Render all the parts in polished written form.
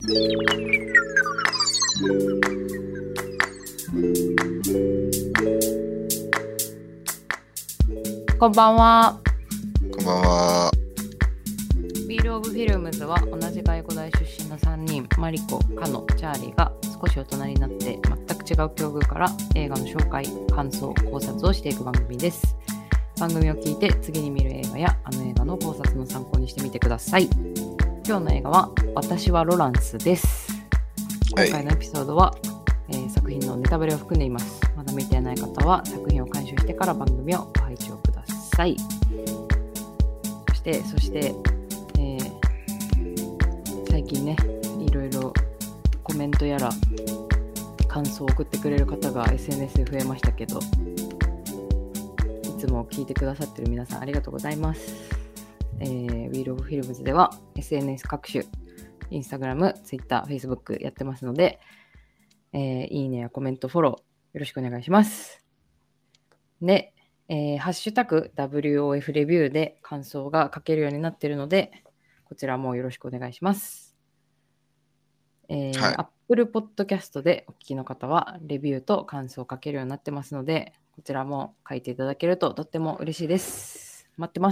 こんばんは。 こんばんは。 ビールオブフィルムズは同じ外語大出身の3人、マリコ、カノ、チャーリーが少し大人になって全く違う境遇から映画の紹介、感想、考察をしていく番組です。番組を聞いて次に見る映画やあの映画の考察の参考にしてみてください。今日の映画は私はロランスです。今回のエピソードは、作品のネタバレを含んでいます。まだ見ていない方は作品を鑑賞してから番組をご拝聴ください。そして、最近ね、いろいろコメントやら感想を送ってくれる方が SNS で増えましたけど、いつも聞いてくださってる皆さんありがとうございます。Wheel of Films では SNS 各種、Instagram、Twitter、Facebook やってますので、いいねやコメント、フォローよろしくお願いします。で、ハッシュタグ WOF レビューで感想が書けるようになっているので、こちらもよろしくお願いします。Apple Podcast でお聞きの方はレビューと感想を書けるようになってますので、こちらも書いていただけるととっても嬉しいです。待ってます。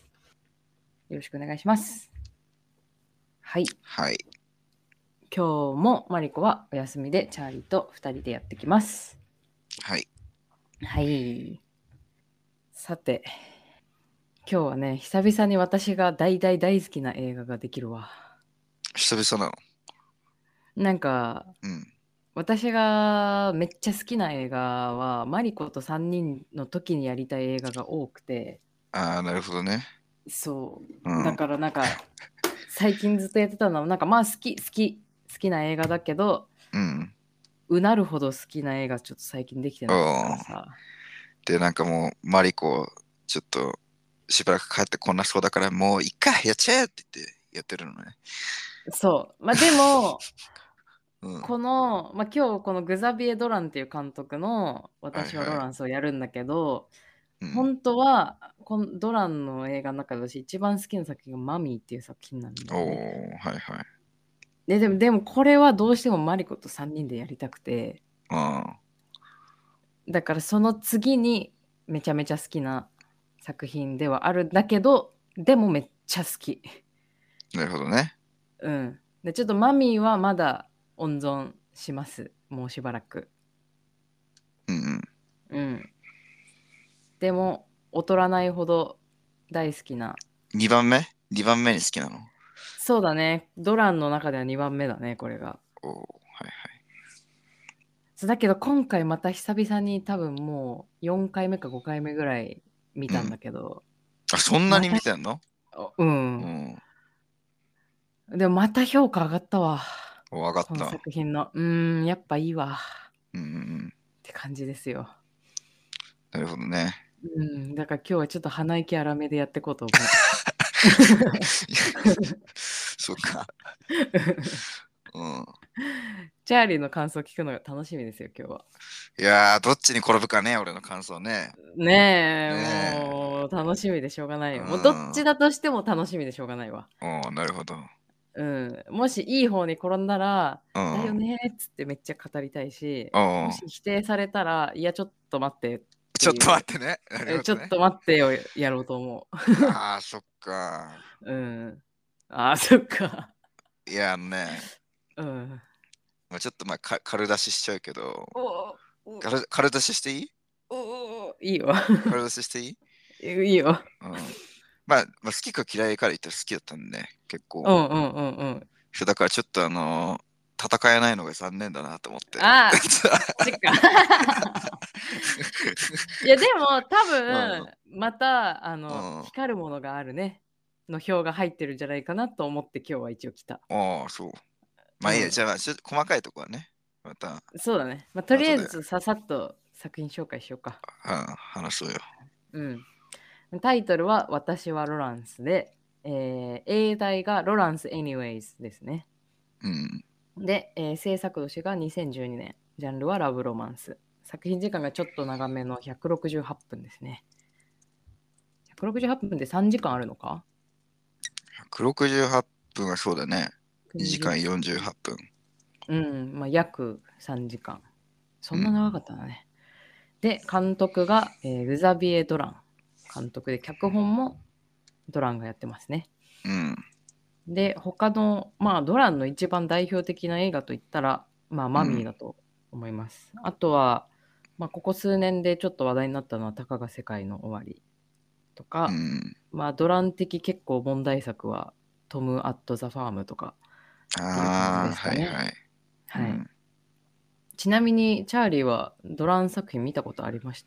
よろしくお願いします。はい。今日もマリコはお休みでチャーリーと2人でやってきます。はい。さて、今日はね、久々に私が大好きな映画ができるわ。 久々なの？ なんか、私がめっちゃ好きな映画はマリコと3人の時にやりたい映画が多くて。 ああ、なるほどね。 そう、だからなんか最近ずっとやってたのはなんかまあ好きな映画だけど、うなるほど好きな映画ちょっと最近できてなかったからさ。 で、なんかもうマリコちょっとしばらく帰ってこなそうだからもう一回やっちゃえって言ってやってるのね。 そう。まあでもこの、今日このグザビエ・ドランっていう監督の私はロランスをやるんだけど、本当はこのドランの映画の中で私一番好きな作品がマミーっていう作品なんだよね。でもこれはどうしてもマリコと3人でやりたくて、だからその次にめちゃめちゃ好きな作品ではあるんだけど、でもめっちゃ好き。 なるほどね。 でちょっとマミーはまだ温存します、もうしばらく。でも劣らないほど大好きな。 2番目に好きなの？ そうだね、ドランの中では2番目だね、これが。だけど今回また久々に多分もう4回目か5回目ぐらい見たんだけど、 そんなに見てんの？ でもまた評価上がったわ。 上がった。 この作品のやっぱいいわって感じですよ。 なるほどね。 だから今日はちょっと鼻息荒めでやっていこうと思う。 そうか。 チャーリーの感想聞くのが楽しみですよ、今日は。 いやー、どっちに転ぶかね、俺の感想ね。 もう楽しみでしょうがないよ。もうどっちだとしても楽しみでしょうがないわ。 なるほど。 もしいい方に転んだら、だよねっつってめっちゃ語りたいし、もし否定されたら、いやちょっと待って。 ちょっと待ってね。 ちょっと待ってよ、やろうと思う。 ああ、そっか。 そっか。 いやね。ちょっと軽出ししちゃうけど。軽出ししていい？ いいよ。 軽出ししていい？ いいよ。 好きか嫌いから言ったら好きだったんで、ね、結構。だからちょっと戦えないのが残念だなと思って。 いやでも多分また光るものがあるねの票が入ってるんじゃないかなと思って今日は一応来た。 そう。いいや、じゃあちょっと細かいとこはね、また。 そうだね。とりあえずささっと作品紹介しようか。 話そうよ。 タイトルは私はロランスで、英題がロランス Anyways ですね。で、制作年が2012年。ジャンルはラブロマンス。作品時間がちょっと長めの168分ですね。168分で3時間あるのか？ 168分はそうだね。 2時間48分。 うん、まあ、約3時間。そんな長かったんだね。で、監督が、グザビエ・ドラン監督で、脚本もドランがやってますね。 うん。 で、他の、まあ、ドランの一番代表的な映画といったら、まあ、マミーだと思います。あとは、まあ、ここ数年でちょっと話題になったのは、たかが世界の終わりとか、まあ、ドラン的結構問題作は、トム・アット・ザ・ファームとかっていう感じですかね。 はいはい。 はい。ちなみに、チャーリーはドラン作品見たことありました？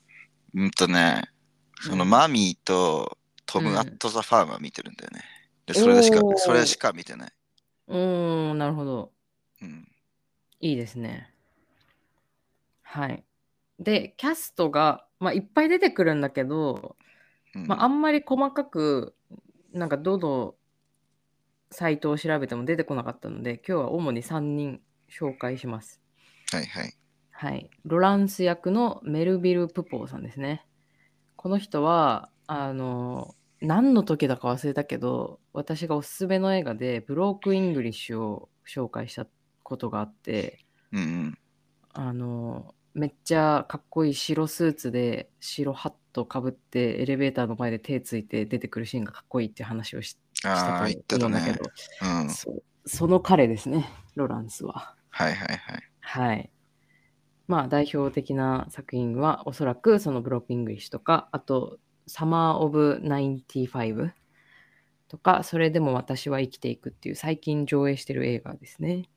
そのマミーとトム・アット・ザ・ファームは見てるんだよね。で、それしか見てない。 なるほど。 うん。 いいですね。はい。で、キャストが、まあ、いっぱい出てくるんだけど、まあ、あんまり細かく、なんかどのサイトを調べても出てこなかったので、今日は主に3人紹介します。 はいはい。 はい。ロランス役のメルビル・プポーさんですね。この人は、何の時だか忘れたけど、私がおすすめの映画で、ブローク・イングリッシュを紹介したことがあって、めっちゃかっこいい白スーツで白ハットかぶってエレベーターの前で手ついて出てくるシーンがかっこいいっていう話をしたと言ってたね。 思うんだけど、その彼ですね、ロランスは。 はいはいはい。 はい。まあ代表的な作品はおそらくそのブロックイングリッシュとか、あとサマー・オブ・95とか、それでも私は生きていくっていう最近上映してる映画ですね。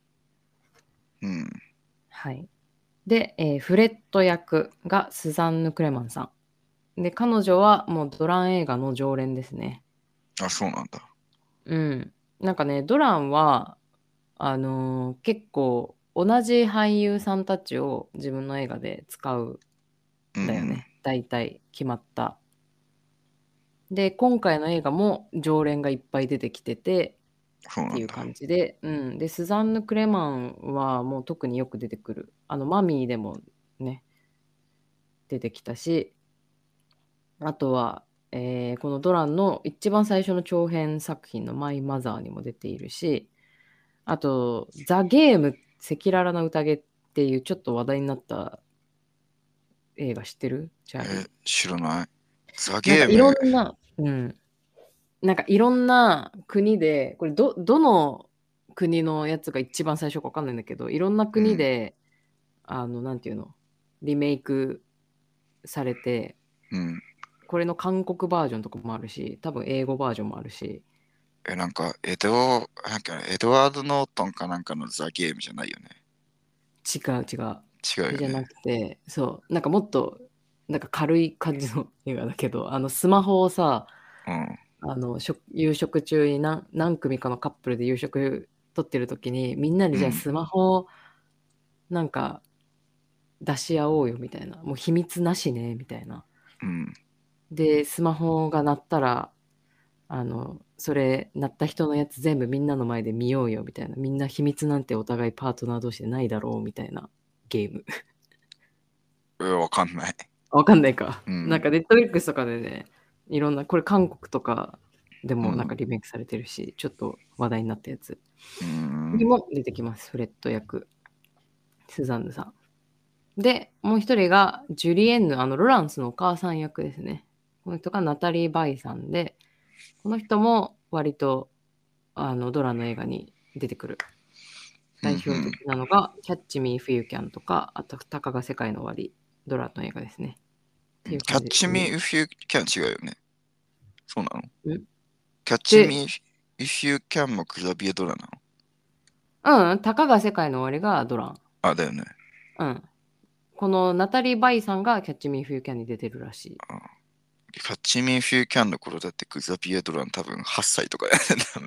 はい。で、フレット役がスザンヌ・クレマンさん。で、彼女はもうドラン映画の常連ですね。 あ、そうなんだ。 うん。なんかね、ドランは、結構同じ俳優さんたちを自分の映画で使うんだよね。大体決まった。で、今回の映画も常連がいっぱい出てきてて、っていう感じで、で、スザンヌ・クレマンはもう特によく出てくる。マミーでもね、出てきたし、あとは、このドランの一番最初の長編作品のマイ・マザーにも出ているし、あと、ザ・ゲーム赤裸々な宴っていうちょっと話題になった映画知ってる？チャーリー。 知らない。ザ・なんかゲーム。 いろんな、なんかいろんな国で、これどの国のやつが一番最初かわかんないんだけど、いろんな国で、なんていうの、リメイクされて、これの韓国バージョンとかもあるし、多分英語バージョンもあるし。 なんかエドワード・ノートンかなんかのザ・ゲームじゃないよね。 違う。 違うよね。 じゃなくて、そう、なんかもっと、なんか軽い感じの映画だけど、スマホをさ、夕食中に何組かのカップルで夕食撮ってる時に、みんなでじゃあスマホをなんか出し合おうよみたいな、もう秘密なしねみたいな。で、スマホが鳴ったら、それ鳴った人のやつ全部みんなの前で見ようよみたいな、みんな秘密なんてお互いパートナー同士でないだろうみたいなゲーム。 わかんない。 わかんないか。なんかネットフリックスとかでね、いろんな、これ韓国とかでもなんかリメイクされてるし、ちょっと話題になったやつにも出てきます、フレット役。スザンヌさん。で、もう一人がジュリエンヌ、ロランスのお母さん役ですね。この人がナタリー・バイさんで、この人も割とドラの映画に出てくる。代表的なのが、キャッチ・ミー・フュー・キャンとか、あと、たかが世界の終わり、ドラの映画ですね。 キャッチ・ミー・イフ・ユー・キャン違うよね。そうなの？キャッチ・ミー・イフ・ユー・キャンもグザビエ・ドラなの？たかが世界の終わりがドラン。 だよね。 このナタリー・バイさんがキャッチ・ミー・フュー・キャンに出てるらしい。 キャッチ・ミー・フュー・キャンの頃だってグザビエ・ドラン多分8歳とかや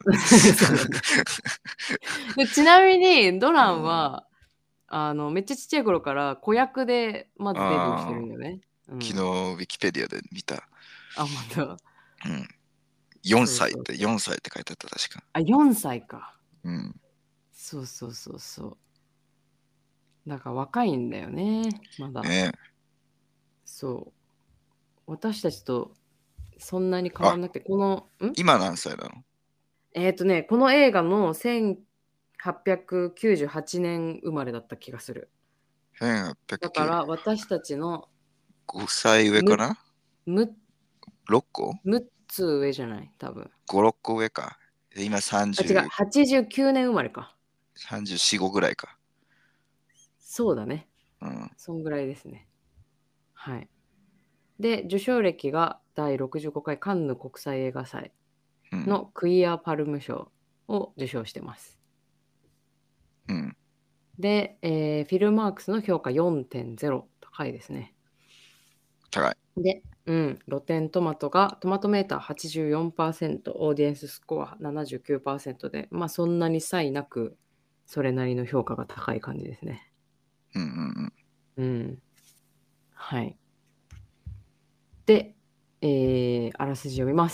でちなみにドランは、めっちゃちっちゃい頃から子役でまずデビューしてるんだよね。 昨日ウィキペディアで見た。 本当。 4歳って書いてあった確か。 4歳か。そう。だから若いんだよね、まだ。そう。私たちとそんなに変わんなくて、 今何歳なの？ この映画の1898年生まれだった気がする。だから私たちの 5歳上かな ?6 個 ?6 つ上じゃない多分。 5、6個上か。今30。 違う、89年生まれか。 34、5ぐらいか。 そうだね。 うん。 そんぐらいですね。はい。で、受賞歴が第65回カンヌ国際映画祭のクイア・パルム賞を受賞してます。 うん。 で、フィルマークスの評価 4.0 高いですね。 高い。 で、ロテントマトがトマトメーター 84%、オーディエンススコア 79% で、まあそんなに差異なく、それなりの評価が高い感じですね。はい。で、あらすじ読みます。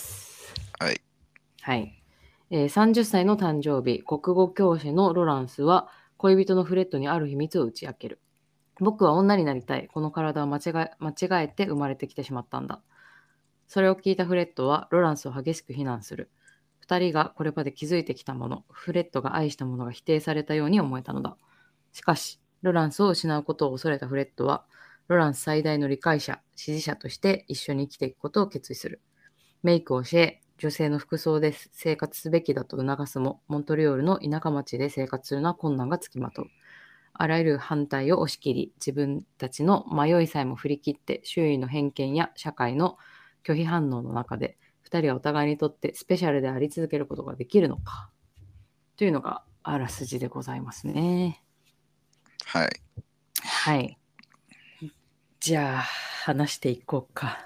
はい。 はい。30歳の誕生日、国語教師のロランスは恋人のフレッドにある秘密を打ち明ける。僕は女になりたい。この体は間違えて生まれてきてしまったんだ。それを聞いたフレッドはロランスを激しく非難する。二人がこれまで築いてきたもの、フレッドが愛したものが否定されたように思えたのだ。しかし、ロランスを失うことを恐れたフレッドは、ロランス最大の理解者、支持者として一緒に生きていくことを決意する。メイクを教え、女性の服装で生活すべきだと促すも、モントリオールの田舎町で生活するのは困難がつきまとう。あらゆる反対を押し切り、自分たちの迷いさえも振り切って、周囲の偏見や社会の拒否反応の中で、2人はお互いにとってスペシャルであり続けることができるのか。というのがあらすじでございますね。 はい。 はい。じゃあ、話していこうか。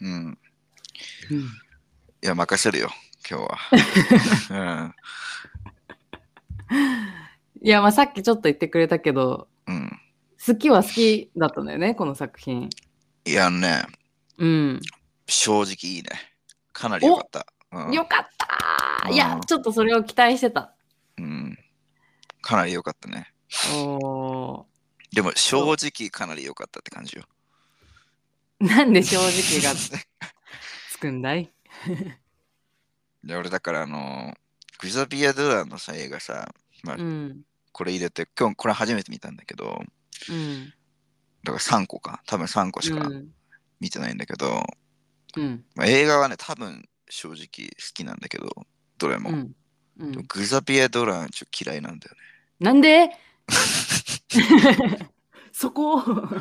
いや、任せるよ、今日は。 いや、まあさっきちょっと言ってくれたけど、好きは好きだったんだよね、この作品。 いやね、正直いいね。かなり良かった。 よかったいや、ちょっとそれを期待してた。 かなり良かったね。でも正直かなり良かったって感じよ。 なんで正直がつくんだいで俺だからグザビア・ドゥランのさ映画さ、まあこれ入れて今日これ初めて見たんだけど、だから3個か多分3個しか見てないんだけど、まあ、映画はね多分正直好きなんだけどどれも、グザビア・ドゥランちょっと嫌いなんだよね。 なんでそこ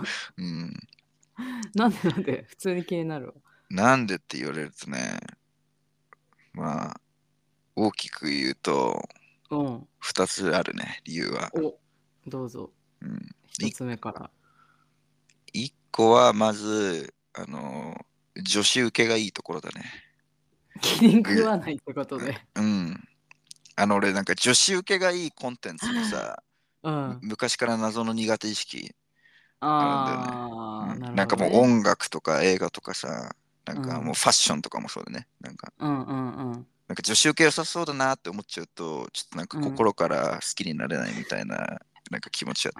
なんで普通に気になるわ。 なんでって言われるとね、まあ大きく言うと2つあるね、理由は。 どうぞ。1つ目から。 1個はまず女子受けがいいところだね。 気に食わないってことで。 俺なんか女子受けがいいコンテンツにさ、昔から謎の苦手意識あるんだよね。なんかもう音楽とか映画とかさ、なんかもうファッションとかもそうだね。なんか女子受け良さそうだなって思っちゃうと、ちょっとなんか心から好きになれないみたいな、なんか気持ちあって。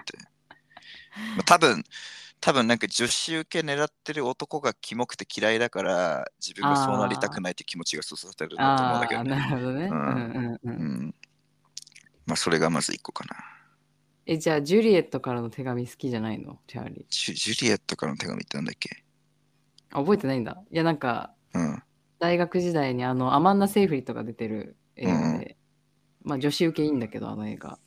多分なんか女子受け狙ってる男がキモくて嫌いだから自分がそうなりたくないって気持ちがそうさせるんだと思うんだけどね。 なるほどね。 まあそれがまず1個かな。 じゃあジュリエットからの手紙好きじゃないのチャーリー。 ジュリエットからの手紙ってなんだっけ？ 覚えてないんだ。いやなんか、大学時代にアマンダ・セイフリットが出てる映画で、まあ女子受けいいんだけどあの映画。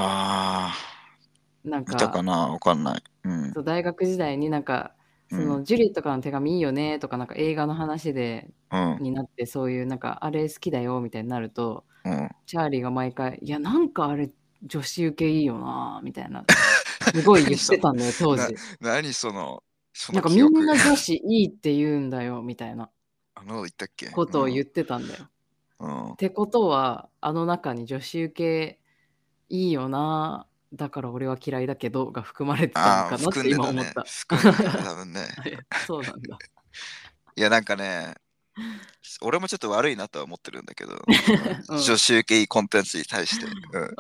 なんか見たかなわかんない。 そう大学時代になんかそのジュリエットからの手紙いいよねとかなんか映画の話で、になってそういうなんかあれ好きだよみたいになると、チャーリーが毎回いやなんかあれ女子受けいいよなみたいなすごい言ってたんだよ当時。 何そのなんかみんな女子いいって言うんだよみたいな言ったっけことを言ってたんだよ。ってことはあの中に女子受けいいよなだから俺は嫌いだけどが含まれてたのかなって今思った。 多分ね。 そうなんだ。 いやなんかね、俺もちょっと悪いなとは思ってるんだけど、女子受けいいコンテンツに対して、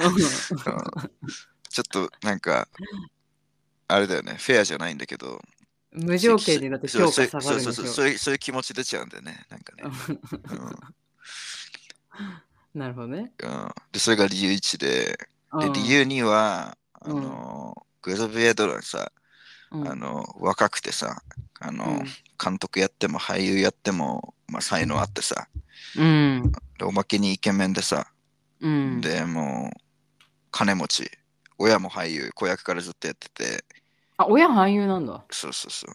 ちょっとなんかあれだよね、フェアじゃないんだけど、 無条件にだって評価下がるんでしょ。 そういう気持ち出ちゃうんだよね、なんかね。 なるほどね。 で、それが理由1で、理由2は、グザビエ・ドランさ、若くてさ、監督やっても俳優やっても、まあ、才能あってさ、でおまけにイケメンでさ、で、もう、金持ち、親も俳優、子役からずっとやってて。 あ、親俳優なんだ。 そうそうそう。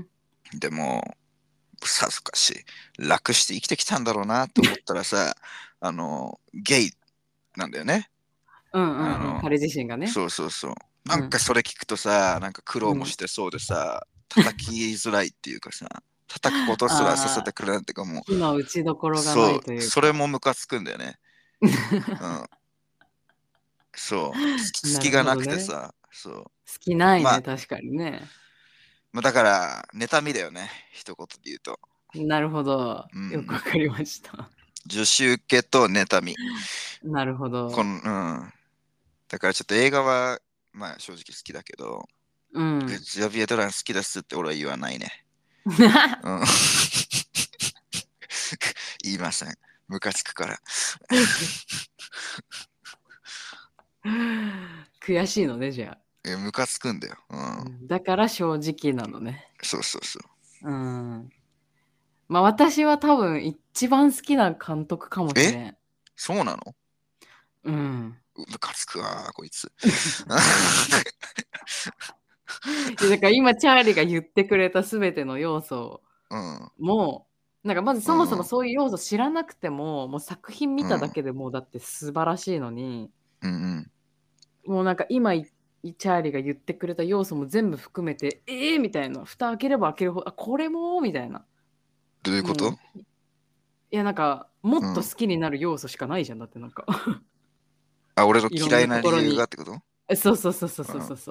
でも、さぞかし、楽して生きてきたんだろうなと思ったらさ、ゲイなんだよね。 彼自身がね。 そうそうそう。なんかそれ聞くとさ、なんか苦労もしてそうでさ、叩きづらいっていうかさ、叩くことすらさせてくれないっていうかもう。 火の打ちどころがないというか。 そう、それもムカつくんだよね。そう、隙がなくてさ、そう。 隙ないね、確かにね。 だから、妬みだよね、一言で言うと。 なるほど。よくわかりました。 女子受けと妬み。 なるほど。 だからちょっと映画は、まあ正直好きだけど、ザビエドラン好きですって俺は言わないね。言いません。ムカつくから。 悔しいのね、じゃあ。ムカつくんだよ。 だから正直なのね。 そうそうそう。 まあ私は多分一番好きな監督かもしれん。 そうなの？ ムカつくわ、こいつ。 だから今チャーリーが言ってくれた全ての要素も、なんかまずそもそもそういう要素知らなくても、もう作品見ただけでもうだって素晴らしいのに、もうなんか今チャーリーが言ってくれた要素も全部含めてみたいな、蓋開ければ開けるほどこれもみたいな。 どういうこと？ いやなんかもっと好きになる要素しかないじゃん、だってなんか俺の嫌いな理由がってこと？ そう。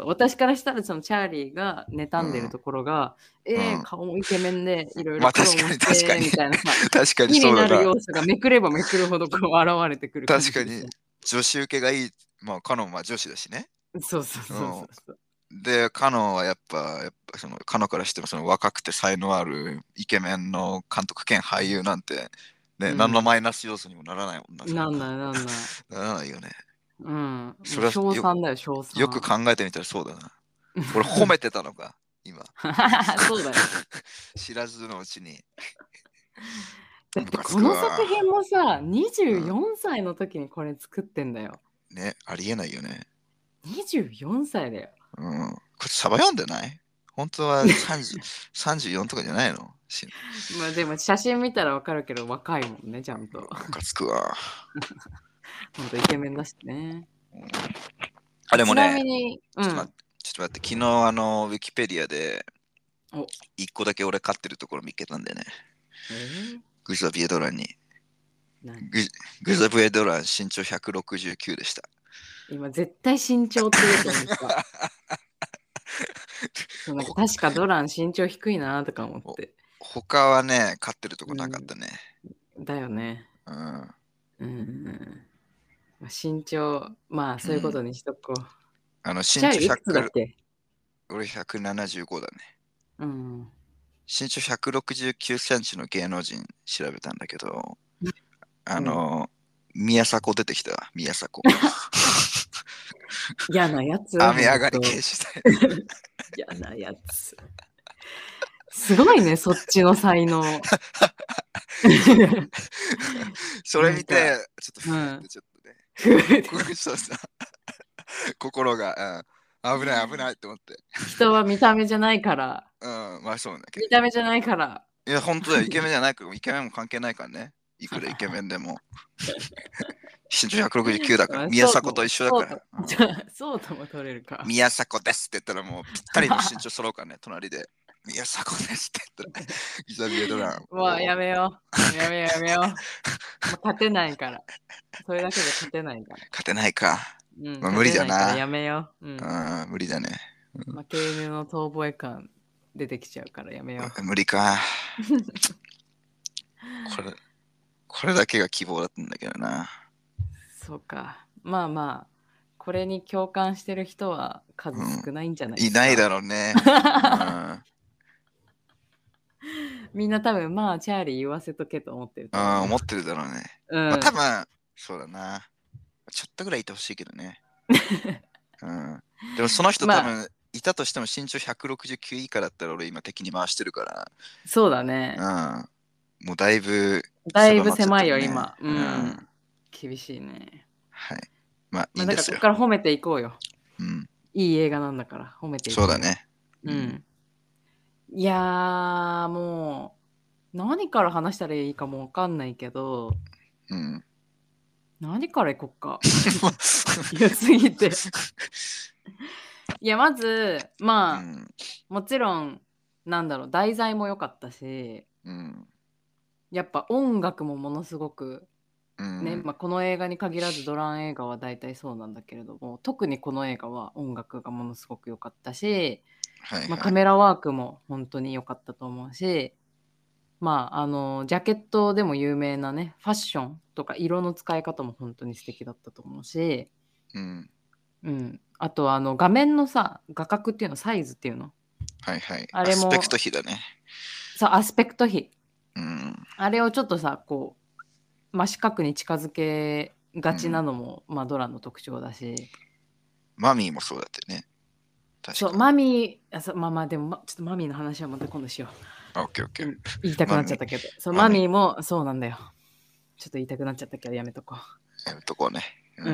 私からしたらそのチャーリーが妬んでるところが、顔もイケメンでいろいろ苦労もしてみたいな確かに気になる要素がめくればめくるほどこう現れてくる感じ。確かに女子受けがいい。まあカノンは女子だしね。 そう。 で、カノンはやっぱそのカノからしてもその若くて才能あるイケメンの監督兼俳優なんて、ね、何のマイナス要素にもならないもんな。 なんない。 ならないよね。 それは称賛だよ、称賛。 よく考えてみたらそうだな。俺褒めてたのか、今。 そうだよ。 知らずのうちに。 だってこの作品もさ、24歳の時にこれ作ってんだよ。 ね、ありえないよね。 24歳だよ。 これサバ読んでない？本当は34とかじゃないの？ まあでも写真見たらわかるけど若いもんね、ちゃんと。 ムカつくわ。 ほんとイケメンだしね。 でもね、 ちなみに、 ちょっと待って、昨日ウィキペディアで1個だけ俺飼ってるところ見つけたんでね。グザビエドランに。グザビエドラン身長169でした。 今絶対身長って言うと思ったなんか確かドラン身長低いなとか思って。 他はね、飼ってるとこなかったね。 だよね。身長、まあそういうことにしとこう。 身長 100だっけ？ 俺175だね。身長169センチの芸能人調べたんだけど、宮迫出てきた。宮迫。 嫌なやつ。 雨上がり警視隊。 嫌なやつ。すごいね、そっちの才能。 それ見て、ちょっとね。心が、危ないって思って。 人は見た目じゃないから。 まあそうだけど。 見た目じゃないから。 いや、本当だよ。イケメンじゃないから、イケメンも関係ないからね。いくらイケメンでも。身長169だから。宮迫と一緒だから。 そうとも取れるか。 宮迫ですって言ったらもうぴったりの身長揃うからね、隣で。宮迫ですって言ったら。ギザビエドラン。 もうやめよう。もう勝てないから。それだけで勝てないから。 勝てないか。まあ、無理だな。 やめよう。 無理だね。 負け犬の遠吠え感出てきちゃうからやめよう。 無理か。これだけが希望だったんだけどな。 そうか。まあ、これに共感してる人は数少ないんじゃないですか。 いないだろうね。 みんな多分まあチャーリー言わせとけと思ってる。 思ってるだろうね。多分そうだな。ちょっとぐらいいてほしいけどね。うん。でもその人多分、いたとしても身長169以下だったら俺今敵に回してるかそうだね。 ら。うん。もうだいぶだいぶ狭まっちゃってるね。 狭いよ、今。うん。厳しいね。 はい。まあいいんだからですよ。 ここから褒めていこうよ。 うん。 いい映画なんだから褒めていこうよ。 そうだね。 うん。いやー、もう、何から話したらいいかもわかんないけど、 うん。 何からいこっか。良すぎて。いや、まず、まあ、もちろん、なんだろう、題材も良かったし、やっぱ音楽もものすごく、ね、まあ、この映画に限らずドラン映画は大体そうなんだけれども、特にこの映画は音楽がものすごく良かったし、まあ、カメラワークも本当に良かったと思うし、まあ、ジャケットでも有名なね、ファッションとか色の使い方も本当に素敵だったと思うし、あと画面のさ、画角っていうの、サイズっていうの、あれもアスペクト比だね。 そう、アスペクト比、あれをちょっとさ、こう真四角に近づけがちなのも、まあドラの特徴だし、 マミーもそうだってね。 そう、マミー、まあでも、ちょっとマミーの話はまた今度しよう。 オッケーオッケー。 言いたくなっちゃったけど、そう、マミーもそうなんだよ。ちょっと言いたくなっちゃったけどやめとこう。やめとこうね。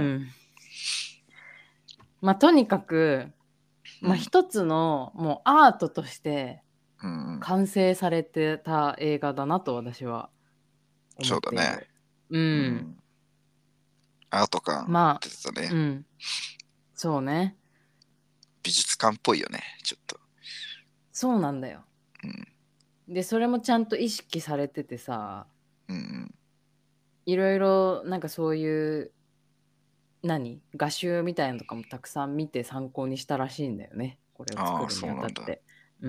まあとにかく、まあ一つのもうアートとして完成されてた映画だなと私は思っている。 そうだね。アート感出てたね。 そうね。 美術館っぽいよね、ちょっと。 そうなんだよ。で、それもちゃんと意識されててさ、いろいろなんかそういう画集みたいなのとかもたくさん見て参考にしたらしいんだよね、これを作るにあたって。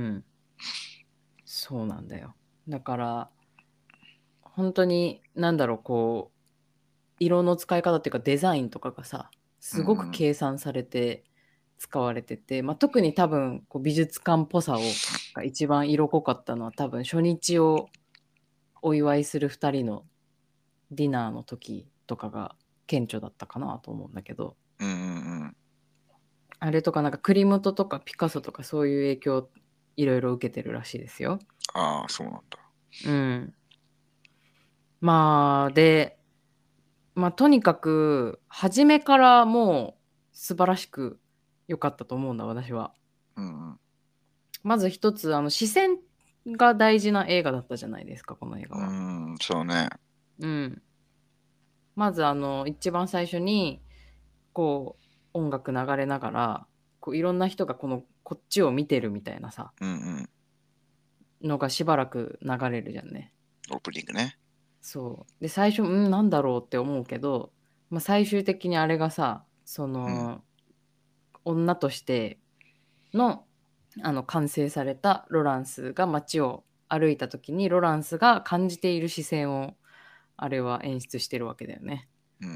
そうなんだよ。だから本当にこう色の使い方っていうかデザインとかがさ、すごく計算されて使われてて、まあ、特に多分こう美術館っぽさが一番色濃かったのは多分初日をお祝いする2人のディナーの時とかが顕著だったかなと思うんだけど、あれとかクリムトとかピカソとかそういう影響いろいろ受けてるらしいですよ。 ああ、そうなんだ。 まあとにかく初めからもう素晴らしく良かったと思うんだ私は。まず一つ視線が大事な映画だったじゃないですか、この映画は。 そうね。 まず一番最初にこう音楽流れながらこういろんな人がこっちを見てるみたいなさ、のがしばらく流れるじゃんね。 オープニングね。 そうで最初なんだろうって思うけど、まあ、最終的にあれがさ、その、女としての完成されたロランスが街を歩いた時にロランスが感じている視線をあれは演出してるわけだよね。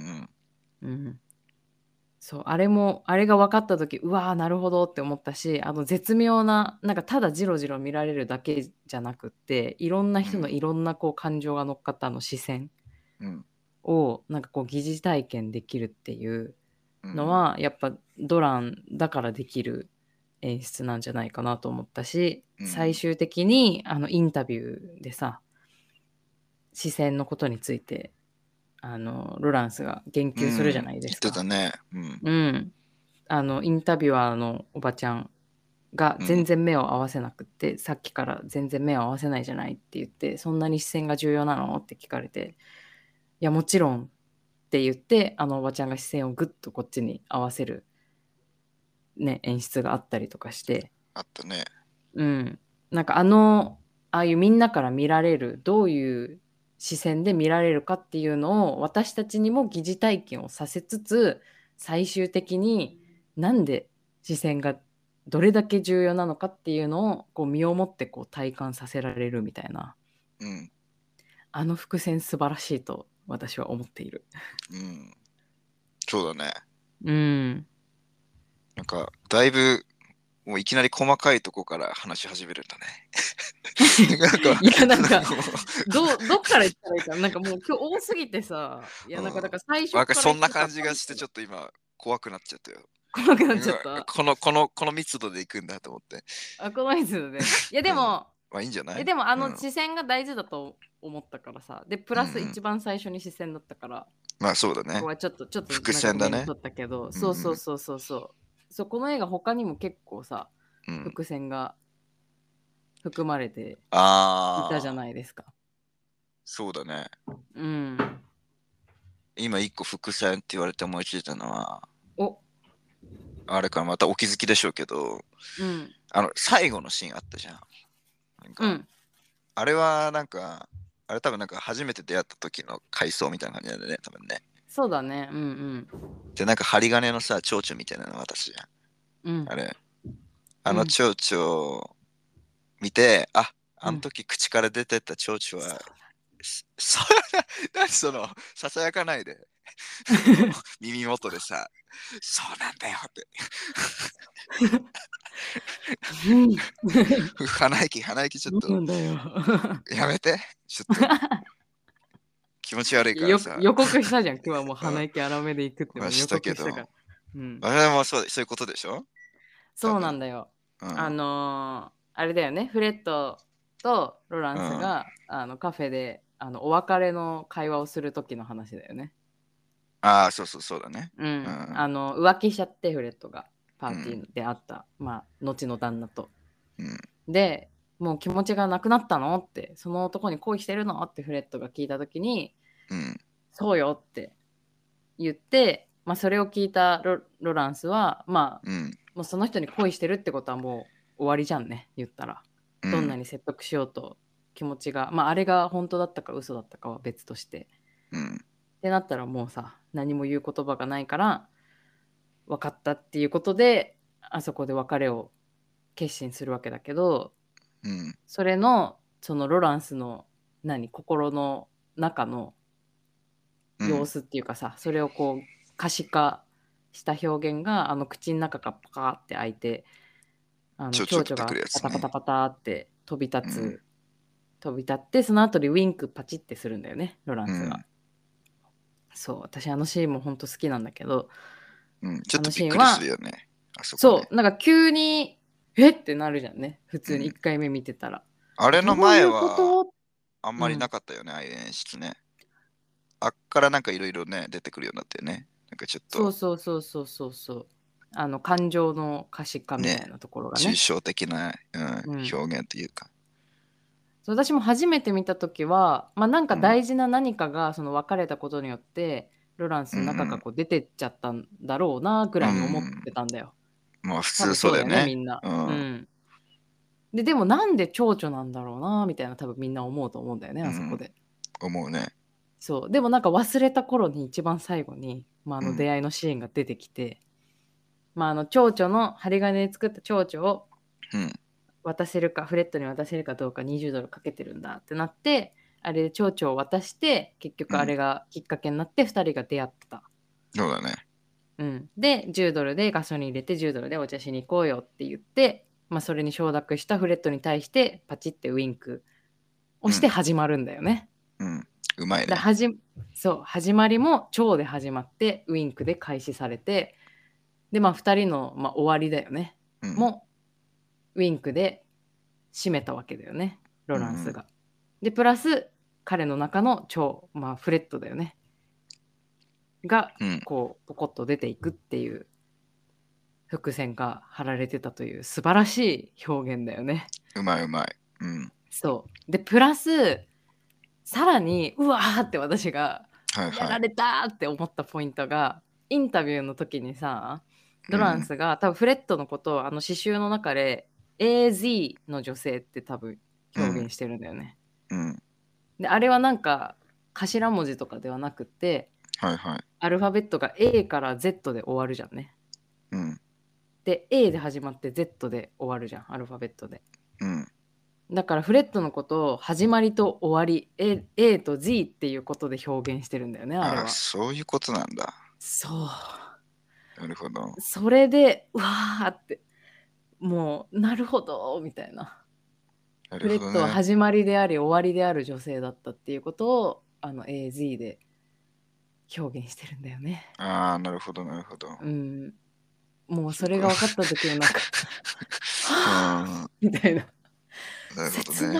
そう、あれが分かった時、うわーなるほどって思ったし、絶妙なただジロジロ見られるだけじゃなくって、いろんな人のいろんなこう感情が乗っかった視線をこう疑似体験できるっていうのは、やっぱドランだからできる演出なんじゃないかなと思ったし、最終的にインタビューでさ、視線のことについてロランスが言及するじゃないですか。 言ってたね。 インタビュアーのおばちゃんが全然目を合わせなくって、さっきから全然目を合わせないじゃないって言って、そんなに視線が重要なのって聞かれて、いやもちろんって言って、おばちゃんが視線をグッとこっちに合わせるね、演出があったりとかして。 あったね。 ああいうみんなから見られる、どういう視線で見られるかっていうのを私たちにも疑似体験をさせつつ、最終的になんで視線がどれだけ重要なのかっていうのをこう身をもってこう体感させられるみたいな、伏線素晴らしいと私は思っている。 そうだね。だいぶもういきなり細かいとこから話し始めるんだね。 いや、なんか、どっから言ったらいいか。なんかもう今日多すぎてさ、いや、なんか、だから最初から。 そんな感じがして、ちょっと今、怖くなっちゃったよ。 怖くなっちゃった。 この密度でいくんだと思って。 この密度で。いや、でも、 まあいいんじゃない？ でも、視線が大事だと思ったからさ。で、プラス一番最初に視線だったから。 まあそうだね。 ここはちょっと伏線だね。 取ったけど、そう。この映画他にも結構さ、伏線が含まれていたじゃないですか。 そうだね。 うん。 今一個伏線って言われて思いついたのは、 お、 あれからまたお気づきでしょうけど、最後のシーンあったじゃん。なんか、あれはなんか、あれ多分なんか初めて出会った時の回想みたいな感じなんだね、多分ね。 そうだね。 で、なんか針金のさ、蝶々みたいなの私じゃん。あれ。あの蝶々見て、あの時口から出てった蝶々は、何その、ささやかないで。耳元でさ、そうなんだよって。鼻息ちょっと。やめて。ちょっと。気持ち悪いからさ。 予告したじゃん。今日はもう鼻息荒めでいくって予告したから。 あれもそういうことでしょ？ そうなんだよ。あれだよね。フレットとロランスが、カフェでお別れの会話をする時の話だよね。 ああ、そうだね。 浮気しちゃってフレットがパーティーで会った、後の旦那と。で、もう気持ちがなくなったのって、その男に恋してるのってフレットが聞いた時に、そうよって言って、それを聞いたロランスは、もうその人に恋してるってことはもう終わりじゃんね、言ったら。どんなに説得しようと気持ちが、あれが本当だったか嘘だったかは別として。ってなったらもうさ、何も言う言葉がないから、分かったっていうことで、あそこで別れを決心するわけだけど、それの、そのロランスの心の中の様子っていうかさ、それをこう可視化した表現が口の中がパカーって開いて蝶々がパタパタパタって飛び立ってその後にウィンクパチってするんだよね、ロランスが。そう私シーンも本当好きなんだけど、 ちょっとびっくりするよね。 そうなんか急にえってなるじゃんね、普通に1回目見てたら。 あれの前はあんまりなかったよね、ああいう演出ね。あっからなんかいろいろね出てくるようになってね。なんかちょっとそう感情の可視化みたいなところがね、 抽象的な、表現というか。 私も初めて見た時は、なんか大事な何かがその別れたことによって、ロランスの中がこう出てっちゃったんだろうなぐらいに思ってたんだよ。 まあ普通そうだよね、 みんな。でもなんで蝶々なんだろうなみたいな多分みんな思うと思うんだよね、あそこで。 思うね。 そうでもなんか忘れた頃に一番最後に、出会いのシーンが出てきて、蝶々の針金で作った蝶々を渡せるか、フレットに渡せるかどうか20ドルかけてるんだってなって、あれで蝶々を渡して結局あれがきっかけになって2人が出会った。 そうだね。 で10ドルでガソリン入れて10ドルでお茶しに行こうよって言って、それに承諾したフレットに対してパチってウィンクをして始まるんだよね。 うまいね。 そう始まりも蝶で始まってウィンクで開始されて、で2人の、終わりだよね、もウィンクで締めたわけだよね、ロランスが。でプラス彼の中の蝶、フレットだよねが、こうポコッと出ていくっていう伏線が張られてたという素晴らしい表現だよね。 うまい。 そうでプラスさらにうわーって私がやられたって思ったポイントが、インタビューの時にさ、ロランスが多分フレットのことを詩集の中で AZ の女性って多分表現してるんだよね。であれはなんか頭文字とかではなくて、アルファベットが A から Z で終わるじゃんね。で A で始まって Z で終わるじゃん、アルファベットで。だからフレットのことを始まりと終わり A と Z っていうことで表現してるんだよね、あれは。 そういうことなんだ。 そう。 なるほど。 それでうわーってもうなるほどみたいな。 なフレットはるほどね。 始まりであり終わりである女性だったっていうことをAZ で表現してるんだよね。 ああ、なるほど、なるほど。 うん。もうそれが分かった時のなんかうはぁん。 みたいな。 なるほど切な。 ね。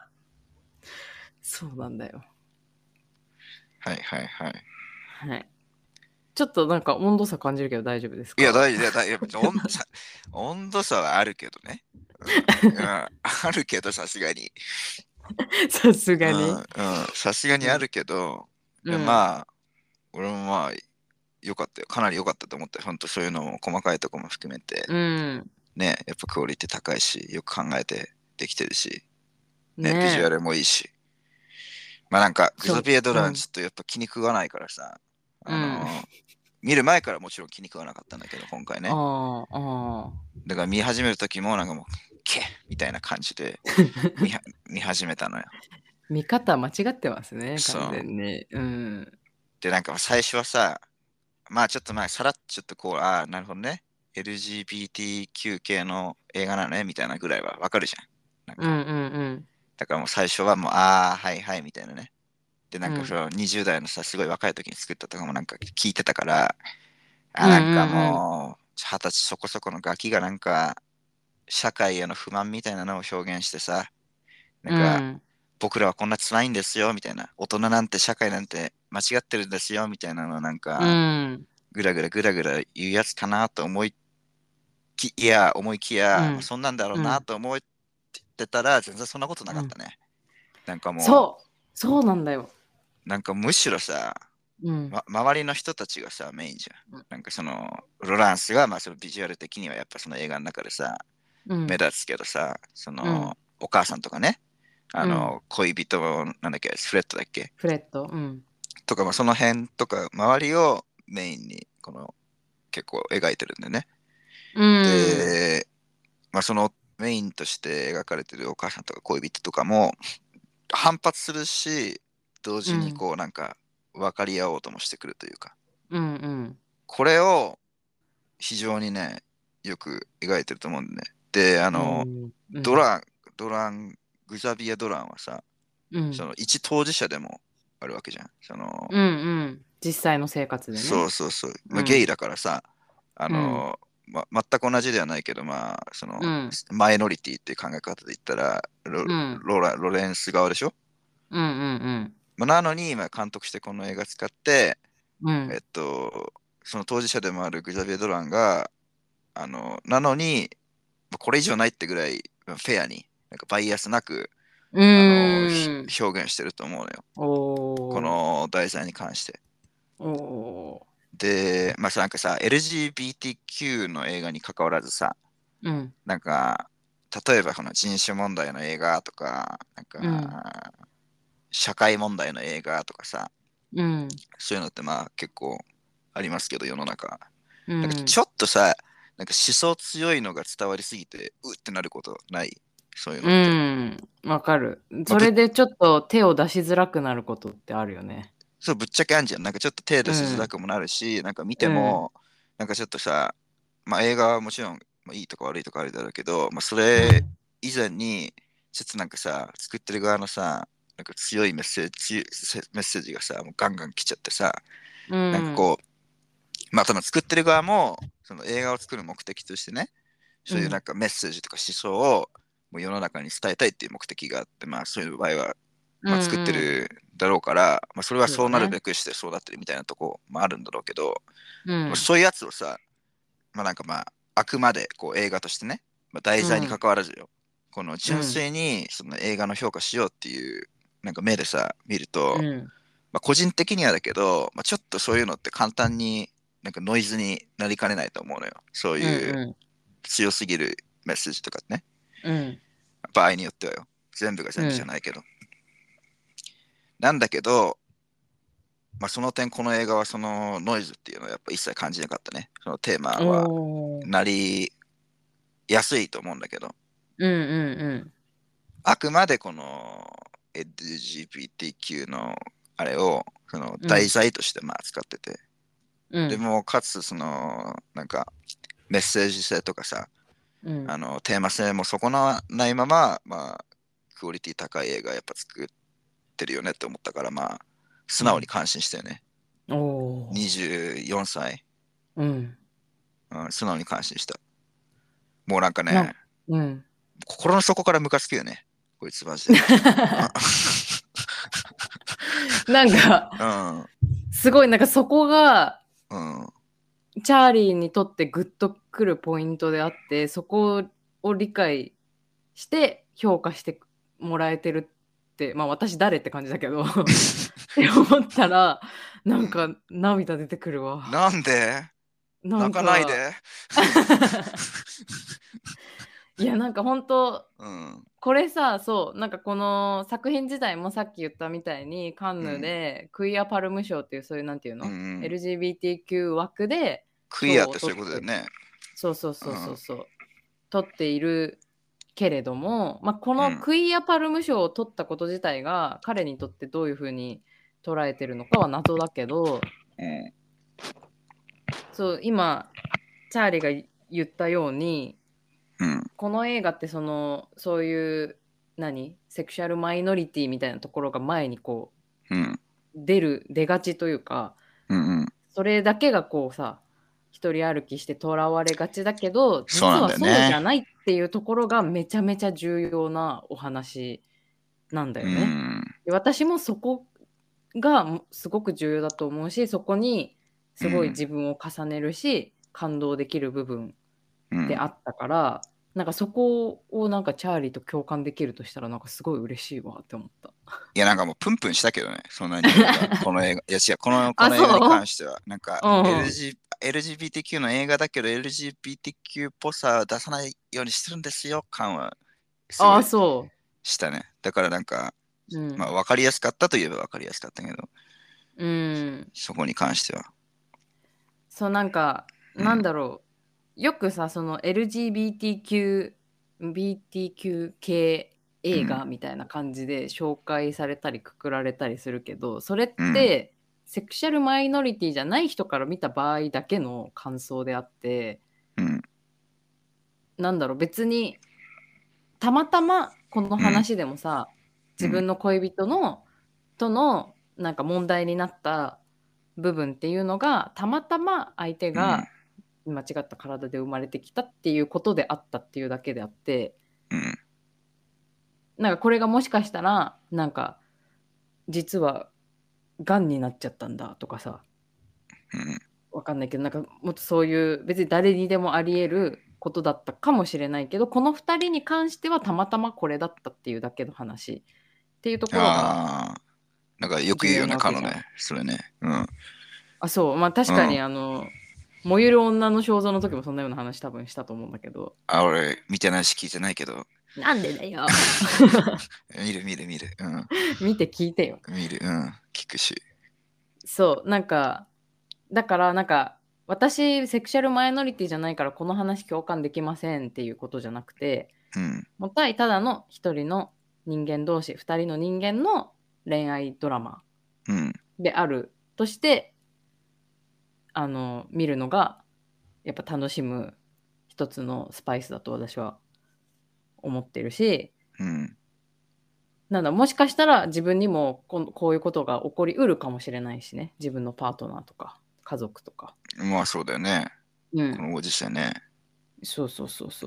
そうなんだよ。 はいはいはい。 はい。ちょっとなんか温度差感じるけど大丈夫ですいや、 か？ 大丈夫。温度差はあるけどね。あるけど、さすがに。 さすがに。 うん、さすがにうん。 あるけど、 うん。 まあ、俺もまあ、良かったよ。かなり良かったと思って、本当そういうのも細かいところも含めて、 うん。 ね、やっぱクオリティ高いし、よく考えてできてるし、ね、ビジュアねルもいいし。まあなんか、 え。 グザビエ・ドうん。 ランちょっとやっぱ気に食わないからさ、 うん。 見る前からもちろん気に食わなかったんだけど、今回ね。 ああ、ああ。 だから見始める時もなんかもう、みたいな感じで見始めたのよ。 見方間違ってますね、完そう。 全に。うん。 で、なんか最初はさ、まあちょっとまあさらっとちょっとこう、ああ、なるほどね。LGBTQ 系の映画なのね、みたいなぐらいはわかるじゃん。なんうんうか、 んだからもう最初はもう、ああ、はいはい、みたいなね。で、なうん。うん。 んかその20代のさ、すごい若い時に作ったとかもなんか聞いてたから、 うんなんかうんうん。 もう、20歳そこそこのガキがなんか、社会への不満みたいなのを表現してさ、なんか、 うん。 僕らはこんな辛いんですよ、みたいな。大人なんて社会なんて間違ってるんですよ、みたいなのなんうか、 ん。 ぐらぐら言うやつかなと思いきや、まあ、 うん。 そんなんだろううん。 なと思ってたら、全然そんなことなうん。 かったね。なんかもそうそうなんだよ。 う、なんかむしろさ、 うん。 周りの人たちがさ、メインじゃん。なんかその、ロランスが、まあそのビジュアル的にはやっぱその映画の中でさ、 うん。 目立つけどさ、そうん。 の、お母さんとかね、 うん。 恋人、なんだっけ、フレットだっけフレット。うん。 とか、まあその辺とか、周りをメインに、この、結構描いてるんでね。 うん。 で、まあそのメインとして描かれてるお母さんとか恋人とかも反発するし、同時にうん。 こうなんか分かり合おうともしてくるというか、 うん。うん。 これを非常にね、よく描いてると思うんでね。で、 うん。うん。 ドラン、ドラン、グザビエ・ドランはさ、 うん。 その一当事者でもあるわけじゃん。 うん。実際の生活でね。 そうそうそう。まあ、ゲイうん。 だからさ、あうん。 の全く同じではないけど、まあ、その、 うん。 マイノリティっていう考え方で言ったら、 うん。 ロレンス側でしょ。 うん。うん。 まあ、なのに、今監督してこの映画使って、 うん。 えっと、その当事者でもあるグザビエ・ドランが、なのに、まあこれ以上ないってぐらいフェアに、なんかバイアスなく、 うーん。 表現してると思うのよ。こおー。 の題材に関して。 おー。 で、まあ、なんかさ、LGBTQ の映画に関わらずさ、 うん。 なんか、例えばこの人種問題の映画とか、なんうん。 か、社会問題の映画とかさ、 うん。 そういうのってまあ結構ありますけど、世の中。なんかちうん。 ょっとさ、なんか思想強いのが伝わりすぎて、うってなることないそういうのうって。 ん。わかる。 まあ、 それでちょっと手を出しづらくなることってあるよね。 そう、ぶっちゃけあんじゃん。なんかちょっと手出しづらうん。 くもなるし、なんか見てうん。 も、なんかちょっとさ、まあ映画はもちろん、まあ、いいとか悪いとかあるだろうけど、まあそれうん。 以前に、ちょっとなんかさ、作ってる側のさ、なんか強いメッセージがさ、もうガンガン来ちゃってさ、 うん。 なんかこう、まあ多分作ってる側も、その映画を作る目的としてね、そういうなんうん。 かメッセージとか思想をもう世の中に伝えたいっていう目的があって、まあそういう場合は、 うん。 まあ作ってうん。 るだろうから、まあそれはそうなるそうだね。 べくしてそうなってるみたいなとこもあるんだろうけど、 うん。 そういうやつをさ、まあなんかまあ、あくまでこう映画としてね、まあ、題材に関うん。 わらずよ、この純うん。 粋にその映画の評価しようっていうなんか目でさ、見ると、 うん。 まあ個人的にはだけど、まあ、ちょっとそういうのって簡単になんかノイズになりかねないと思うのよ。そううん。 いううん。 強すぎるメッセージとかね。 うん。 場合によってはよ。全部が全部じゃうん。 ないけど。なんだけど、まあ、その点この映画はそのノイズっていうのはやっぱ一切感じなかったね。そのテーマはおー。 なりやすいと思うんだけど、 うんうんあくまでこの LGBTQ のあれをそのうん。うん。 題材としてまあ使ってて、 うん。 でもかつそのなんかメッセージ性とかさ、 テーマ性も損なわないまま、まあ、クオリティ高い映画やっぱ作ってるよねって思ったから、まあ、素直に感心したよね。24歳。素直に感心した。もうなんかね、心の底からムカつくよね。こいつマジで。 なんか、すごいなんかそこが、チャーリーにとってグッとくるポイントであって、そこを理解して評価してもらえてるって、まあ私誰って感じだけどって思ったら、なんか涙出てくるわ。 なんで泣かないでいやなんか本当、これさ、そうなんかこの作品自体もさっき言ったみたいにカンヌでクイアパルム賞っていう、そういうなんていうの、LGBTQ 枠でクイアってそういうことだよね。 そう取っているけれども、まあ、このクイアパルム賞を取ったこと自体が彼にとってどういうふうに捉えてるのかは謎だけど、そう今チャーリーが言ったように、この映画ってそういうセクシャルマイノリティみたいなところが前にこう、出がちというか、それだけがこうさ一人歩きしてとらわれがちだけど、実はそうじゃないっていうところがめちゃめちゃ重要なお話なんだよね。で私もそこがすごく重要だと思うし、そこにすごい自分を重ねるし、感動できる部分であったから、なんかそこをなんかチャーリーと共感できるとしたらなんかすごい嬉しいわって思った。 いやなんかもうプンプンしたけどね、そんなにこの映画、いや違う、この映画に関してはなんか、LGBTQ の映画だけど LGBTQ っぽさ出さないようにしてるんですよ感はすごいしたね。だからなんか、まあ分かりやすかったといえば分かりやすかったけど、そこに関してはそうなんか、なんだろう、よくさその LGBTQ 系映画みたいな感じで紹介されたりくくられたりするけど、それってセクシャルマイノリティじゃない人から見た場合だけの感想であって、なんだろう、別にたまたまこの話でもさ、自分の恋人とのなんか問題になった部分っていうのがたまたま相手が間違った体で生まれてきたっていうことであったっていうだけであって、なんかこれがもしかしたらなんか実はがんになっちゃったんだとかさ、わかんないけど、なんかもっとそういう別に誰にでもあり得ることだったかもしれないけど、この2人に関してはたまたまこれだったっていうだけの話っていうところがなんかよく言うよね、カノね、それね。 そう、まあ確かに燃ゆる女の肖像の時もそんなような話多分したと思うんだけど。 俺見てないし聞いてないけど。 なんでだよ。 見る。 見て聞いてよ。 見る、聞くし。 そう、なんかだからなんか私セクシャルマイノリティじゃないからこの話共感できませんっていうことじゃなくて、もうただの一人の人間同士、二人の人間の恋愛ドラマであるとして、見るのがやっぱ楽しむ一つのスパイスだと私は思ってるし、なんだ、もしかしたら自分にもこういうことが起こりうるかもしれないしね、自分のパートナーとか家族とか。 まあそうだよね、このご時世ね。 そう、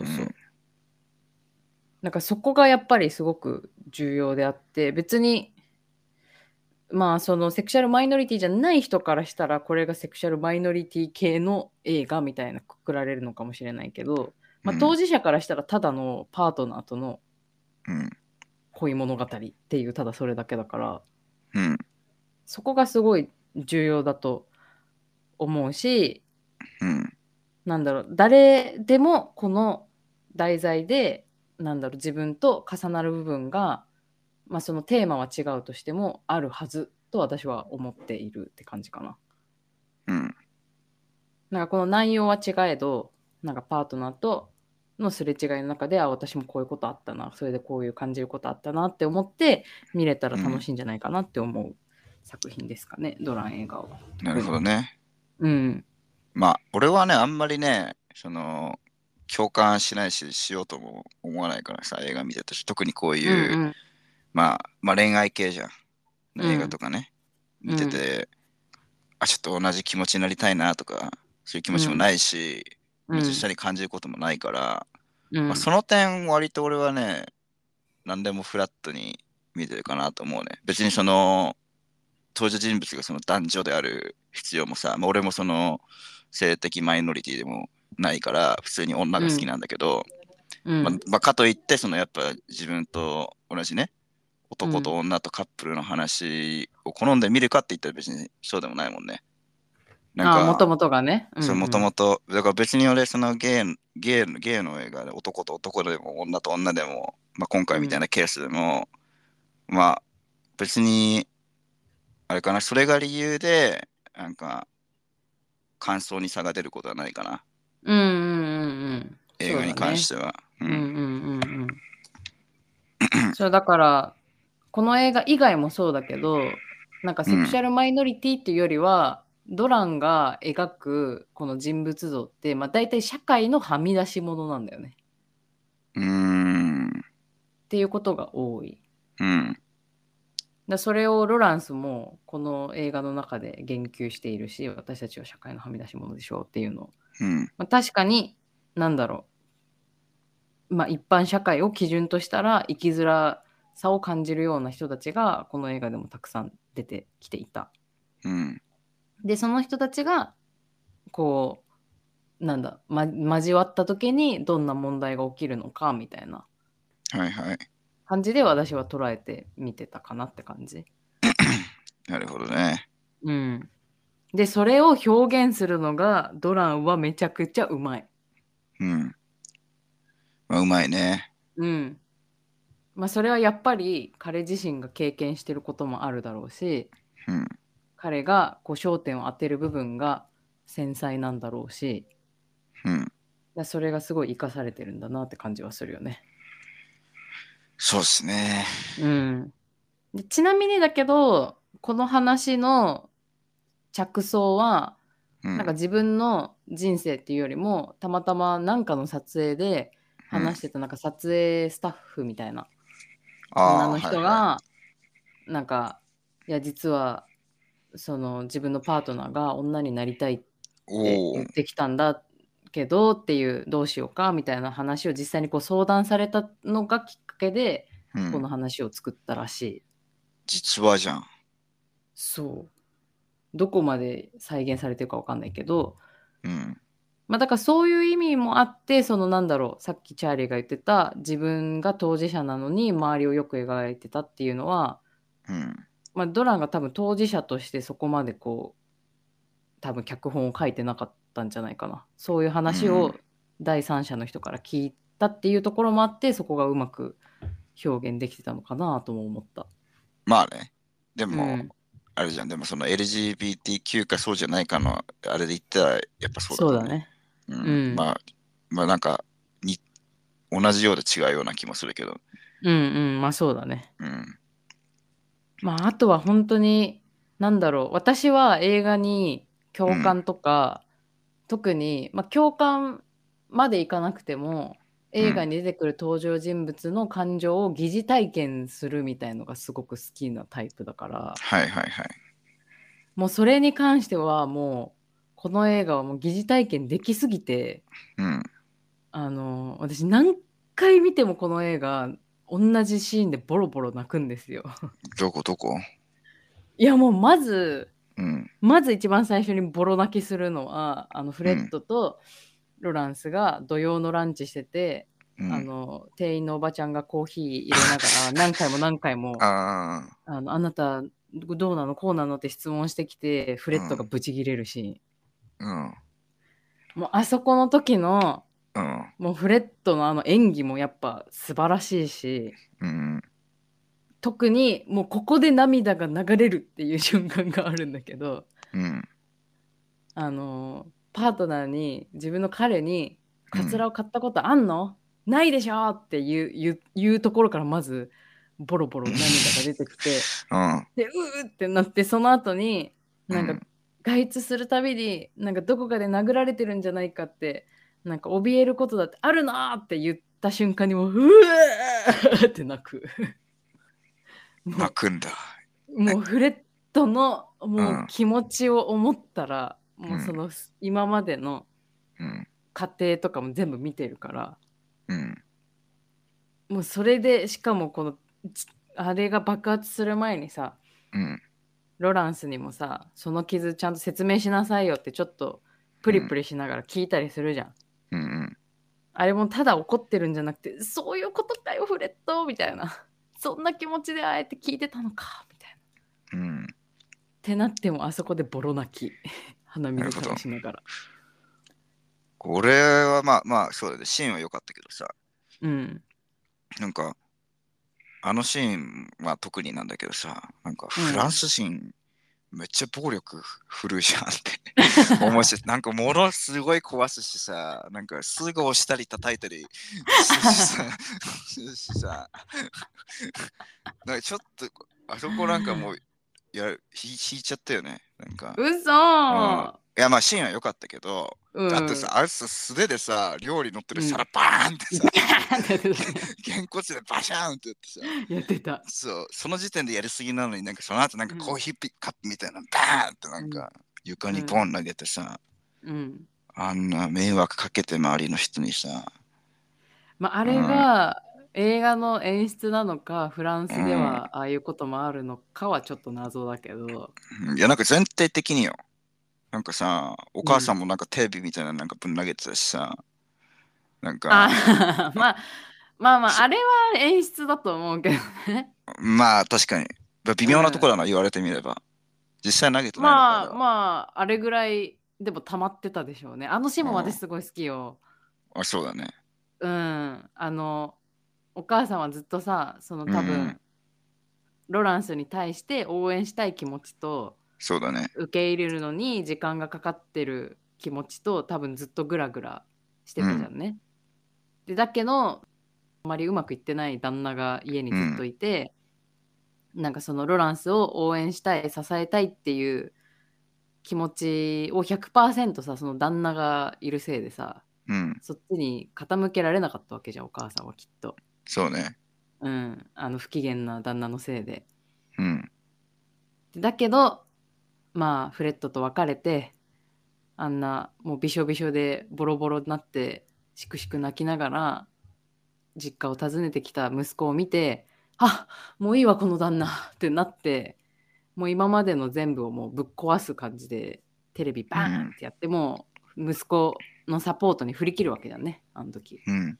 なんかそこがやっぱりすごく重要であって、別にまあそのセクシャルマイノリティじゃない人からしたらこれがセクシャルマイノリティ系の映画みたいなくくられるのかもしれないけど、まあ、当事者からしたらただのパートナーとの恋物語っていうただそれだけだから、そこがすごい重要だと思うし、なんだろう、誰でもこの題材でなんだろう、自分と重なる部分が、まあ、そのテーマは違うとしてもあるはずと私は思っているって感じかな。なんかこの内容は違えど、なんかパートナーとのすれ違いの中で、私もこういうことあったな、それでこういう感じることあったなって思って見れたら楽しいんじゃないかなって思う作品ですかね、ドラン映画は。 なるほどね。まあ俺はね、あんまりね、その共感しないし、しようとも思わないからさ、映画見てたし、特にこううんいう、 うんまあ恋愛系じゃん。の映画うんとかね、見てうんて、ちょっと同じ気持ちになりたいなとか、そういう気持ちもなうんいし、実うん際に感じることもないから、そうんの点割と俺はね、何でもフラットに見てるかなと思うね。別にその登場人物がその男女である必要もさ、俺もその性的マイノリティでもないから普通に女が好きなんだけど、 うんかといってそのやっぱ自分と同じね、 うん男と女とカップルの話を好んで見るかって言ったら別にそうでもないもんね。なんああ、もとか、 もとがね。うんもとうん。 もと、だから別に俺、そのゲイの映画で男と男でも女と女でも、今回みたいうん。 なケースでも、まあ別に、あれかな、それが理由で、なんか感想に差が出ることはないかな。 うんうんうんうん。 映画にそうだね。 関しては。うん。 うんうんうんうん。そう、だから、この映画以外もそうだけど、なんかうん。 セクシャルマイノリティっていうよりは、ドランが描くこの人物像って、まあ大体社会のはみ出し物なんだよね。 うーん。 っていうことが多い。 うん。 それをロランスもこの映画の中で言及しているし、私たちは社会のはみ出し物でしょうっていうのを。 うん。 まあ、確かに、なんだろう。まあ一般社会を基準としたら生きづらさを感じるような人たちがこの映画でもたくさん出てきていた。 うん。 で、その人たちがこ交わった時にどんな問題が起きるのかみたいなはいはい。 感じで私は捉えて見てたかなって感じ。 なるほどね。 うん。で、それを表現するのがドランはめちゃくちゃうまい。 うん。うまいね。 うん。まあそれはやっぱり彼自身が経験してることもあるだろうし、 うん。 彼がこう焦点を当てる部分が繊細なんだろうし、 うん。 それがすごい生かされてるんだなって感じはするよね。 そうっすね。 うん。でちなみにだけど、この話の着想は、なんかうん。 自分の人生っていうよりも、たまたまなんかの撮影でうん。 話してたなんか撮影スタッフみたいな女ああ、 のはいはい。 人が、なんか、いや実はその自分のパートナーが女になりたいっておお。 言ってきたんだけどっていうどうしようかみたいな話を実際にこう相談されたのがきっかけでうん。 この話を作ったらしい。 実話じゃん。 そう。どこまで再現されてるかわかんないけど、 うん。 まあだからそういう意味もあって、そのなんだろう、さっきチャーリーが言ってた自分が当事者なのに周りをよく描いてたっていうのは、 うん。 まあドランが多分当事者としてそこまでこう多分脚本を書いてなかったんじゃないかな。そういううん。 話を第三者の人から聞いたっていうところもあって、そこがうまく表現できてたのかなとも思った。 まあね。でも、 うん。 あれじゃん。でもその LGBTQ かそうじゃないかの、あれで言ったらやっぱそうだからね。 そうだね。 うん。 うん。 なんか、同じようで違うような気もするけど。 うんうん。まあそうだね。 うん。 まああとは本当に、なんだろう。私は映画にうん。 共感とか、特に、まあ共感までいかなくても、映画うん。 に出てくる登場人物の感情を疑似体験するみたいのがすごく好きなタイプだから、 はいはいはい。 もうそれに関してはもうこの映画はもう疑似体験できすぎて、 うん。 私何回見てもこの映画同じシーンでボロボロ泣くんですよ。 どこいやもううん。 まず一番最初にボロ泣きするのはフレッうん。 ドとロランスが土曜のランチしてて、 うん。 店員のおばちゃんがコーヒー入れながら何回も何回もああなたどうなのこうなのって質問してきてフレッドがあ。 ブチギレるシうん。うん。 ーン。もうあそこの時のうん。 もうフレッドのあの演技もやっぱ素晴らしいし、 うん。 特にもうここで涙が流れるっていう瞬間があるんだけど、 うん。 パートナーに自分の彼にうん。 カツラを買ったことあんのないでしょっていうところからまずボロボロ涙が出てきて、 うん。 でってなって、その後になんかうん。 外出するたびになんかどこかで殴られてるんじゃないかってなんか怯えることだってあるなって言った瞬間にもううーって泣く。 泣くんだ。 もうフレットのもう気持ちを思ったら、もうその今までの過程とかも全部見てるから、もうそれでしかもこのあれが爆発する前にさ、ロランスにもさ、その傷ちゃんと説明しなさいよってちょっとプリプリしながら聞いたりするじゃん。あれもただ怒ってるんじゃなくて、そういうことかよフレットみたいな、そんな気持ちであえて聞いてたのかみたいな、ってなってもあそこでボロ泣き鼻水垂らしながら。 俺はまあそうだね、シーンは良かったけどさ、なんかあのシーンは特になんだけどさ、なんかフランス人めっちゃ暴力振るうじゃんって思うし、なんかものすごい壊すしさ、なんかすぐ押したり叩いたりしさ、なんかちょっとあそこなんかもう引いちゃったよね。なんか嘘、 いやまあシーンは良かったけど、あとさ、あれさ素手でさ料理乗ってる皿バーンってさ、げんこつでバシャーンってやってさ、 やってた。 そう、その時点でやりすぎなのになんかその後なんかコーヒーカップみたいなバーンってなんか床にボン投げてさ、あんな迷惑かけて周りの人にさ、 あれが映画の演出なのかフランスではああいうこともあるのかはちょっと謎だけど、 いやなんか全体的によ、なんかさ、お母さんもなんかテレビみたいななんかぶん投げてたしさ、なんかまああれは演出だと思うけどね。 まあ確かに微妙なところだな、言われてみれば。実際投げてないのかあれは。 あれぐらいでも溜まってたでしょうね。あのシーンも私すごい好きよ。 そうだね。 お母さんはずっとさ、その多分、ロランスに対して応援したい気持ちと、 そうだね。 受け入れるのに時間がかかってる気持ちと多分ずっとグラグラしてたじゃんね。でだけどあまりうまくいってない旦那が家にずっといて、なんかそのロランスを応援したい支えたいっていう気持ちを 100% さ、その旦那がいるせいでさ、そっちに傾けられなかったわけじゃん、お母さんはきっと。 そうね。 不機嫌な旦那のせいで。だけどまあフレッドと別れて、あんなもうびしょびしょでボロボロになってしくしく泣きながら実家を訪ねてきた息子を見て、あ、もういいわこの旦那ってなって、もう今までの全部をもうぶっ壊す感じでテレビバーンってやって、もう息子のサポートに振り切るわけだね、あの時。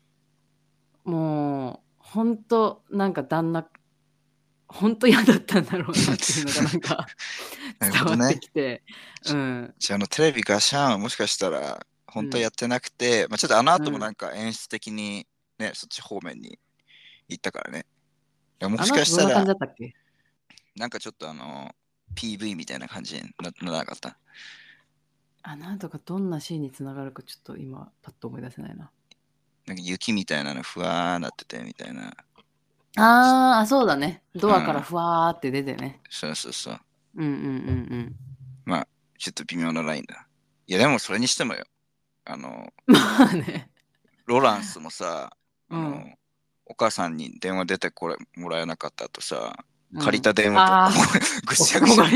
もう本当なんか旦那本当嫌だったんだろうなっていうのがなんか伝わってきて、 じゃあテレビガシャンもしかしたら本当はやってなくて、ちょっとあの後もなんか演出的にね、そっち方面に行ったからね。もしかしたらなんかちょっとPV みたいな感じにならなかった。 なんとかどんなシーンにつながるかちょっと今パッと思い出せないな。 なんか雪みたいなのふわーなっててみたいな。 そうだね。ドアからふわーって出てね。 そうそうそう。 まあちょっと微妙なラインだ。いやでもそれにしてもよ。 まあね。 ロランスもさ、お母さんに電話出てこれもらえなかったとさ、借りた電話とぐしゃぐしゃ。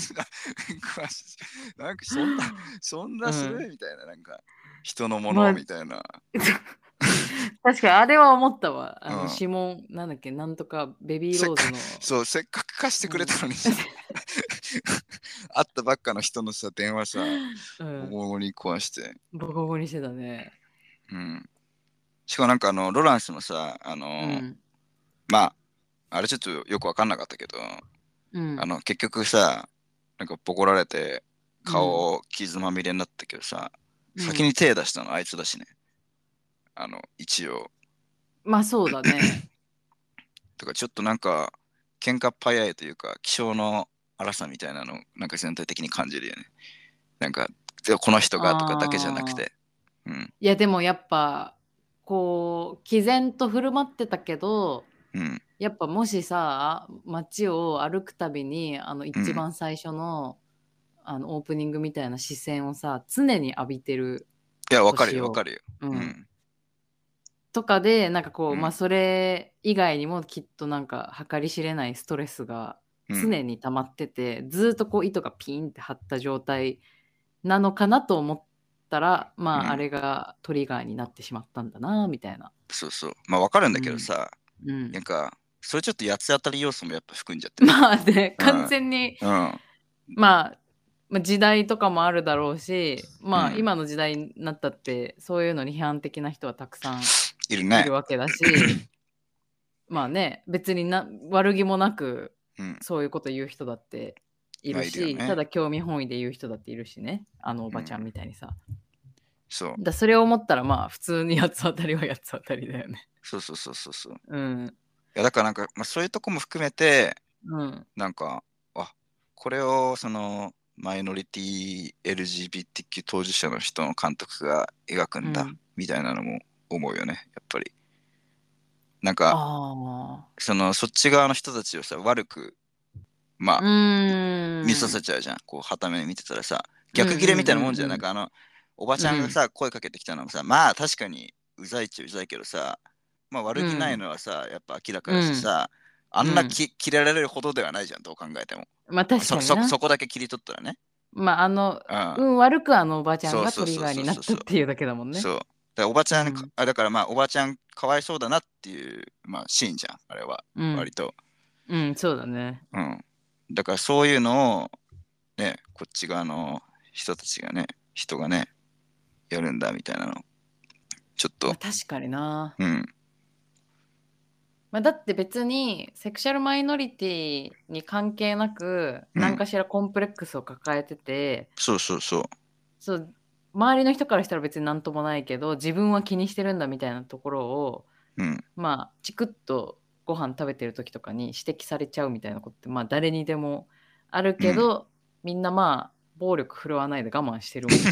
なんかそんなするみたいな、なんか人のものみたいな。 確かにあれは思ったわ。指紋なんだっけ、なんとかベビーローズの。 そう、せっかく貸してくれたのにさ、会ったばっかの人のさ、電話さ、ボコボコに壊して。 ボコボコにしてたね。 しかもなんかロランスもさ、まあ、あれちょっとよくわかんなかったけど、結局さ、なんかボコられて顔傷まみれになったけどさ、先に手出したのあいつだしね。一応。 まあそうだね。 とかちょっとなんか喧嘩っ早いというか気性の荒さみたいなのなんか全体的に感じるよね。なんかこの人がとかだけじゃなくて。 いやでもやっぱこう毅然と振る舞ってたけど、やっぱもしさ街を歩くたびに一番最初の、オープニングみたいな視線をさ常に浴びてるいや、わかるよ、わかるよ。 うん。とかで、なんかこう、まあそれ以外にもきっとなんか計り知れないストレスが常に溜まってて、ずっとこう糸がピンって張った状態なのかなと思ったら、まああれがトリガーになってしまったんだな、みたいな。 そうそう。まあわかるんだけどさ、なんか、それちょっと八つ当たり要素もやっぱ含んじゃってる。 まあね、完全に、まあ、時代とかもあるだろうし、まあ今の時代になったってそういうのに批判的な人はたくさんいるわけだし、まあね、別に悪気もなくそういうこと言う人だっているし、ただ興味本位で言う人だっているしね、あのおばちゃんみたいにさ。それを思ったらまあ普通に八つ当たりは八つ当たりだよね。 そうそうそうそうそう。 うん。 いやだからなんか、まあ、そういうとこも含めて、なんか、これをそのマイノリティ LGBTQ 当事者の人の監督が描くんだ、みたいなのも思うよね、やっぱり。なんか、そっち側の人たちをさ、悪く、まあ、見させちゃうじゃん。こう、はために見てたらさ、逆ギレみたいなもんじゃん。なんかおばちゃんがさ、声かけてきたのもさ、まあ確かにうざいっちゃうざいけどさ、まあ悪気ないのはさ、やっぱ明らかだしさ、あんな切られるほどではないじゃん、どう考えても。 まあ確かにそこだけ切り取ったらね。 まあ悪くあのおばちゃんがトリガーになったっていうだけだもんね。 そう。おばちゃん、だからまあおばちゃんかわいそうだなっていう、まあシーンじゃん、あれは。割と。 そうだね。 だからそういうのを、ね、こっち側の人がね、やるんだみたいなの。ちょっと。 確かにな。まあ、だって別にセクシャルマイノリティに関係なく、何かしらコンプレックスを抱えてて、 そうそうそう。 そう、周りの人からしたら別になんともないけど、自分は気にしてるんだみたいなところを、まあチクッとご飯食べてる時とかに指摘されちゃうみたいなことってまあ誰にでもあるけど、みんなまあ暴力振るわないで我慢してるもんね。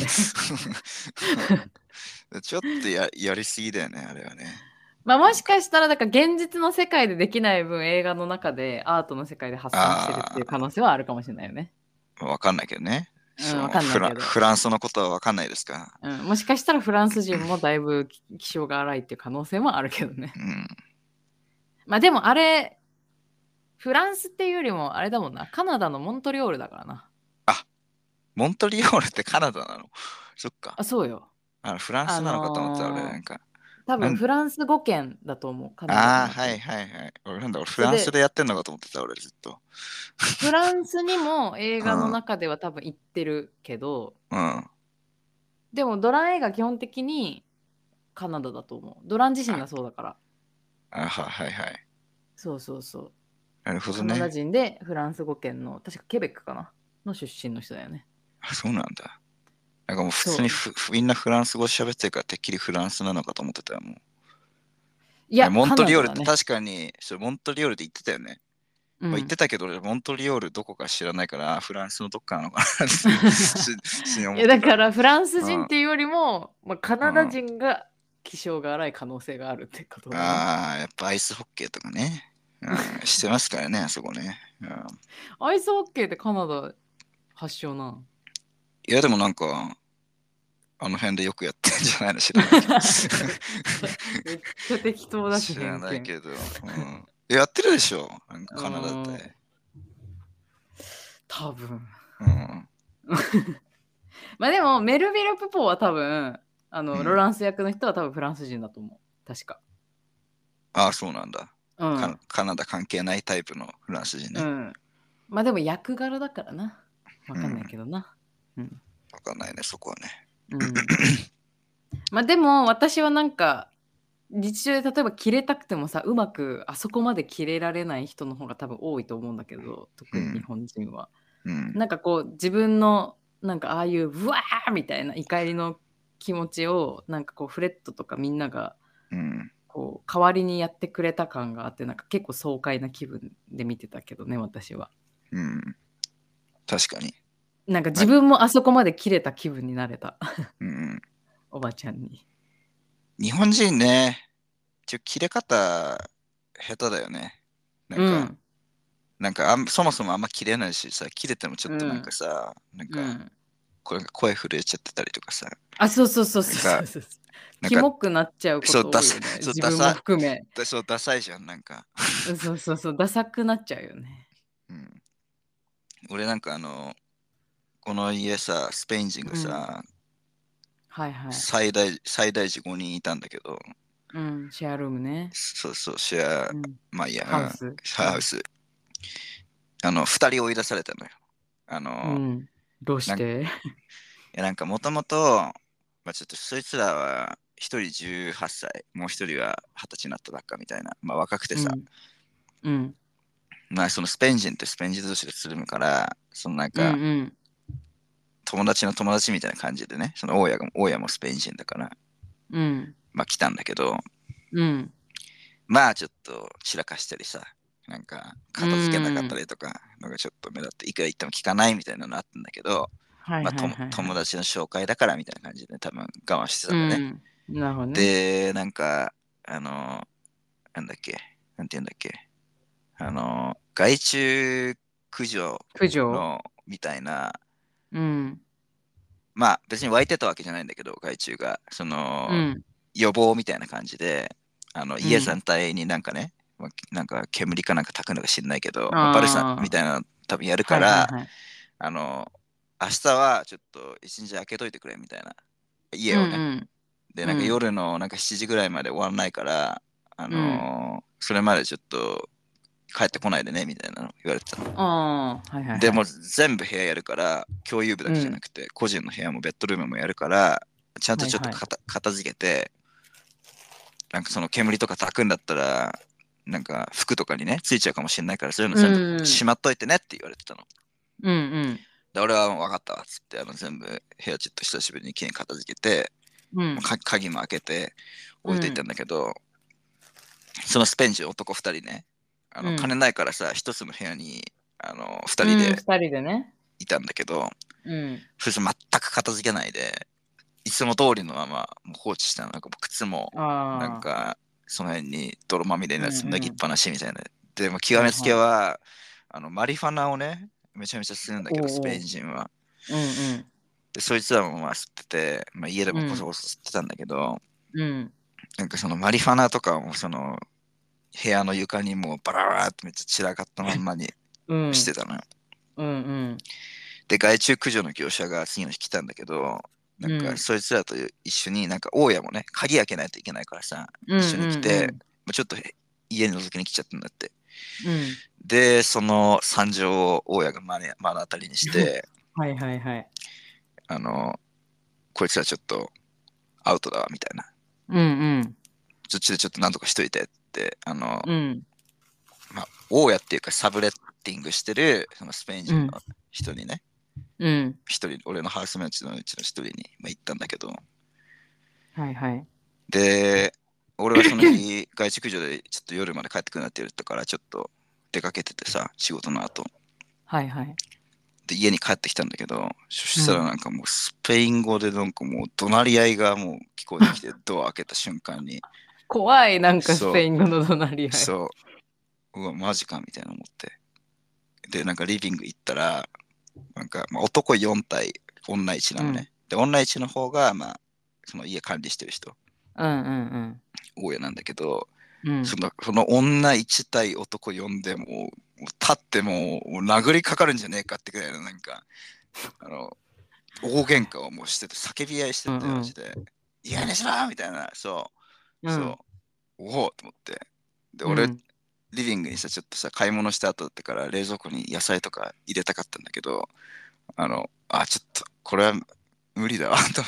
ちょっとやりすぎだよね、あれはね。 まあもしかしたらだから現実の世界でできない分映画の中でアートの世界で発散してるっていう可能性はあるかもしれないよね。 わかんないけどね。 わかんないけど。 フランスのことはわかんないですか。 もしかしたらフランス人もだいぶ気性が荒いっていう可能性もあるけどね。まあでもあれ、フランスっていうよりもあれだもんな。カナダのモントリオールだからな。 モントリオールってカナダなの？そっか。 そうよ。 フランスなのかと思った、俺なんか。 多分フランス語圏だと思う、カナダはいはいはい。俺なんだ、フランスでやってんのかと思ってた、俺ずっと。 フランスにも映画の中では多分行ってるけど、でもドラン映画基本的にカナダだと思う。ドラン自身がそうだから。 はいはい。 そうそうそう。 なるほどね。 カナダ人でフランス語圏の、確かケベックかなの出身の人だよね。 そうなんだ。なんかもう普通にみんなフランス語喋ってるからてっきりフランスなのかと思ってたよ、もう。いや、モントリオールって確かに、モントリオールって言ってたよね。言ってたけど、モントリオールどこか知らないから、フランスのどっかなのかなっていやだからフランス人っていうよりも、カナダ人が気性が荒い可能性があるってことだね。 やっぱアイスホッケーとかね。してますからね、あそこね。 アイスホッケーってカナダ発祥な。 いや、でもなんか、あの辺でよくやってんじゃないの知らないけど。 めっちゃ適当だし、 知らないけど。やってるでしょ、なんかカナダって。 多分。まあでも、メルヴィル・プポは多分、ロランス役の人は多分フランス人だと思う。確か。 そうなんだ。カナダ関係ないタイプのフランス人ね。 まあでも役柄だからな。わかんないけどな。 わかんないね、そこはね。 まあでも私はなんか日常で例えば切れたくてもさうまくあそこまで切れられない人の方が多分多いと思うんだけど特に日本人は、なんかこう自分のなんかああいううわーみたいな怒りの気持ちをなんかこうフレットとかみんながこう代わりにやってくれた感があってなんか結構爽快な気分で見てたけどね私は。 確かに。 なんか自分もあそこまで切れた気分になれた。おばちゃんに。 日本人ね、切れ方下手だよね。なんかそもそもあんま切れないしさ、切れてもちょっとなんかさ、なんか声震えちゃってたりとかさ。 あ、そうそうそうそうそう。キモくなっちゃうこそう、 と多いよね。自分も含め。 そう、ダサいじゃん、なんか。 そうそうそう、ダサくなっちゃうよね。 うん、俺なんかこの家さ、スペイン人がさ、 はいはい。 最大時5人いたんだけど、 うん、シェアルームね。 そうそう、シェア、まあいいや、 ハウス。 ハウス。2人追い出されたのよ。 どうしてなんかもともと、まあちょっとそいつらは、一人18歳、もう一人は20歳になったばっかみたいな、まあ若くてさ、まあそのスペイン人ってスペイン人同士でつるむから、そのなんか、友達の友達みたいな感じでね、その大家もスペイン人だから、まあ来たんだけど、まあちょっと散らかしたりさ、なんか片付けなかったりとか、のがちょっと目立って、いくら言っても聞かないみたいなのあったんだけど、まあ友達の紹介だからみたいな感じで多分我慢してたんだね。 なるほどね。 で、なんか、なんだっけ、なんて言うんだっけ、害虫駆除のみたいな、まあ別に湧いてたわけじゃないんだけど、害虫が、予防みたいな感じで、家全体になんかね、なんか煙かなんか焚くのか知んないけど、バルサみたいなの多分やるから、明日はちょっと一日開けといてくれみたいな、家をね。で、なんか夜のなんか7時ぐらいまで終わらないから、それまでちょっと帰ってこないでねみたいなの言われてたの。でも全部部屋やるから、共有部だけじゃなくて、個人の部屋もベッドルームもやるから、ちゃんとちょっと片付けて、なんかその煙とか焚くんだったら、なんか服とかにね、ついちゃうかもしれないから、そういうの全部しまっといてねって言われてたの。で俺は分かったわっつって、全部部屋ちょっと久しぶりにきれいに片付けて、鍵も開けて置いていったんだけど、そのスペイン人男2人ね、金ないからさ、一つの部屋に2人でねいたんだけど、そして全く片付けないで、いつも通りのままもう放置したの。なんか靴もなんかその辺に泥まみれのやつ脱ぎっぱなしみたいな。でも極めつけは、マリファナをね、めちゃめちゃ吸うんだけど、スペイン人は。でそいつらもまあ吸ってて、まあ、家でもこそこそ吸ってたんだけど、なんかそのマリファナとかもその部屋の床にもうバラバラってめっちゃ散らかったまんまにしてたのよ。で、害虫駆除の業者が次の日来たんだけど、なんかそいつらと一緒になんか大家もね、鍵開けないといけないからさ、一緒に来て、ちょっと家に覗きに来ちゃったんだって。で、その惨状を大家が目の当たりにして、こいつらちょっとアウトだわみたいな。そっちでちょっとなんとかしといてって、まあ、大家っていうかサブレッティングしてるそのスペイン人の人にね、一人、俺のハウスメイトのうちの一人に、言ったんだけど、で、俺はその日、外畜所でちょっと夜まで帰ってくるなって言ったから、ちょっと出かけててさ、仕事の後。で、家に帰ってきたんだけど、そしたらなんかもうスペイン語でなんかもう怒鳴り合いがもう聞こえてきて、ドア開けた瞬間に。 怖い、なんかスペイン語の怒鳴り合い。 そう。うわ、マジかみたいな思って。で、なんかリビング行ったら、なんか、男4体、女1なのね。で、女1の方が、まあ、その家管理してる人、大家なんだけど、その女1対男4でもう立ってもう殴りかかるんじゃねえかってくらいのなんか、大喧嘩をもうしてて、叫び合いしてて、マジで、嫌にしろみたいな、そう、おおと思って。で、俺、リビングにさ、ちょっとさ、買い物した後だったから冷蔵庫に野菜とか入れたかったんだけど、ちょっと、これは無理だわと思って、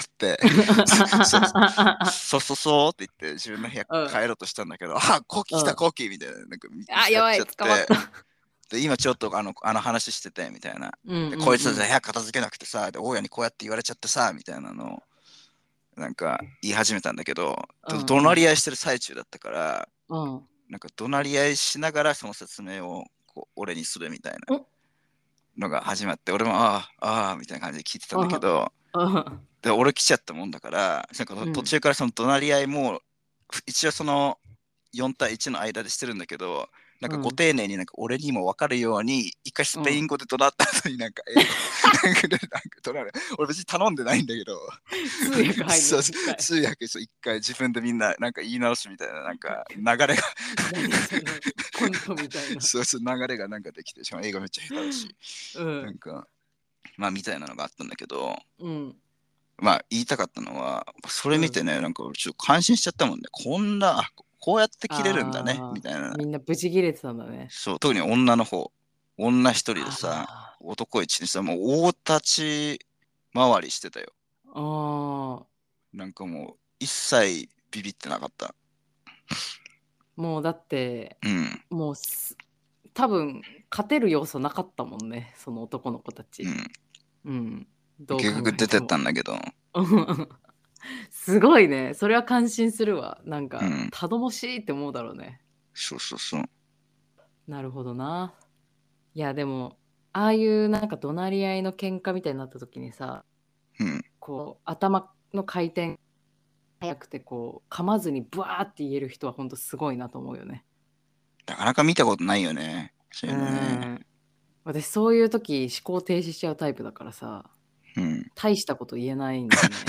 そうって言って自分の部屋帰ろうとしたんだけど、コキ来たコキみたいな、なんかやばい、捕まった。 で、今ちょっと話しててみたいな。でこいつ部屋片付けなくてさ、で、大家にこうやって言われちゃってさ、みたいなのを、なんか言い始めたんだけど、怒鳴り合いしてる最中だったから、なんか怒鳴り合いしながらその説明を俺にするみたいなのが始まって、俺もああみたいな感じで聞いてたんだけど、で俺来ちゃったもんだから、なんか途中からその怒鳴り合いも一応その4対1の間でしてるんだけど、 なんかご丁寧になんか俺にも分かるように一回スペイン語で怒鳴った後になんか英語なんか怒られ俺別に頼んでないんだけど通訳入るそう通訳一回自分でみんななんか言い直しみたいななんか流れが何そのコントみたいなそう流れがなんかできてしかも英語めっちゃ下手だし、なんかまあみたいなのがあったんだけど、まあ言いたかったのはそれ見てね、なんかちょっと感心しちゃったもんね。こうやって切れるんだねみたいな。 みんなブチ切れてたんだね。 そう、特に女一人でさ、男一にさ、もう大立ち回りしてたよ。なんかもう一切ビビってなかった。 もうだって、もう多分勝てる要素なかったもんね、その男の子たち。 結局出てったんだけど。 すごいね。それは感心するわ。なんか、頼もしいって思うだろうね。 そう。 なるほどな。いや、でも、ああいうなんか怒鳴り合いの喧嘩みたいになった時にさ、こう、頭の回転早くて、こう、噛まずにブワーって言える人は本当すごいなと思うよね。 なかなか見たことないよね。 私、そういう時、思考停止しちゃうタイプだからさ。大したこと言えないんだよね。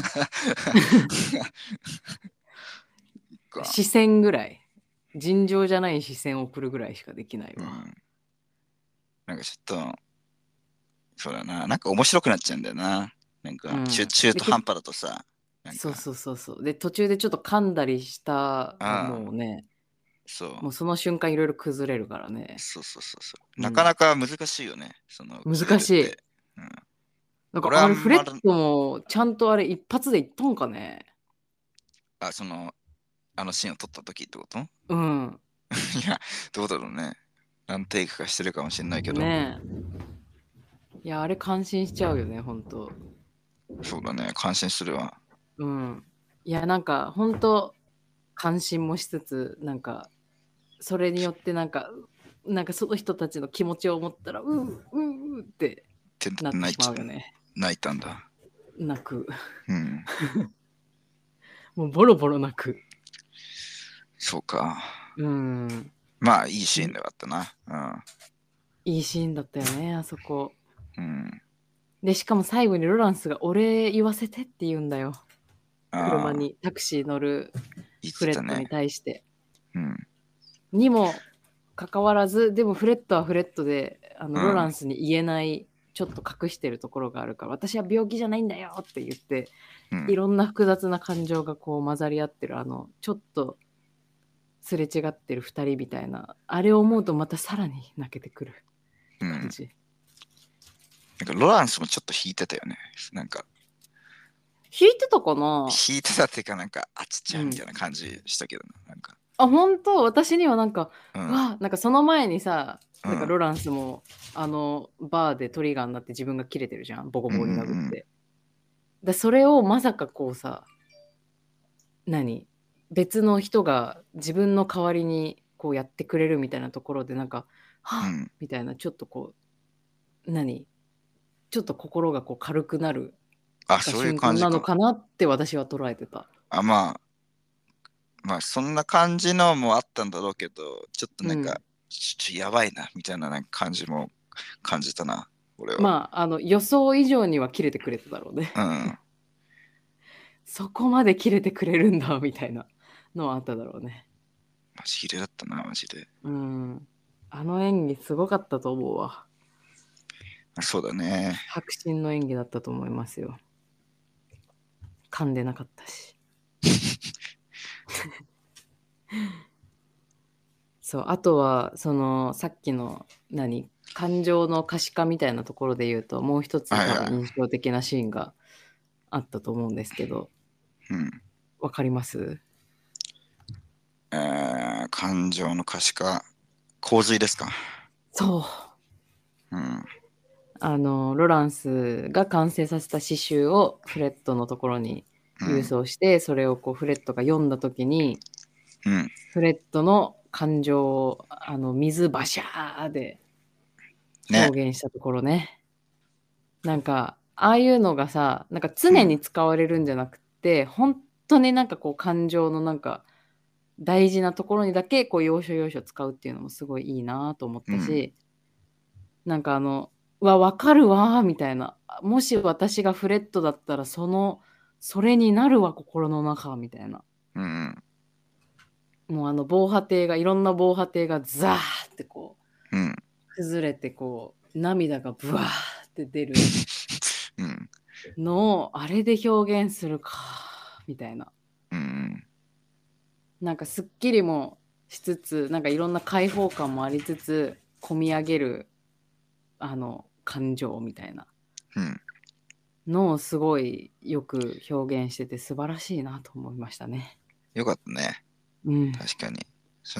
視線ぐらい尋常じゃない視線を送るぐらいしかできないわ。 なんかちょっとそうだな、なんか面白くなっちゃうんだよな。なんか中途半端だとさ。 そうで途中でちょっと噛んだりしたらもうね、もうその瞬間いろいろ崩れるからね。 なかなか難しいよね。 難しい。なんかあれフレットもちゃんとあれ一発でいっとんかね。 あのシーンを撮った時ってこと？いや、どうだろうね。何テイクかしてるかもしれないけど。 ねえ。いや、あれ感心しちゃうよね、ほんと。 そうだね、感心するわ。 いや、なんか、ほんと、感心もしつつ、なんか、それによってなんかその人たちの気持ちを思ったら、ってなってしまうよね。 泣いたんだ。 泣く。もうボロボロ泣く。 そうか。まあいいシーンではあったな。 いいシーンだったよね、あそこ。でしかも最後にロランスがお礼言わせてって言うんだよ。車にタクシー乗るフレットに対して。にもかかわらず、でもフレットはフレットでロランスに言えないちょっと隠してるところがあるから、私は病気じゃないんだよって言って、いろんな複雑な感情がこう混ざり合ってるちょっとすれ違ってる2人みたいな、あれを思うとまたさらに泣けてくる感じ。 なんかロランスもちょっと引いてたよね。なんか引いてたかな？ 引いてたっていうか、なんかあちっちゃいみたいな感じしたけどな。なんか本当私にはなんか、なんかその前にさ、なんかロランスもバーでトリガーになって自分が切れてるじゃん、ボコボコに殴って。でそれをまさかこうさ、別の人が自分の代わりにこうやってくれるみたいなところで、なんかみたいな、ちょっとこうちょっと心がこう軽くなる瞬間なのかなって私は捉えてた。 まあそんな感じのもあったんだろうけど、ちょっとなんか、ちょっとやばいなみたいな感じも感じたな、俺は。 まあ予想以上には切れてくれただろうね。そこまで切れてくれるんだみたいなのはあっただろうね。 マジ切れだったな、マジで。 あの演技すごかったと思うわ。 そうだね。 迫真の演技だったと思いますよ。噛んでなかったし。そう、あとはさっきの感情の可視化みたいなところで言うと、もう一つ多分印象的なシーンがあったと思うんですけど、わかります？ 感情の可視化、洪水ですか？ そう。ロランスが完成させた詩集をフレットのところに郵送して、それをこうフレットが読んだ時に、フレットの感情を水バシャーで表現したところね。なんかああいうのがさ、なんか常に使われるんじゃなくて、本当になんかこう感情のなんか大事なところにだけこう要所要所使うっていうのもすごいいいなと思ったし、なんかわかるわみたいな、もし私がフレットだったらそれになるわ心の中みたいな、もう防波堤がいろんな防波堤がザーってこう、崩れてこう涙がブワーって出るのをあれで表現するかみたいな、なんかすっきりもしつつ、なんかいろんな開放感もありつつ込み上げる感情みたいなのをすごいよく表現してて素晴らしいなと思いましたね。 よかったね。確かに。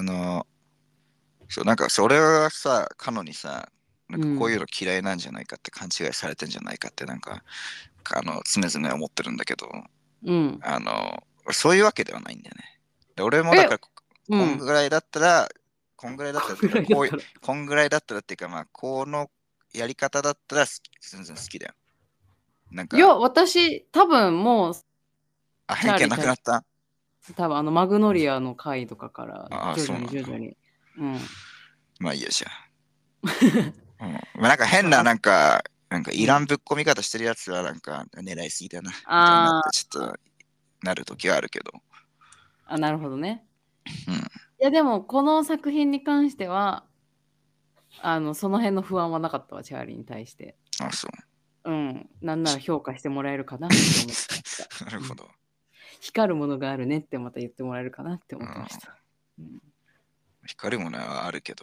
なんかそれはさ、カノにさ、なんかこういうの嫌いなんじゃないかって勘違いされてんじゃないかってなんか、常々思ってるんだけど、そういうわけではないんだよね。で俺もだから、こんぐらいだったら、こんぐらいだったらっていうか、まあ、このやり方だったら全然好きだよ。なんか、 いや、私、多分もう、 偏見なくなった？ 多分マグノリアの回とかから徐々に。 まあいいやじゃあ。まあなんか変ななんかいらんぶっ込み方してるやつはなんか狙いすぎだなみたいなってちょっとなる時はあるけど。 なるほどね。いやでもこの作品に関してはその辺の不安はなかったわ、チャーリーに対して。 そう。 なんなら評価してもらえるかなって思ってました。 なるほど。 光るものがあるねってまた言ってもらえるかなって思ってました。 光るものはあるけど。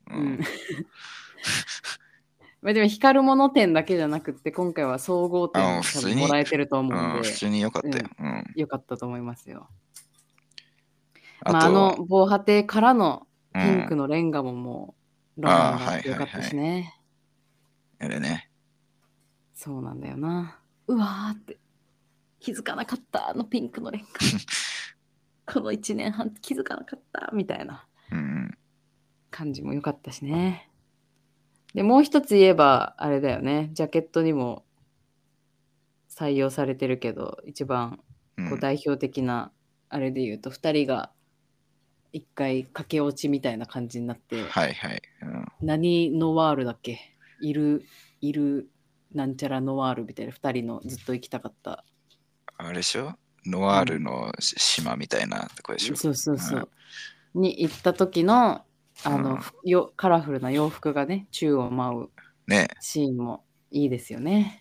まあでも光るもの点だけじゃなくて今回は総合点も多分もらえてると思うんで、 普通に良かったよ。 良かったと思いますよ。まあ防波堤からのピンクのレンガももうロマンが良かったしね。 あれね。 そうなんだよな。うわーって気づかなかったピンクのレンガこの1年半気づかなかったみたいな感じも良かったしね。でもう一つ言えばあれだよね、ジャケットにも採用されてるけど一番こう代表的なあれで言うと2人が一回駆け落ちみたいな感じになって、何ノワールだっけ、いるなんちゃらノワールみたいな2人のずっと行きたかったあれでしょ、ノワールの島みたいなとこでしょ。 そうに行った時のカラフルな洋服がね宙を舞うシーンもいいですよね。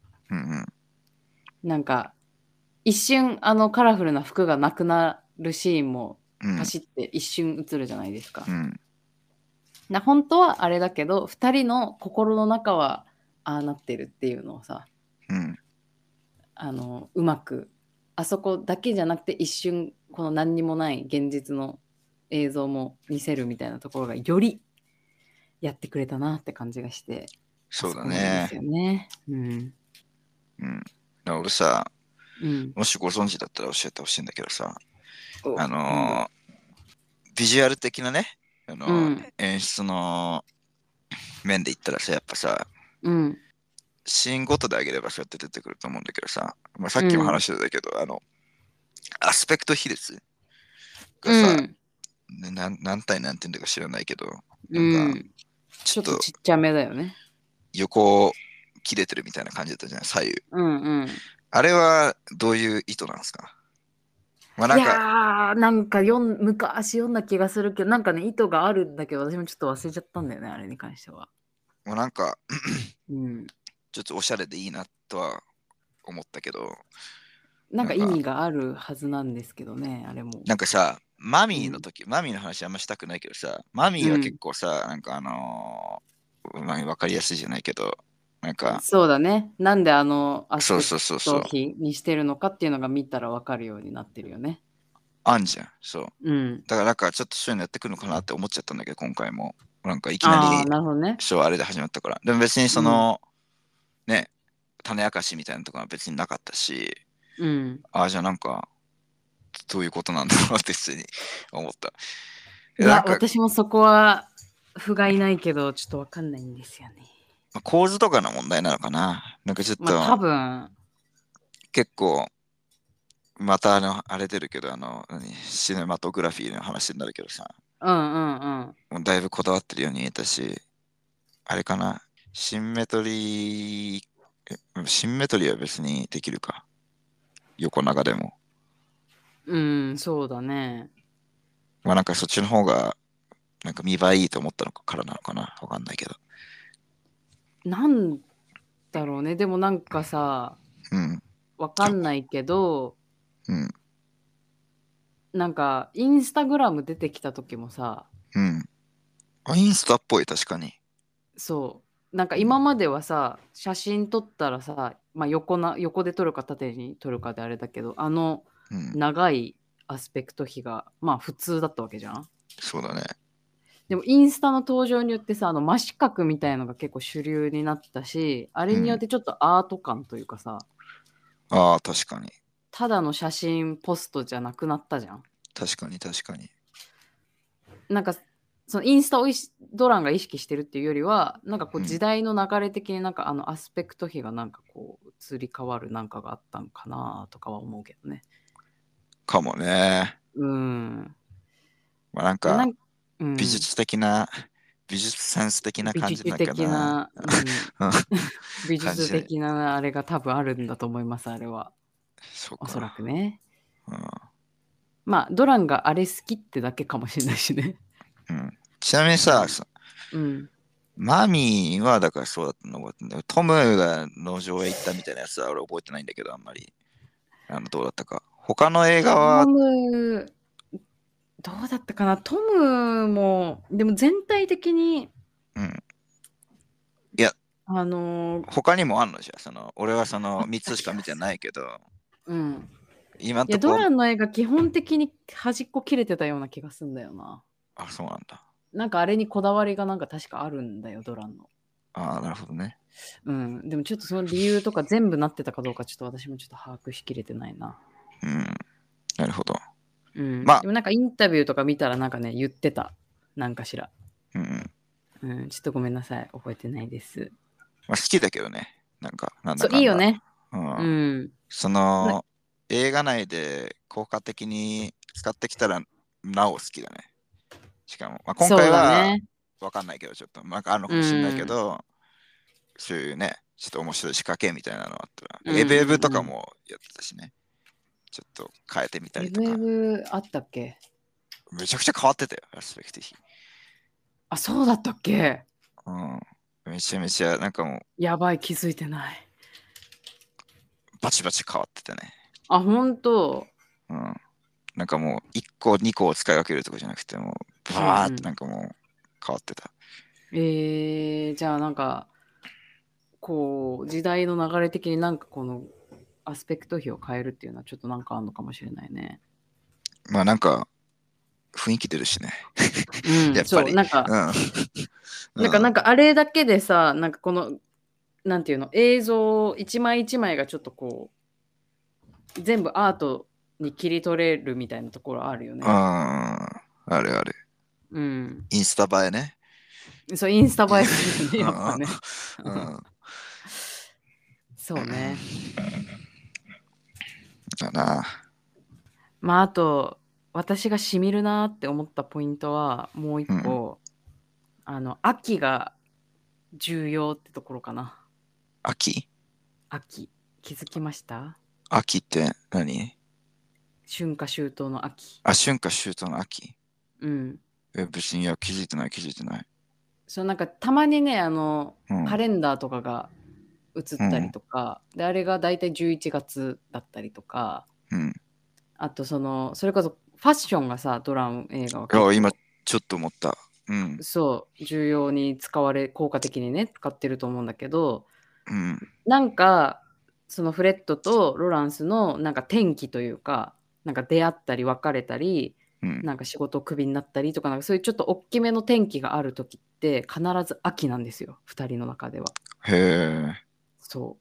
なんか一瞬カラフルな服がなくなるシーンもパシって一瞬映るじゃないですか。本当はあれだけど2人の心の中はああなってるっていうのをさ、うまくあそこだけじゃなくて一瞬この何にもない現実の映像も見せるみたいなところがよりやってくれたなって感じがして。 そうだね。 ですよね。 俺さ、もしご存知だったら教えてほしいんだけどさ、ビジュアル的なね、演出の面で言ったらさ、やっぱさ、シーンごとであげればそうやって出てくると思うんだけどさ、まあ、さっきも話してたけど、アスペクト比率がさ、何対何て言うんだか知らないけど、なんかちょっとちっちゃめだよね。 横切れてるみたいな感じだったじゃない、左右。あれはどういう意図なんですか？ いやーなんか昔読んだ気がするけど、なんかね意図があるんだけど私もちょっと忘れちゃったんだよね、あれに関しては。 もうなんかちょっとおしゃれでいいなとは思ったけど、 なんか意味があるはずなんですけどね、あれも。 なんかさ、マミーの時、マミーの話あんましたくないけどさ、マミーは結構さ、なんかわかりやすいじゃないけど、なんかそうだね。なんでアスペクト比にしてるのかっていうのが見たらわかるようになってるよね。 あんじゃん、そう。だからなんかちょっとそういうのやってくるのかなって思っちゃったんだけど、今回も。なんかいきなり、あれで始まったから。でも別にね、種明かしみたいなところは別になかったし、じゃあなんか、どういうことなんだろうって普通に思った。 いや、私もそこは不甲斐ないけど、ちょっとわかんないんですよね。 構図とかの問題なのかな。なんかちょっと、 多分結構、 またあれ出るけど、シネマトグラフィーの話になるけどさ、 うんうんうん。 もうだいぶこだわってるように見えたし、あれかな、シンメトリー、シンメトリーは別にできるか。横長でも。 うん、そうだね。 まあなんかそっちの方が、なんか見栄えいいと思ったのからなのかな。わかんないけど。 なんだろうね。でもなんかさ、 うん。 わかんないけど、 うん。 なんかインスタグラム出てきた時もさ、 うん。あ、インスタっぽい、確かに。 そうなんかうん。 今まではさ、写真撮ったらさ、まあ、横で撮るか縦に撮るかであれだけど、 うん。 長いアスペクト比がまあ普通だったわけじゃん。 そうだね。 でもインスタの登場によってさ、真四角みたいのが結構主流になったし、あれによっうん。 てちょっとアート感というかさ、 ああ、確かに。 ただの写真ポストじゃなくなったじゃん。 確かに、確かに。 なんかそのインスタをドランが意識してるっていうよりは、なんかこう時うん。 代の流れ的になんかアスペクト比がなんかこう移り変わるなんかがあったのかなとかは思うけどね。 かもね。 うん。 まあなんか、 でなんうん、 美術的な、美術センス的な美感じだけど術的な。 な、うん、 うん。 美術感じで。 的なあれが多分あるんだと思います、あれは。 そうおそらくか。 ね。 うん。 まあドランがあれ好きってだけかもしれないしね。 うん。ちなみにさ、 うん。うん。 マミーはだからそうだったの覚えてんだよ。トムが農場へ行ったみたいなやつは俺覚えてないんだけど、あんまり。どうだったか。他の映画トは、 ム、どうだったかな。トムも、でも全体的に、 うん。いや、 あのー他にもあんのじゃん。俺はあっ 3 たつしか見て気がすないけど、 る。うん。いや、 今んとこ、 ドランの映画基本的に端っこ切れてたような気がすんだよな。 あ、そうなんだ。 なんかあれにこだわりがなんか確かあるんだよ、ドランの。 ああ、なるほどね。 うん。でもちょっとその理由とか全部なってたかどうかちょっと私もちょっと把握しきれてないな。 うん、なるほど。 うん。 まあ、 でもなんかインタビューとか見たらなんかね、言ってた。なんかしら。 うん、 うん。ちょっとごめんなさい。覚えてないです。 まあ、好きだけどね。なんだそう、 かんだ。 いいよね。 うん。 うん。 そなの、映画内で効果的に使ってきたら、なお好きだね。しかも、まあ、今そうだ回は、 ね。 わかんないけど、ちょっと、なんかあるのかうもしれないけん。 ど、そういうね、ちょっと面白い仕掛けみたいなのあったら、 うんエブエブとうんうん。 かもやってたしね。ちょっと変えてみたエブエりとか。 ブあったっけ？ めちゃくちゃ変わってたよ、アスペクティ。 あ、そうだったっけ？ うん。めちゃめちゃ、なんかもう、 やばい、気づいてない。 バチバチ変わってたね。 あ、本当。 うん。なんかもう、1個、2個を使い分けるとかじゃなくて、もう、 うんバーってうん。 なんかもう、変わってた。 じゃあなんか、こう、時代の流れ的になんかこのアスペクト比を変えるっていうのはちょっとなんかあるのかもしれないね。 まあなんか、雰囲気出るしね。 うん、そう、 やっぱり。うん。うん。 なんかあれだけでさ、なんかこの、なんていうの、映像一枚一枚がちょっとこう、全部アートに切り取れるみたいなところあるよね。 あるある。 うん。 インスタ映えね。 そう、インスタい映えするね、やっぱね。 うん。 そうね。 だな。 まあ、あと、私がしみるなって思ったポイントは、もう一うん。 個、秋が重要ってところかな。 秋秋。気づきました？ 秋って何？ 春夏秋冬の秋。 あ、春夏秋冬の秋。 うん。 別に、いや、気づいてない、気づいてない。 そう、なんかたまにね、 うん。 カレンダーとかが映ったりうん。 とか、で、あれがだいたい11月だったりとか、 うん。 あとそれこそファッションがさ、ドラマ映画はいや、今、 結構、 ちょっと思った。うん。 そう、重要に効果的にね、使ってると思うんだけど、 うん。 なんか、そのフレットとロランスのなんか転機というか、なんか出会ったり別れたり、 うん。 なんか仕事をクビになったりとか、なんかそういうちょっと大きめの転機がある時って必ず秋なんですよ、2人の中では。 へえ、 そう。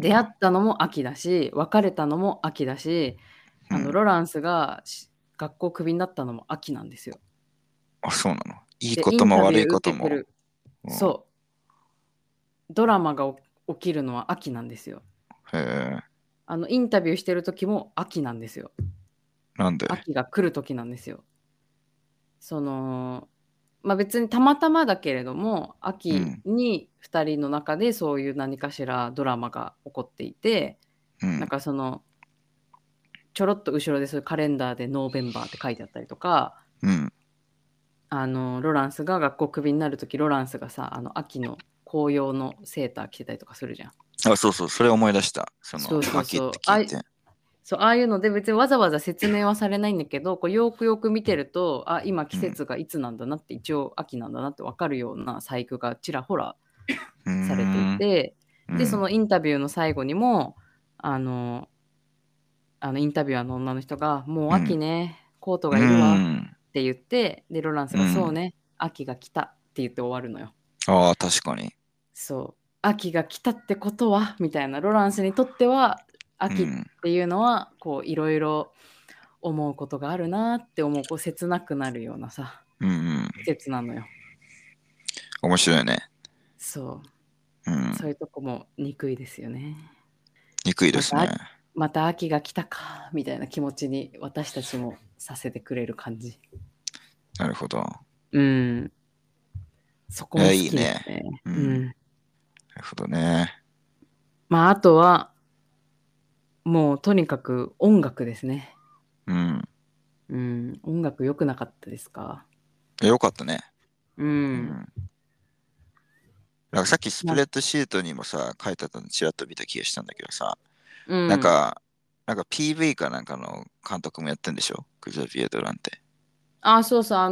そうなんだ。 出会ったのも秋だし、別れたのも秋だし、 うん。 ロランスが学校クビになったのも秋なんですよ。 あ、そうなの。いいで、 ことも悪いインタビューことも。 受けてる。 うん。 そう。ドラマが起きるのは秋なんですよ。 へえ。 インタビューしてる時も秋なんですよ。 なんで？ 秋が来る時なんですよ。別にたまたまだけれども、秋に2人の中でそういう何かしらドラマが起こっていて、なんかちょろっと後ろでそういうカレンダーでノーベンバーって書いてあったりとか、ロランスが学校クビになる時、ロランスがさ、秋の紅葉のセーター着てたりとかするじゃん。 あ、そうそう、それ思い出した。 そう秋って聞いて。 ああいうので別にわざわざ説明はされないんだけど、よくよく見てると、今季節がいつなんだなって、一応秋なんだなって分かるような細工がちらほらされていて、でそのインタビューの最後にもインタビュアーの女の人が「もう秋ね、コートがいるわ」って言って、でロランスが「そうね、秋が来た」って言って終わるのよ。 ああ、確かに。 そう、秋が来たってことはみたいな、ロランスにとっては秋っていうのはいろいろ思うことがあるなって思う、切なくなるようなさ、季節なのよ。 面白いね。 そう、そういうとこも憎いですよね。 憎いですね。 また秋が来たかみたいな気持ちに私たちもさせてくれる感じ。 なるほど。 そこも好きですね。 なるほどね。 あとはもうとにかく音楽ですね。音楽良くなかったですか？ 良かったね。なんかさっきスプレッドシートにもさ、書いてあったのちらっと見た気がしたんだけどさ、なんか PV かなんかの監督もやってんでしょ、クザビエドランって。 そうそう、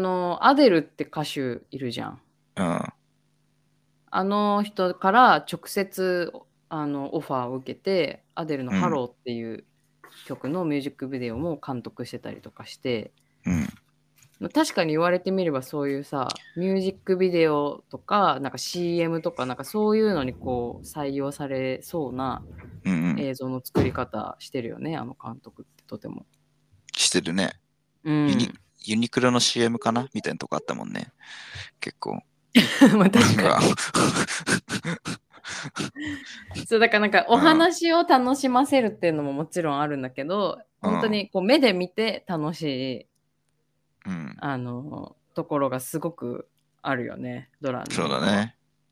アデルって歌手いるじゃん。あの人から直接オファーを受けて、アデルのハローっていう曲のミュージックビデオも監督してたりとかして、確かに言われてみればそういうさ、ミュージックビデオとかなんか CM とかなんかそういうのに採用されそうな映像の作り方してるよね、あの監督ってとても。 してるね。ユニクロの CM かなみたいなとこあったもんね。結構。 まあ確かに。そうだからなんかお話を楽しませるっていうのももちろんあるんだけど、本当に目で見て楽しい、ところがすごくあるよね、ドラの映画は。 そうだね。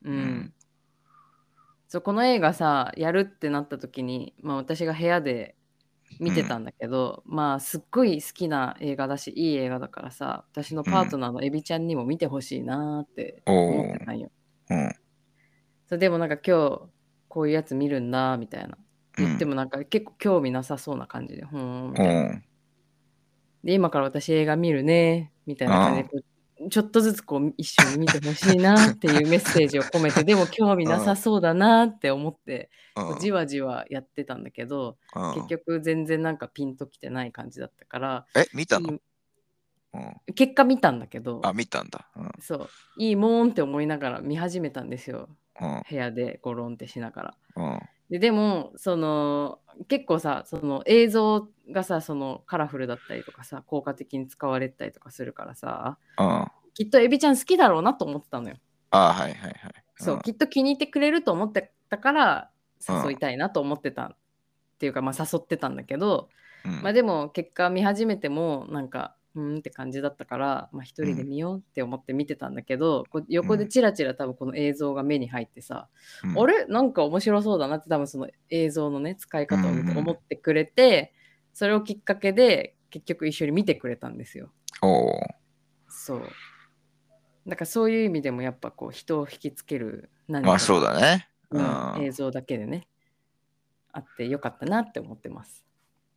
そう、この映画さやるってなった時に、私が部屋で見てたんだけど、すっごい好きな映画だし、いい映画だからさ、私のパートナーのエビちゃんにも見てほしいなって思ってたんよ。そうでもなんか今日こういうやつ見るんだみたいな言ってもなんか結構興味なさそうな感じで、みたいな。で今から私映画見るねみたいな感じでちょっとずつ一緒に見てほしいなっていうメッセージを込めて、でも興味なさそうだなって思ってじわじわやってたんだけど、結局全然なんかピンときてない感じだったから。 見たの？ 結果見たんだけど、 見たんだ。 そういいもんって思いながら見始めたんですよ、部屋でゴロンってしながら。でも結構さ、その映像がさ、カラフルだったりとかさ、効果的に使われたりとかするからさ、きっとエビちゃん好きだろうなと思ってたのよ。そう、きっと気に入ってくれると思ってたから誘いたいなと思ってたっていうか、誘ってたんだけど、でも結果見始めてもなんかって感じだったから、一人で見ようって思って見てたんだけど、横でチラチラ多分この映像が目に入ってさ、あれなんか面白そうだなって多分その映像のね使い方を見て思ってくれて、それをきっかけで結局一緒に見てくれたんですよ。そうだからそういう意味でもやっぱ人を引きつける何かそうだね、 映像だけでねあってよかったなって思ってます。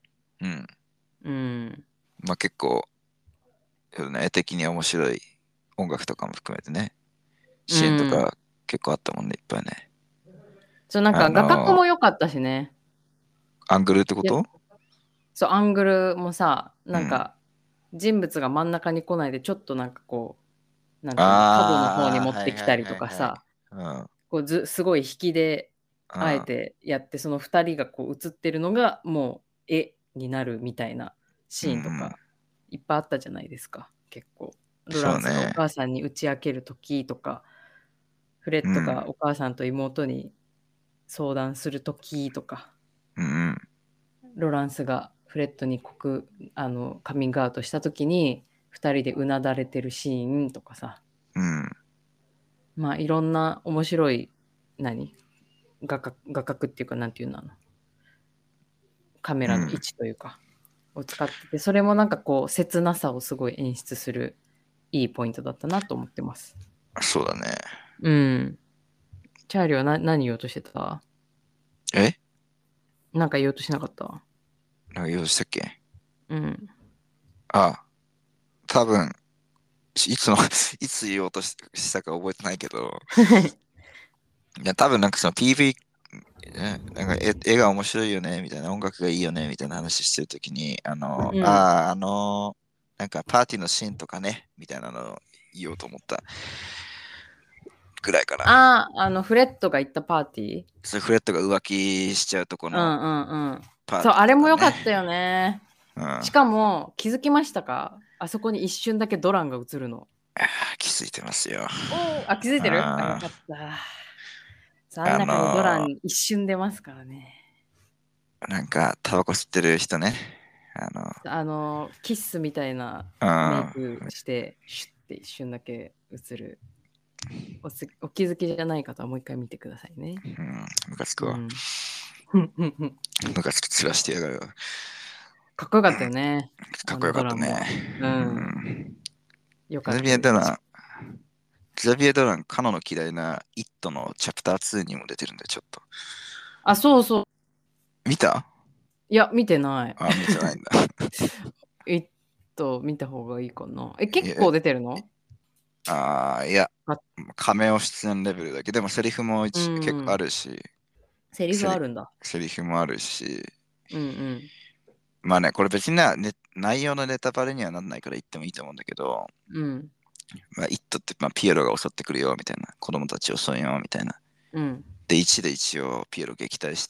結構絵的に面白い音楽とかも含めてね、シーンとか結構あったもんね、いっぱいね。 なんか画角も良かったしね。 アングルってこと？ そう、アングルもさ、なんか人物が真ん中に来ないでちょっとなんかなんていうの、角の方に持ってきたりとかさ、すごい引きであえてやって、その2人が映ってるのがもう絵になるみたいなシーンとかいっぱいあったじゃないですか。結構ロランスがお母さんに打ち明ける時とか、フレッドがお母さんと妹に相談する時とか、 ロランスがフレッドにカミングアウトした時に2人でうなだれてるシーンとかさ、 うん、 まあいろんな面白い画角っていうかなんていうのカメラの位置というか、を使ってて、それもなんかこう切なさをすごい演出するいいポイントだったなと思ってます。 そうだね。 うん。チャーリーは何言おうとしてた？ えなんか言おうとしなかった？ なんか言おうとしたっけ？ うん。 あ、多分、いつ言おうとしたか覚えてないけど、いや、多分なんかその PV、なんか絵が面白いよね、みたいな、音楽がいいよね、みたいな話してるときに、 うん。 なんかパーティーのシーンとかね、みたいなのを言おうと思ったぐらいかな。 フレッドが行ったパーティー。 それフレットが浮気しちゃうとこのうんうんうん。そう、 パーティーあれもとかね。 良かったよね。 うん。 しかも、気づきましたか？あそこに一瞬だけドランが映るの。 気づいてますよ。 気づいてる？よあかった。さあ、あんあ中にドラのン一瞬出ますからね。 なんか、タバコ吸ってる人ね。 キッスみたいなうん、 メイクして、シュッて一瞬だけ映る。お気づきじゃない方はもう一回見てくださいね。 うん、ムカつくわ。 うん。 ムカつくつらしてやがるわ。 かっこよかったよね。 かっこよかったね。 ドラマは。ううん。 ん。 よかザったです。 ビエドラン、ザビエドラン、カノの嫌いなイットのチャプター2にも出てるんで、ちょっと。 そうそう。 見た？ いや、見てない。 あ、見てないんだ。 見た方がいいかな。 いや、 結構出てるの？ いや、 あ、 カメオ出演レベルだけ。でもセリフもう結構あん。 るし、 セリセリ、 フあるんだ。 セリフもあるし、 うんうん。 まあね、これ別に内容のネタバレにはなんないから言ってもいいと思うんだけど、 うん。 まあ、イットって、まあ、ピエロが襲ってくるよみたいな、子供たちを襲うよみたいな。 うん。 で、1で一応ピエロ撃退して、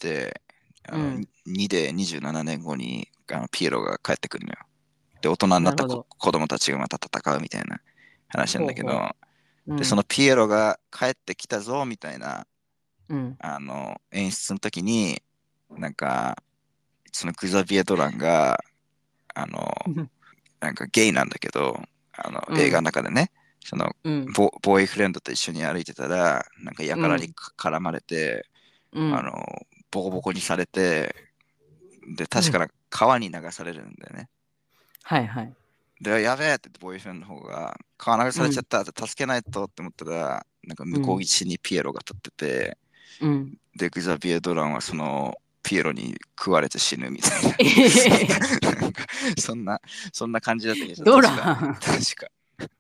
うん 2で27年後にピエロが帰ってくるのよ。で、大人になったなるほど。 子供たちがまた戦うみたいな話なんだけど、 ほうほう。うで、そん。 のピエロが帰ってきたぞみたいな、 うん。 演出の時に、なんか、そのグザビエドランが、あの、なんかゲイなんだけど、映画のうん。 中でね、そのうん。 ボーイフレンドと一緒に歩いてたら、なんかやからにうん。 絡まれて、 うん。 あの、ボコボコにされて、で、確かうん。 な川に流されるんだよね。 はいはい。 で、やべえって言ってボーイフレンドの方が、川流さうん。 れちゃったって助けないとって思ったら、なんか向こううん。 岸にピエロが立ってて、 うん。 で、グザビエ・ドランはそのピエロに食われて死ぬみたいな。 えへへなんかそんな、そんな感じだったけど、 ドラ確か。 ン。 確か。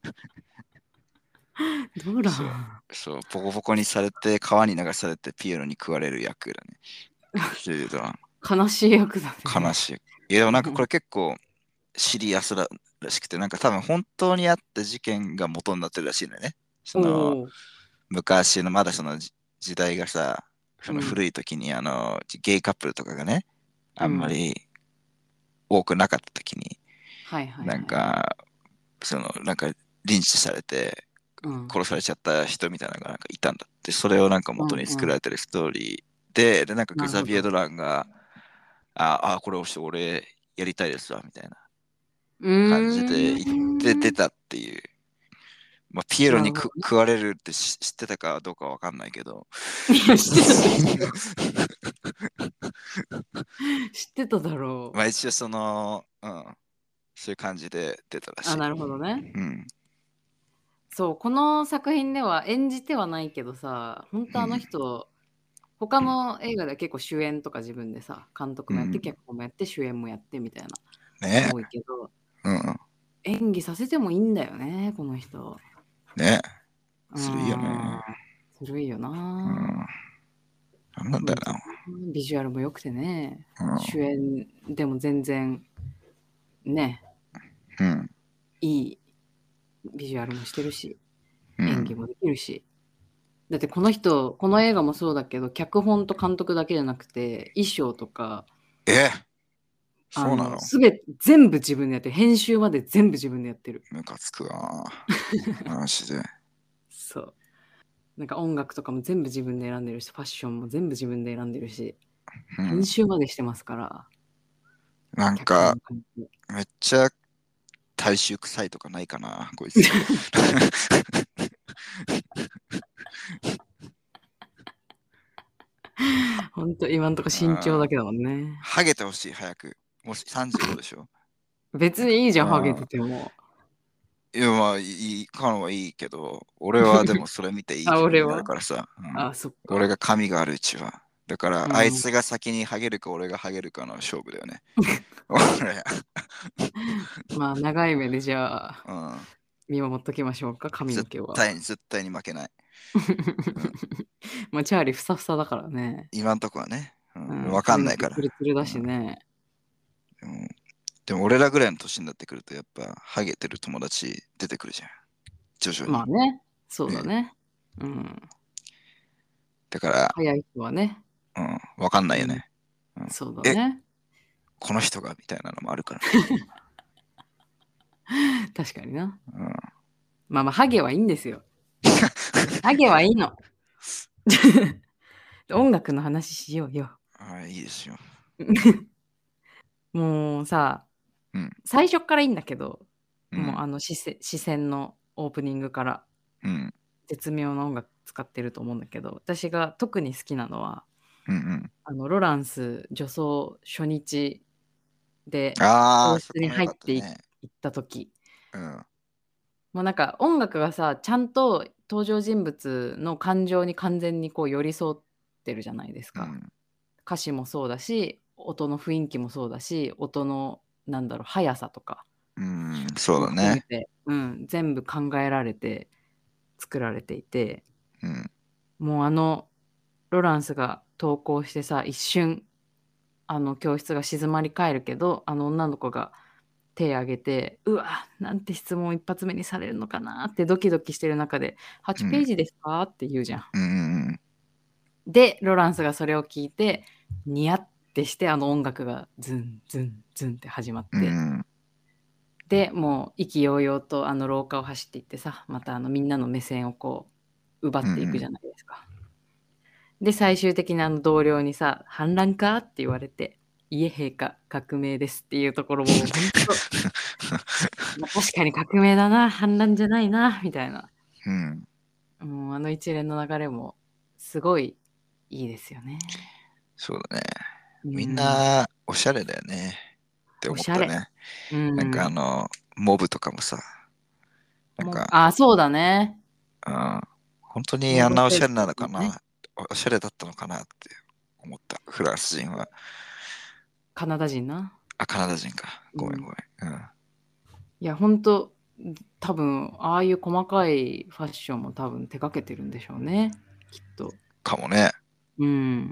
ドラそう。 ン。 そう、ボコボコにされて、川に流されてピエロに食われる役だね。グザビエ・ドラン。 悲しい役だね。 悲しい。いや、でもなんかこれ結構シリアスらしくて、なんか多分本当にあった事件が元になってるらしいのよね。そおのお。 昔のまだその時代がさ、そのうん。 古い時にゲイカップルとかがね、あんまうん。 り多くなかった時に、 はいはいなんはい。 か、なんかリンチされてうん。 殺されちゃった人みたいなのがなんかいたんだって、それをなんかうん元に作うん。 られてるストーリーで、なんかグザビエ・ドなるほど。 ランが、これをして俺やりたいですわ、みたいなう感じーで言って出ん。 たっていう。まあ、ピエロになるほどね。 食われるって知ってたかどうかわかんないけど。 いや、知ってたでしょ。知ってただろう。 まあ一応そういう感じで出たらしい。 なるほどね。 うん。 そう、この作品では演じてはないけどさ、本当あのうん。 人、他の映画では結構主演とか自分でさ、監督もやって、 うん。 脚本もやって、主演もやってみたいなね。 の多いけど、 うん。 演技させてもいいんだよね、この人。 ね。 うそれいいよね。 ん、ずるいようん。 な。 なんだよ本当にビジュアルも良くてね、主な。 演でも全然ね、 うん。 いいビジュアルもしてるし、 うん。うん。 演技もできるし。だってこの人、この映画もそうだけど、脚本と監督だけじゃなくて、衣装とか、 え、そうなの？ 全部自分でやってる。編集まで全部自分でやってる。 ムカつくわ。マジで。 そう。なんか音楽とかも全部自分で選んでるし、ファッションも全部自分で選んでるし、 うん。 編集までしてますから。 なんか、めっちゃ大衆臭いとかないかな、こいつ。 本当今んとこ身長だけだもんね。 ハゲてほしい、早く。もし35でしょ。 別にいいじゃん、ハゲてても。 いや、まあ、いいかのはいいけど、俺はでもそれ見ていいあ、 気分になる俺はからさ。 あ、そっ俺か。 が髪があるうちは。だから、あいうん。 つが先にハゲるか、俺がハゲるかの勝負だよね。俺まあ、長い目でじゃあ、 うん。 見守っときましょうか、髪の毛は。 絶対に負けない。うん、 まあ、チャーリーふさふさだからね。 今んとこはね、 うん、 わかん髪のないから。 毛ツルツルだしね。 うん、でも俺らぐらいの年になってくると、やっぱ、ハゲてる友達出てくるじゃん。徐々に。 まあね、そうだね、 ね。うん。 だから、 早い人はね。 わかんないうん、 よね。うん、 そうだえ、 ね。 この人がみたいなのもあるからね。 確かにな。 うん、 まあまあ、ハゲはいいんですよ。ハゲはいいの。音楽の話しようよ。 いいですよ。 もうさ、 うん、 最初からいいんだけど、もううん、 視線のオープニングからうん、 絶妙な音楽使ってると思うんだけど、私が特に好きなのは、 うん、うん。 ロランス女装初日でああ、 教室にそこもよ入っていかったね。 った時、 うん、 もうなんか音楽がさ、ちゃんと登場人物の感情に完全にこう寄り添ってるじゃないですか。 うん、 歌詞もそうだし、音の雰囲気もそうだし、音のなんだろう、速さとかうん、そうもだね。 含めて、うん、全部考えられて作られていて、 うん、 もうロランスが登校してさ、一瞬教室が静まり返るけど、女の子が手挙げて、うわ、なんて質問一発目にされるのかなってドキドキしてる中で、8ペーうん、 ジですかって言うじゃん。 うん、 で、ロランスがそれを聞いて、ニヤってして音楽がズンズンズンって始まっうん、うて、 ん、 で、もう意気揚々と廊下を走っていってさ、またみんなの目線をこう奪っていくじうん、 ゃないですか。で、最終的に同僚にさ、反乱かって言われて、いえ陛下、革命ですっていうところも、本当、まあ、確かに革命だな、反乱じゃないな、みたいな。 うん。 もう一連の流れも、すごいいいですよね。 そうだね。 うみんん、 なおしゃれだよねっておしゃれ。 思ったね。 うなんかん。 モブとかもさ、なんか、 そうだね。 うん、本当にあんモブフェイスなおしゃれなのかね。 な、おしゃれだったのかなって思った、フランス人は。 カナダ人な。 あ、カナダ人か。 うん。 ごめんごめん。うん。 いや、本当多分、ああいう細かいファッションも多分手掛けてるんでしょうね。きっと。 かもね。 うん。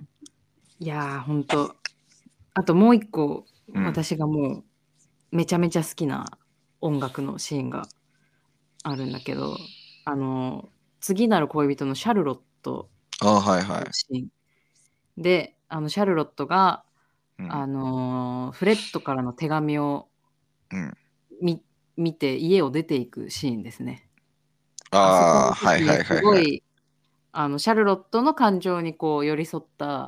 いやー、本当あともう一個、 うん。 私がもうめちゃめちゃ好きな音楽のシーンがあるんだけど、あの、次なる恋人のシャルロットあ、はいはい。 のシーンで、シャルロットが、 うん。 フレッドからの手紙をうん。 見見て家を出ていくシーンですね。あそこのああ、はいは時にいはいはい。 すごい、シャルロットの感情にこう寄り添った、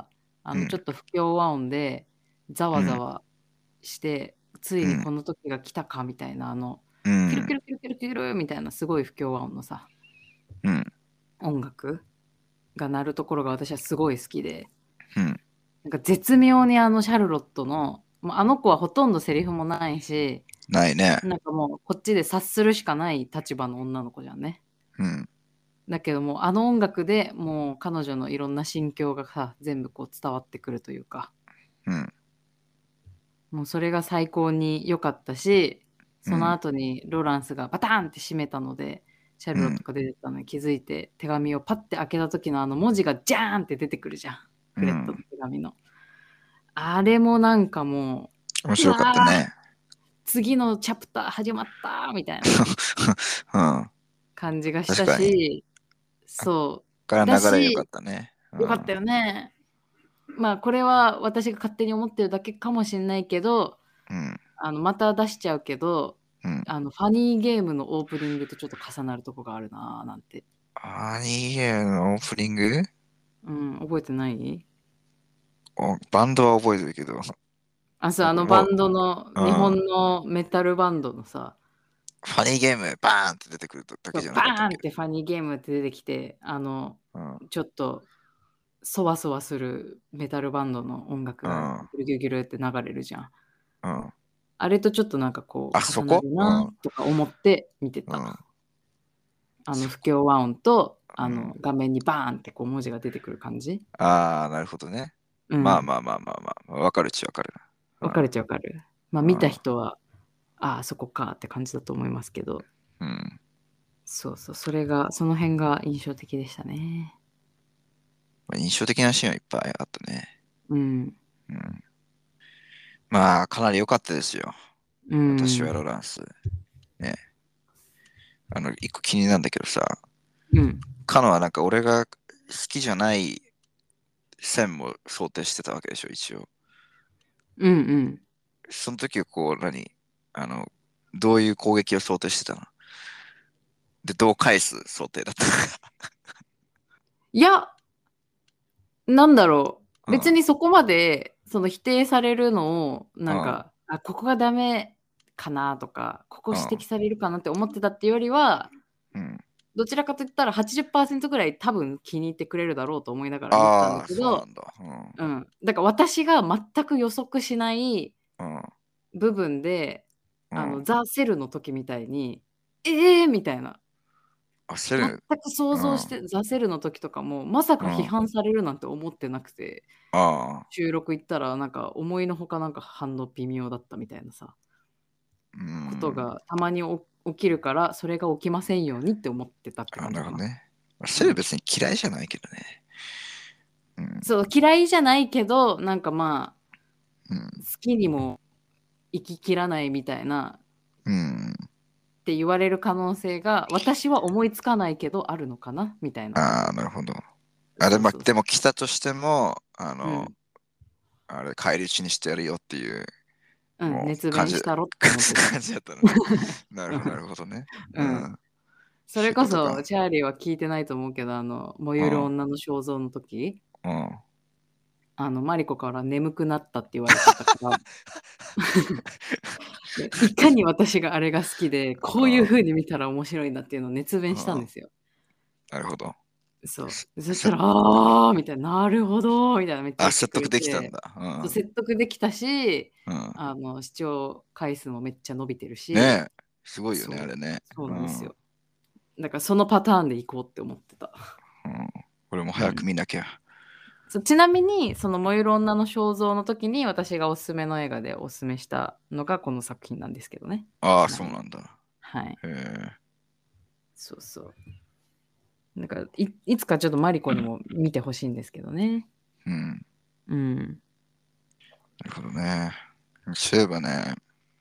うん。 ちょっと不協和音でざうん。 わざわして、ついうん。 にこの時が来たかみたいな、キルキうん。 ルキルキルキルみたいなすごい不協和音のさ、 うん。 音楽が鳴るところが私はすごい好きで、 うん。 なんか絶妙にシャルロットの、もうあの子はほとんどセリフもないし、 ないね。 なんかもうこっちで察するしかない立場の女の子じゃんね。 うん。 だけども音楽でもう彼女のいろんな心境がさ全部こう伝わってくるというか、 うん。 もうそれが最高に良かったし、そのうん。 後にロランスがバターンって閉めたので、シャルロッうん。 トが出てたのに気づいて手紙をパッて開けた時の文字がジャーンって出てくるじゃん。フレットのうん。 手紙の。あれもなんかもう、う面白かったわー、 ね。 次のチャプター始まったみたいなうん。 感じがした確かに。 し、そかう。だら流れ良かっし、 たね。うん。 よかったよね。まあこれは私が勝手に思ってるだけかもしれないけど、 うん。 また出しちゃうけど、 うん。 ファニーゲームのオープニングとちょっと重なるとこがあるなぁなんて。 アニゲーのオープニング、 うん、覚えてない？ バンドは覚えてるけど。 あ、そう、バンドの、日本のメタルバンドのさ、 ファニーゲーム、バーンって出てくるだけじゃなかったっけ？ バーンってファニーゲームって出てきて、ちょっと、そわそわするメタルバンドの音楽がギュルギュルギュルって流れるじゃん。あれとちょっとなんかこう、重なるなとか思って見てた。不協和音と、画面にバーンってこう文字が出てくる感じ。 ああ、なるほどね。まあまあまあまあまあ、わかるっちゃわかる。 わかるっちゃわかる。まあ見た人は、ああ、そこかって感じだと思いますけど。そうそう、その辺が印象的でしたね。 印象的なシーンはいっぱいあったね。まあ、かなり良かったですよ。私はロランス。ね。一個気になるんだけどさ、カノはなんか俺が好きじゃない線も想定してたわけでしょ、一応。その時はこう、どういう攻撃を想定してたの？で、どう返す想定だったの？ いや、なんだろう。別にそこまで、否定されるのを、なんか、ここがダメかなとか、ここ指摘されるかなって思ってたっていうよりは、どちらかといったら80%ぐらい多分気に入ってくれるだろうと思いながら見てたんだけど、だから私が全く予測しない部分で、ザ・セルの時みたいに、みたいな。全く想像して、ザ・セルの時とかも、まさか批判されるなんて思ってなくて、収録行ったら、なんか思いのほかなんか反応微妙だったみたいなさ、ことがたまに起きるから、それが起きませんようにって思ってたって感じかな。 なるほどね。セル別に嫌いじゃないけどね。 そう、嫌いじゃないけど、なんかまあ、好きにも生ききらないみたいな、って言われる可能性が私は思いつかないけどあるのかなみたいな。 ああ、なるほど。でも来たとしても、あれ、返り討ちにしてやるよっていう、 熱弁したろって思ってた。 感じだったの。なるほどね。 それこそ、チャーリーは聞いてないと思うけど、燃ゆる女の肖像の時、マリコから眠くなったって言われてたからいかに私があれが好きで、こういう風に見たら面白いんだっていうのを熱弁したんですよ。 なるほど。 そう。そしたら、あーみたいな、なるほどみたいなめっちゃ説得できたんだ。 説得できたし、視聴回数もめっちゃ伸びてるし。 ねえ、すごいよね、あれね。 そうなんですよ。だからそのパターンでいこうって思ってた。 俺も早く見なきゃ。 ちなみに、その燃ゆる女の肖像の時に私がおすすめの映画でおすすめしたのがこの作品なんですけどね。 ああ、そうなんだ。 はい。 へえ。 そうそう。なんかいつかちょっとマリコにも見てほしいんですけどね。 なるほどね。そういえばね、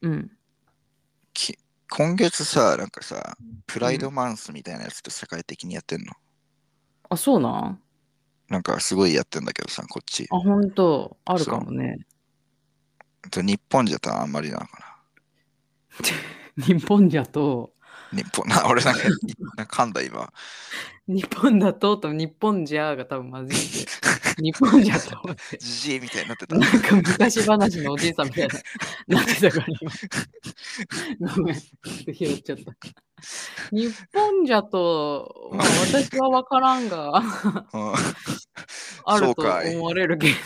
今月さ、なんかさ、プライドマンスみたいなやつって世界的にやってんの？ あ、そうなん？ なんかすごいやってんだけどさ、こっち。 あ、本当あるかもね。 日本じゃあんまりなのかな。日本じゃと、 俺なんか噛んだ今。 日本だと日本じゃが多分まずいんで。日本じゃと思って。 じじいみたいになってた。 なんか昔話のおじいさんみたいな、なってたから今。ごめん、拾っちゃった。日本じゃと、まあ私は分からんが、あると思われるけど、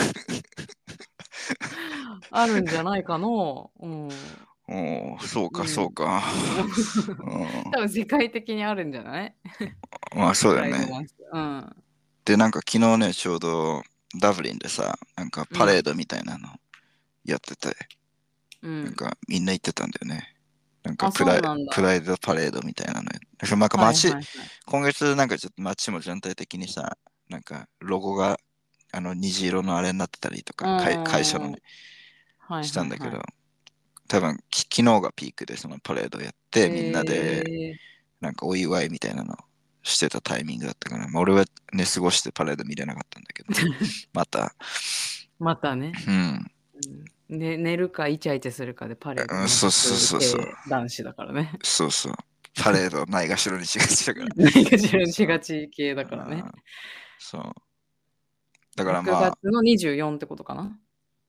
あるんじゃないかの。 そうか、そうか。 多分世界的にあるんじゃない？ まあそうだよね。で、なんか昨日ね、ちょうどダブリンでさ、なんかパレードみたいなのやってて、なんかみんな言ってたんだよね。なんかプライドパレードみたいなの。なんか今月なんかちょっと街も全体的にさ、なんかロゴが虹色のあれになってたりとか、会社のね、したんだけど、多分昨日がピークでそのパレードやって、みんなでなんかお祝いみたいなのしてたタイミングだったから、まあ、俺は寝過ごしてパレード見れなかったんだけど、 またね。寝るかイチャイチャするかでパレードそう男子だからね。 そうパレードないがしろにしがちだから。 ないがしろにしがち系だからね。 そう。だからまあ。 6月の24ってことかな。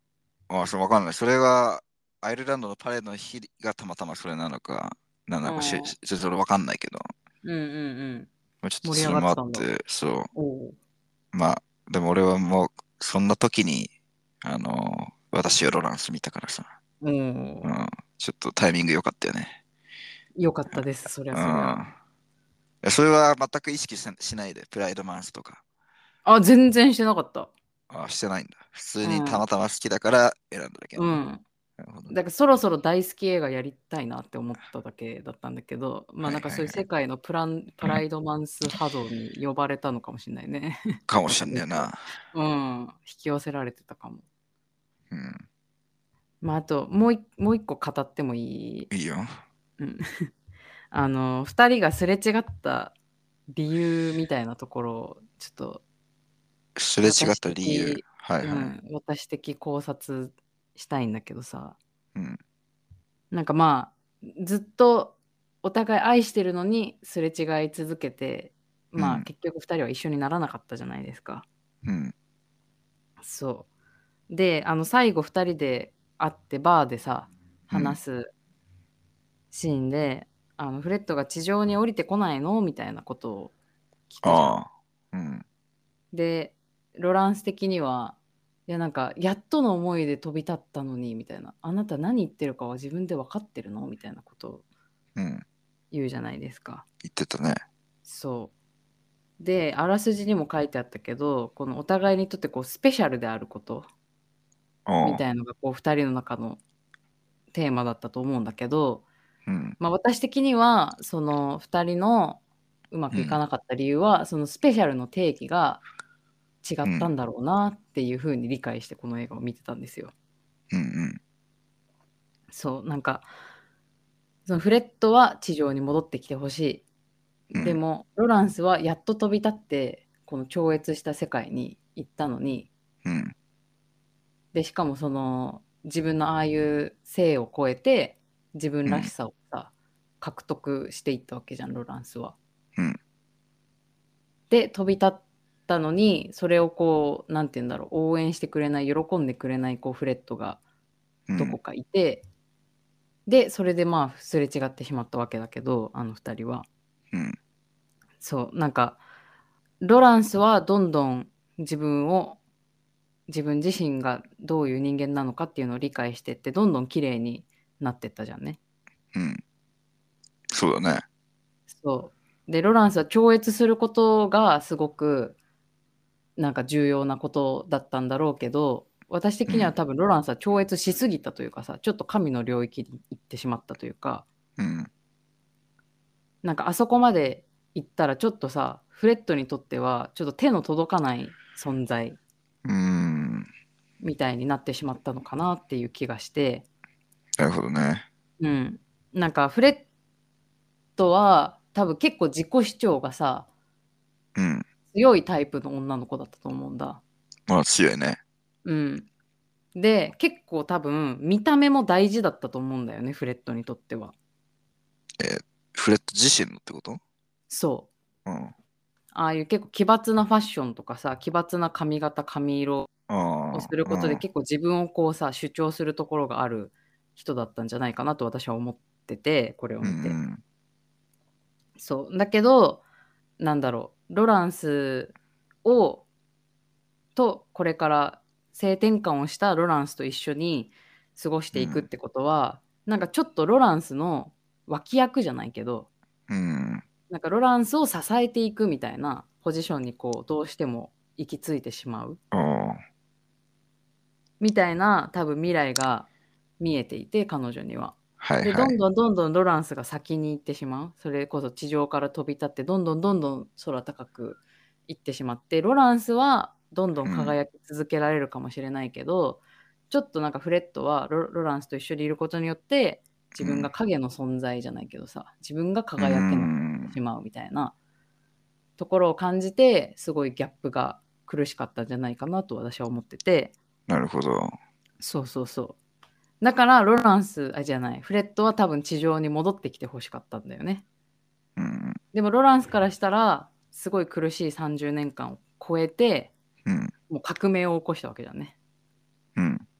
あ、そう、わかんない。それが、アイルランドのパレードの日がたまたまそれなのか、なんなのかうんちょっとわかんないけど、 うんうんうん。 まあ、ちょっと盛り上それもあっがってたんだ。 て、そおう。 う。まあ、でも俺はもう、そんな時に、私はロランス見たからさ、 おう。 うん、ちょっとタイミング良かったよね。 よかったです。そりゃうそりゃ。 ん。それは全く意識しないで、プライドマンスとか。 あ、全然してなかった。 してないんだ。普通うん。 にたまたま好きだから選んだだけね。 うん。 なるほどね。 だからそろそろ大好き映画やりたいなって思っただけだったんだけど、まあはいなんかそういう世はいはい。 界のプライドマンス波動に呼ばれたのかもしれないね。 かもわかんないけど。 しんねえな。 うん。引き寄せられてたかも。 うん。 まああともう一個語ってもいい？ いいよ。 うん。二人がすれ違った理由みたいなところをちょっとすれ違っ私た理由。 的、 はいはい。 私的考察したいんだけどさ、 うん。 なんかまあずっとお互い愛してるのにすれ違い続けて、まあうん。 結局二人は一緒にならなかったじゃないですか。 うん。 そうで、最後二人で会ってバーでさうん。 話すシーンで、フレッドが地上に降りてこないのみたいなことを聞くじゃん。 ああ。うん。 で、ロランス的には、いやなんか、やっとの思いで飛び立ったのに、みたいな。あなた何言ってるかは自分で分かってるのみたいなことをうん。 言うじゃないですか。 言ってたね。 そう。で、あらすじにも書いてあったけど、このお互いにとってこうスペシャルであることみああ。 たいのがこう2人の中のテーマだったと思うんだけど、 うん。 まあ、私的にはその2人のうまうん。 くいかなかった理由はそのスペシャルの定義が違うん。 ったんだろうなっていうふうに理解してこの映画を見てたんですよ。 うん。 そうなんかそのフレットは地上に戻ってきてほしい。 うん。 でもロランスはやっと飛び立ってこの超越した世界に行ったのに、 うん。 でしかもその自分のああいう性を超えて自分うん。 らしさをさ獲得していったわけじゃんロランスは。 うん。 で飛び立ったのにそれをこうなんて言うんだろう応援してくれない喜んでくれないこうフレットがうん。 どこかいて、でそれでまあすれ違ってしまったわけだけどあの二人は。 うん。 そうなんかロランスはどんどん自分を自分自身がどういう人間なのかっていうのを理解してってどんどん綺麗になってったじゃんね。 うん。そうだね。 そうでロランスは超越することがすごくなんか重要なことだったんだろうけど、私うん。 的には多分ロランスは超越しすぎたというかさちょっと神の領域に行ってしまったというか、 うん。 なんかあそこまで行ったらちょっとさフレットにとってはちょっと手の届かない存在うーん。 みたいになってしまったのかなっていう気がして、 なるほどね。 うん、なんかフレットは多分結構自己主張がさうん。 強いタイプの女の子だったと思うんだ。 まあ強いね。 うん。で結構多分見た目も大事だったと思うんだよねフレットにとっては。 えーフレット自身のってこと？ そう。 うん。 ああいう結構奇抜なファッションとかさ奇抜な髪型髪色をすああ、 ることでうん。 結構自分をこうさ主張するところがある人だったんじゃないかなと私は思っててこれをうんう見て。 ん。 そうだけどなんだろうロランスをとこれから性転換をしたロランスと一緒に過ごしていくっうん。 てことはなんかちょっとロランスの脇役じゃないけどうん。 なんかロランスを支えていくみたいなポジションにこうどうしても行き着いてしまうああ、 みたいな多分未来が見えていて彼女には。でどんはいはい。 どんどんどんロランスが先に行ってしまう。それこそ地上から飛び立ってどんどんどんどん空高く行ってしまってロランスはどんどんうん。 輝き続けられるかもしれないけどちょっとなんかフレットはロランスと一緒にいることによって自分がうん。 影の存在じゃないけどさ自分がうー輝けなくなってん。 しまうみたいなところを感じてすごいギャップが苦しかったんじゃないかなと私は思ってて。 なるほど。 そうそうそう。だからロランスじゃないフレットは多分地上に戻ってきてほしかったんだよね。 うん。 でもロランスからしたらすごい苦しい30年間を超えてうん。 もう革命を起こしたわけだね。 うん。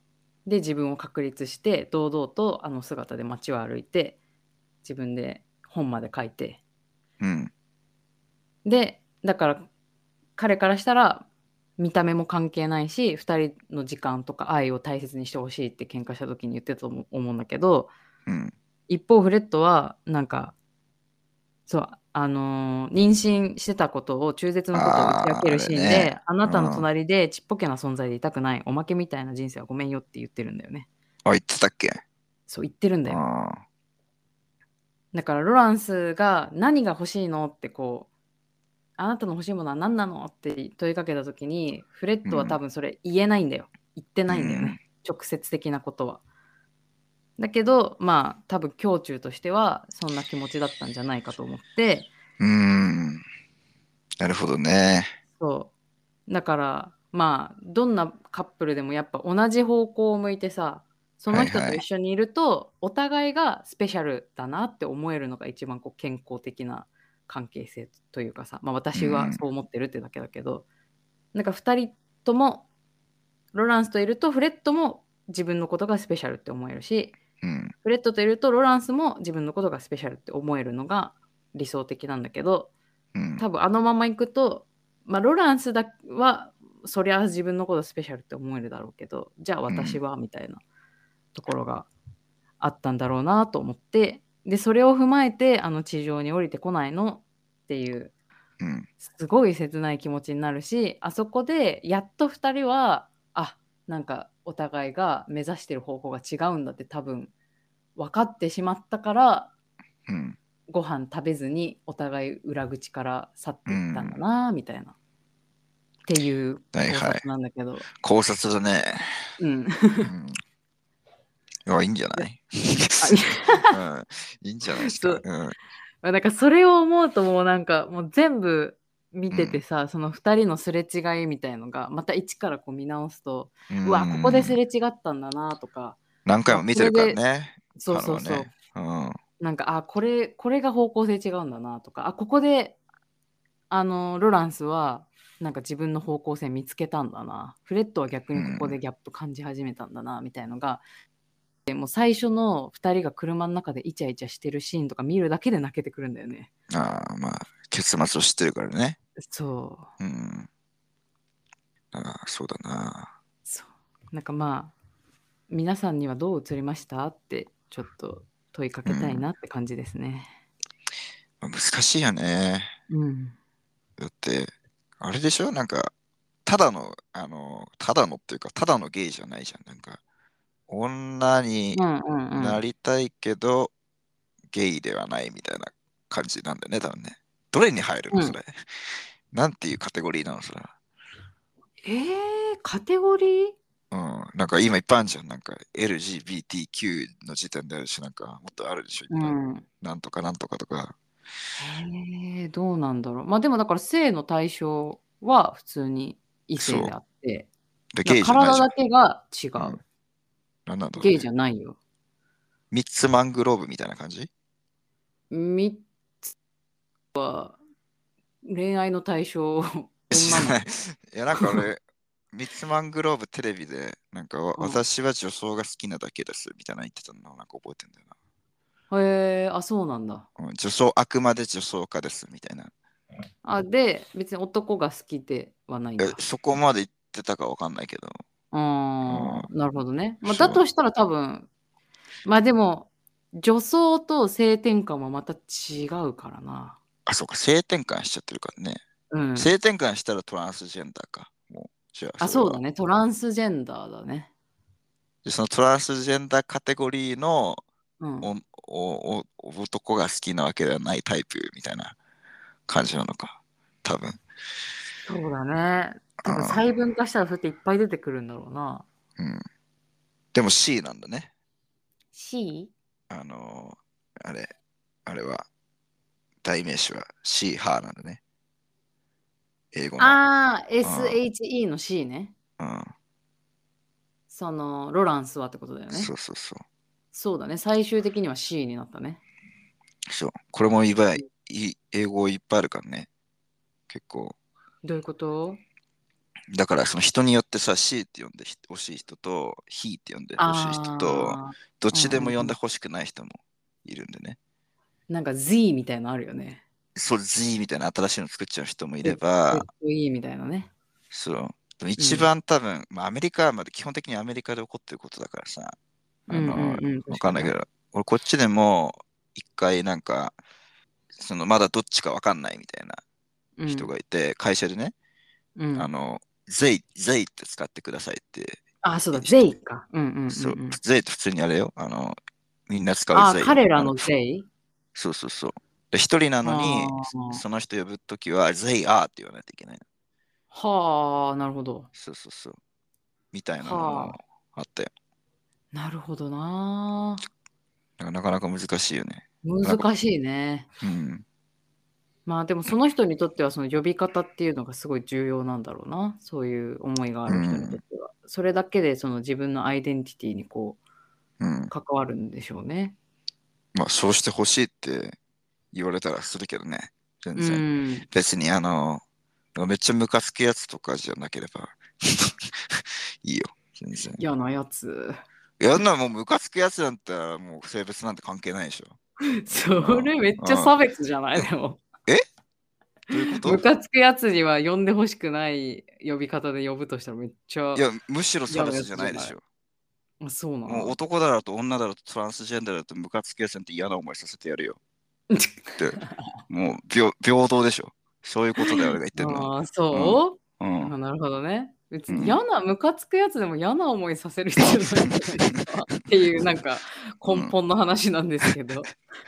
で自分を確立して堂々とあの姿で街を歩いて自分で本まで書いて、 うん。 でだから彼からしたら見た目も関係ないし2人の時間とか愛を大切にしてほしいって喧嘩した時に言ってたと思うんだけど、 うん。 一方フレットはなんかそう妊娠してたことを中絶のことを打ち明けあるれね。 シーンで、あなたのうん。 隣でちっぽけな存在でいたくない、おまけみたいな人生はごめんよって言ってるんだよね。 あ、言ってたっけ？ そう言ってるんだよ。 あだからロランスが何が欲しいのってこう、あなたの欲しいものは何なのって問いかけた時にフレッー、うトは多ん。 分それ言えないんだよ。言ってないんだようん。 ね。直接的なことは。だけどまあ多分胸中としてはそんな気持ちだったんじゃないかと思って、 うーん。なるほどね。 そうだからまあどんなカップルでもやっぱ同じ方向を向いてさ、その人と一はいはい。 緒にいるとお互いがスペシャルだなって思えるのが一番こう健康的な関係性というかさ、まあ私はうん。 そう思ってるってだけだけど、なんか2人ともロランスといるとフレットも自分のことがスペシャルって思えるし、 うん。 フレットといるとロランスも自分のことがスペシャルって思えるのが理想的なんだけど、 うん。 多分あのまま行くと、まあ、ロランスだはそりゃ自分のことスペシャルって思えるだろうけど、じゃあうん。 私はみたいなところがあったんだろうなと思って、でそれを踏まえてあの地上に降りてこないのっていううん。 すごい切ない気持ちになるし、あそこでやっと2人はなんかお互いが目指してる方向が違うんだって多分分かってしまったから、 うん。 ご飯食べずにお互い裏口から去っうていったんだん。 なみたいなっていう考察はいはい。 なんだけど、 考察だね。 うん。 うん。いや、いいんじゃなでい？ あ、いやうん。いいんじゃないですか。 そう。 うん。 なんかそれを思うともうなんかもう全部見うん。 ててさ、その2人のすれ違いみたいのがまた一からこう見直すと、 ううわここですん。 れ違ったんだなとか、 何回も見てるからこれで、 ね。 そう彼はね。 そうそうん。 う、なんかこれが方向性違うんだなとか、ここでロランスはなんか自分の方向性見つけたんだな、フレットは逆にここうん。 でギャップ感じ始めたんだなみたいのが、でもう最初の2人が車の中でイチャイチャしてるシーンとか見るだけで泣けてくるんだよね。 ああ、まあ、結末を知ってるからね。 そう。 うん。ああ、そうだな。 そうなんかまあ皆さんにはどう映りましたってちょっと問いかけたいうん。 なって感じですね。 まあ難しいよね。 うん。 だって、あれでしょなんか、ただの、ただのっていうか、ただのゲイじゃないじゃん。なんか、女にうんうんうん。 なりたいけど、ゲイではないみたいな感じなんだよね、多分ね。どれに入るの、 うん。 それ。なんていうカテゴリーなの、それ。 カテゴリー。 うん。なんか今いっぱいあるじゃん。なんか LGBTQ の時点であるし、なんかもっとあるでしょ、いっぱい。 うん。 なんとかなんとかとか。 どうなんだろう。まあでもだから性の対象は普通に異性そであって、 う。で、ゲイじゃないじゃん。 体だけが違うん。 う。 なんなんだろうゲイじね。 ゃないよ。 ミッツマングローブみたいな感じ？ み恋愛の対象、 知らない。 女の子。 いや、なんか俺、ミッツマングローブテレビで、なんかうん。 私は女装が好きなだけですみたいなの言ってたのなんか覚えてんだよそうなんだ。 な。うん、女装、あくまで女装家ですみたいな。 で、別に男が好きではないんだ。 そこまで言ってたかわかんないけど。うん、 なるほどね。まあ、 そう。 だとしたら多分、まあでも、女装と性転換はまた違うからな。 あ、そうか、性転換しちゃってるからね。 うん。 性転換したらトランスジェンダーか。もう、じゃあ、それは。 そうだね。トランスジェンダーだね。 で、そのトランスジェンダーカテゴリーのうん。 男が好きなわけではないタイプみたいな感じなのか。多分。 そうだね。多分細あ分化したらそうやっていっぱい出てくるんだろうな。 うん。でも C なんだね。 C？ あのあれ、あれは、代名詞は C、ハーなんだね。英語の。うん。 SHE の C ね。 うん。 その、ロランスはってことだよね。 そうそうそう。 そうだね。最終的には C になったね。 そう。これもうん。 英語いっぱいあるからね。結構。 どういうこと？ だからその人によってさ、C って呼んでほしい人と、He って呼んでほしい人と、 ああ、 どっちでも呼んでうんうんうん。 ほしくない人もいるんでね。 なんか Z みたいなのあるよね。 そう、Z みたいな新しいの作っちゃう人もいれ Z、 ば、 ZE みたいなね。 そう。でも一うん。 番多分、まあアメリカまで基本的にアメリカで起こってることだからさ、 うんうんうん。確かにね。 わかんないけど、俺こっちでも一回なんか、そのまだどっちかわかんないみたいな人うん。 がいて、会社でね、 うん。 ゼイって使ってくださいってあ、そうだ、 して、 ゼイか。うんうんうんそう、 うん。 ゼイって普通にあれよ、みんな使うあ、 ゼイ。 彼らのゼイ。 そうそうそう。で、一人なのに、 ああ、 その人呼ぶときは、ゼイアーって言わないといけないの。 はあ、なるほど。 そうそうそう。みたいなのもはあ、 あったよ。 なるほどな。 なかなか難しいよね。なんか、 難しいね。 うん、 まあでもその人にとってはその呼び方っていうのがすごい重要なんだろうな。そういう思いがある人にとっうん、 ては。それだけでその自分のアイデンティティにこううん。 関わるんでしょうね。 まあ、そうしてほしいって言われたらするけどね。全う然。 ん。 別にめっちゃムカつくやつとかじゃなければいいよ。全然。 嫌なやつ。 いや、もうムカつくやつなんてもう性別なんて関係ないでしょ。 そあれめっちゃあ、 差別じゃないでも。 えどういうことムカつくやつには呼んでほしくない呼び方で呼ぶとしたらめっちゃいや、むしろ差嫌な別やつじゃない。 じゃないでしょ。 あ、そうなもうの？ 男だろうと女だろうとトランスジェンダーだろうとムカつくやつなんて嫌な思いさせてやるよ。って、もう平等でしょ。そういうことで俺が言ってんのは。 ああ、 うん。 そう？ うん。 あ、なるほどね。 うん。 別にムカつくやつでも嫌な思いさせる必要ないんじゃないですかっていうなんかうん。 根本の話なんですけど。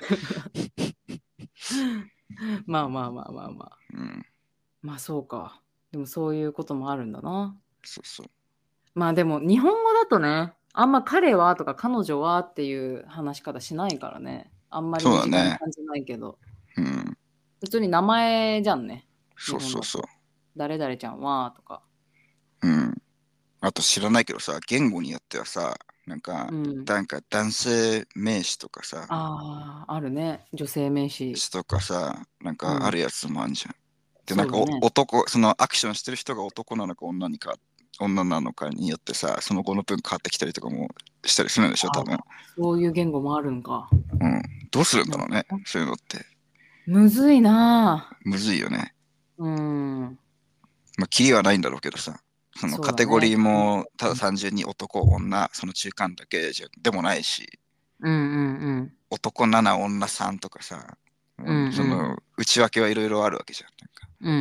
まあまあまあまあまあ。 うん。 まあそうか。でもそういうこともあるんだな。 そうそう。 まあでも日本語だとね、あんま彼はとか彼女はっていう話し方しないからね。あんまり身近にそうだね。 感じないけど。 うん。 普通に名前じゃんね。日そうそうそう。 本だと。誰々ちゃんはとか。 うん。あと知らないけどさ、言語によってはさ、なんか、 うん。 なんか男性名詞とかさ、 ああ、あるね。女性名詞。 詞とかさ、なんうん。 かあるやつもあるじゃん。で、なんかそうだね。 そのアクションしてる人が男なのか女なのかによってさ、その後の文変わってきたりとかもしたりするんでしょ、多分。 ああ、そういう言語もあるんか。 うん。どうするんだなるろうね、 ほど。 そういうのって。 むずいなむずいよね。 ぁ。うん。 まあ、キリはないんだろうけどさ、そのそうだね。 カテゴリーもただ単純に男、女、その中間だけでもないし、 うんうんうん。 男7、女3とかさ、もうんうそうん。 の内訳はいろいろあるわけじゃん。なんかうんうん。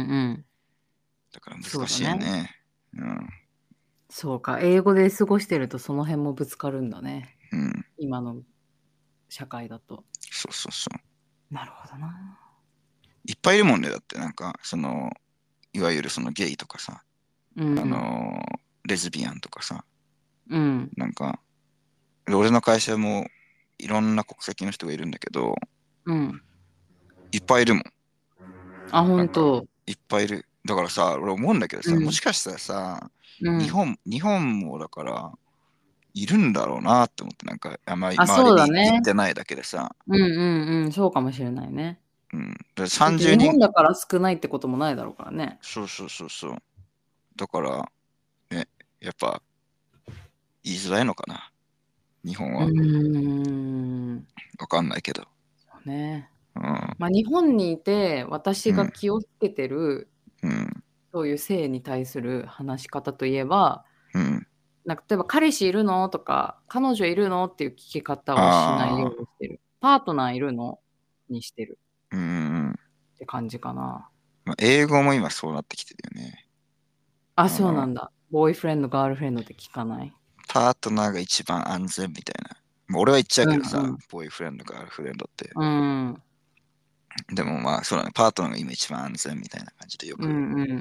だから難しいよそうだね。 ね。うん。 そうか。英語で過ごしてるとその辺もぶつかるんだね。 うん。 今の社会だと。 そうそうそう。 なるほどな。 いっぱいいるもんね。だってなんか、いわゆるそのゲイとかさ、 うん。 あのレズビアンとかさ、 うん。 なんか、俺の会社もいろんな国籍の人がいるんだけど、 うん。 いっぱいいるもん。 あ、ほなんか、 んと。 いっぱいいる。だからさ、俺思うんだけどさ、もうん。 しかしたらさ、 うん。 日本もだから、いるんだろうなって思って、なんか、あんまりあ、 周りに行っそうだね。 てないだけでさ、 うんうんうん。そうかもしれないね。 うん。でだって 30人、 日本だから少ないってこともないだろうからね。 そうそうそうそう。だから、ね、やっぱ、言いづらいのかな、日本うーは。 ん。 わかんないけど。 ね。 うん、 まあ、日本にいて私がうん、 気をつけてるうん、 そういう性に対する話し方といえば、 うん。 なんか例えば彼氏いるのとか彼女いるのっていう聞き方をしないようにああ、 してる。パートナーいるのにしてるうん。 って感じかな。 まあ、英語も今そうなってきてるよね。 あ、 あの、 そうなんだ。ボーイフレンド、ガールフレンドって聞かない？ パートナーが一番安全みたいな。まあ俺は言っちゃううけどさ、 んうん。 ボーイフレンドかガールフレンドって。 うん。うんでもまあ、そうだね、パートナーが今一番安全みたいな感じでよくうんうんうん。